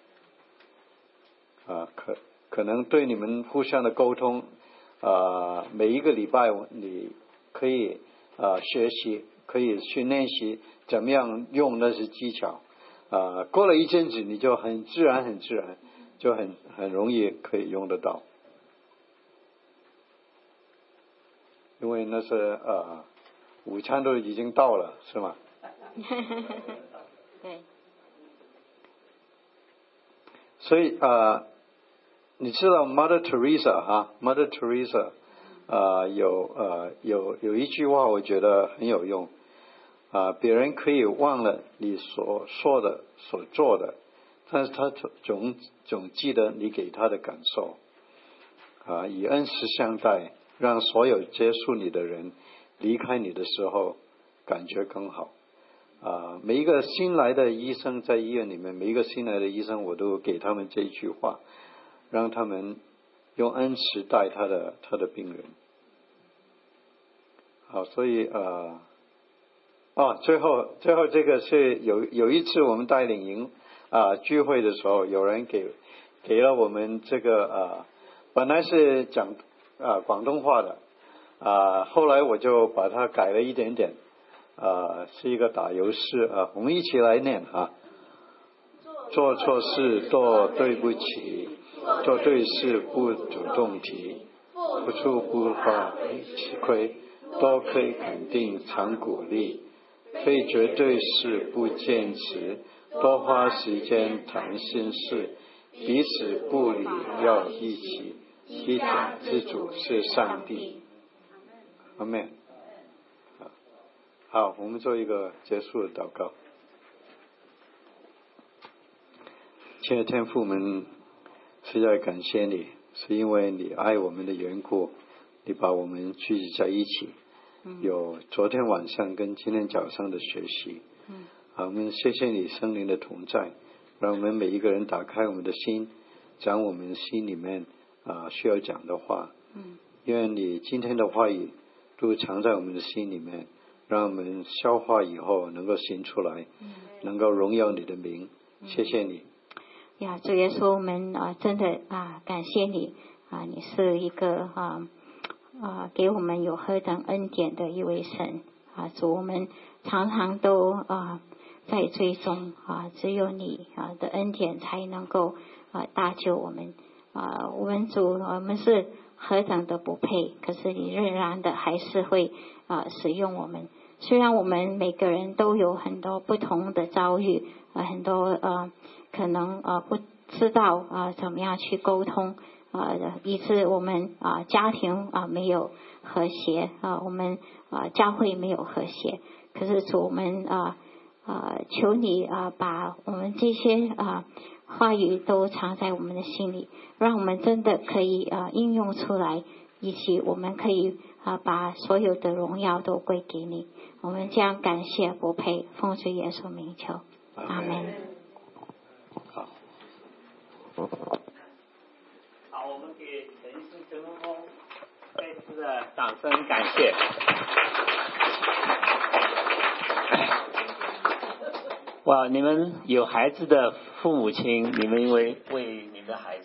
来可能对你们互相的沟通每一个礼拜你可以学习，可以去练习怎么样用那些技巧过了一阵子你就很自然就很容易可以用得到，因为那是午餐都已经到了是吗？ 对。 所以你知道 Mother Teresa有一句话我觉得很有用别人可以忘了你所说的所做的，但是他总记得你给他的感受以恩慈相待，让所有接触你的人离开你的时候感觉更好每一个新来的医生在医院里面，每一个新来的医生我都给他们这一句话，让他们用恩慈待他的病人好，所以最后这个是有一次我们带领营聚会的时候，有人给了我们这个本来是讲广东话的后来我就把它改了一点点是一个打油诗我们一起来念做错事做对不起，做对事不主动提，付出不怕吃亏，多可以肯定常鼓励，非绝对是不坚持，多花时间谈心事，彼此不离要一起，一家之主是上帝。阿们。好，我们做一个结束的祷告。亲爱的天父们，实在感谢你，是因为你爱我们的缘故，你把我们聚集在一起有昨天晚上跟今天早上的学习我们谢谢你圣灵的同在，让我们每一个人打开我们的心，讲我们心里面需要讲的话愿你今天的话语都藏在我们的心里面，让我们消化以后能够行出来能够荣耀你的名谢谢你主耶稣，我们真的感谢你你是一个给我们有何等恩典的一位神主，我们常常都在追踪只有你的恩典才能够搭救我们我们主我们是何等的不配，可是你仍然的还是会使用我们，虽然我们每个人都有很多不同的遭遇很多可能不知道怎么样去沟通以致我们家庭没有和谐我们教会没有和谐，可是主我们求你把我们这些话语都藏在我们的心里，让我们真的可以应用出来，以及我们可以把所有的荣耀都归给你，我们将感谢不配，奉主耶稣名求，阿们。 好，我们给陈医师陈文峰再次的掌声感谢。哇，你们有孩子的父母亲，你们为你们的孩子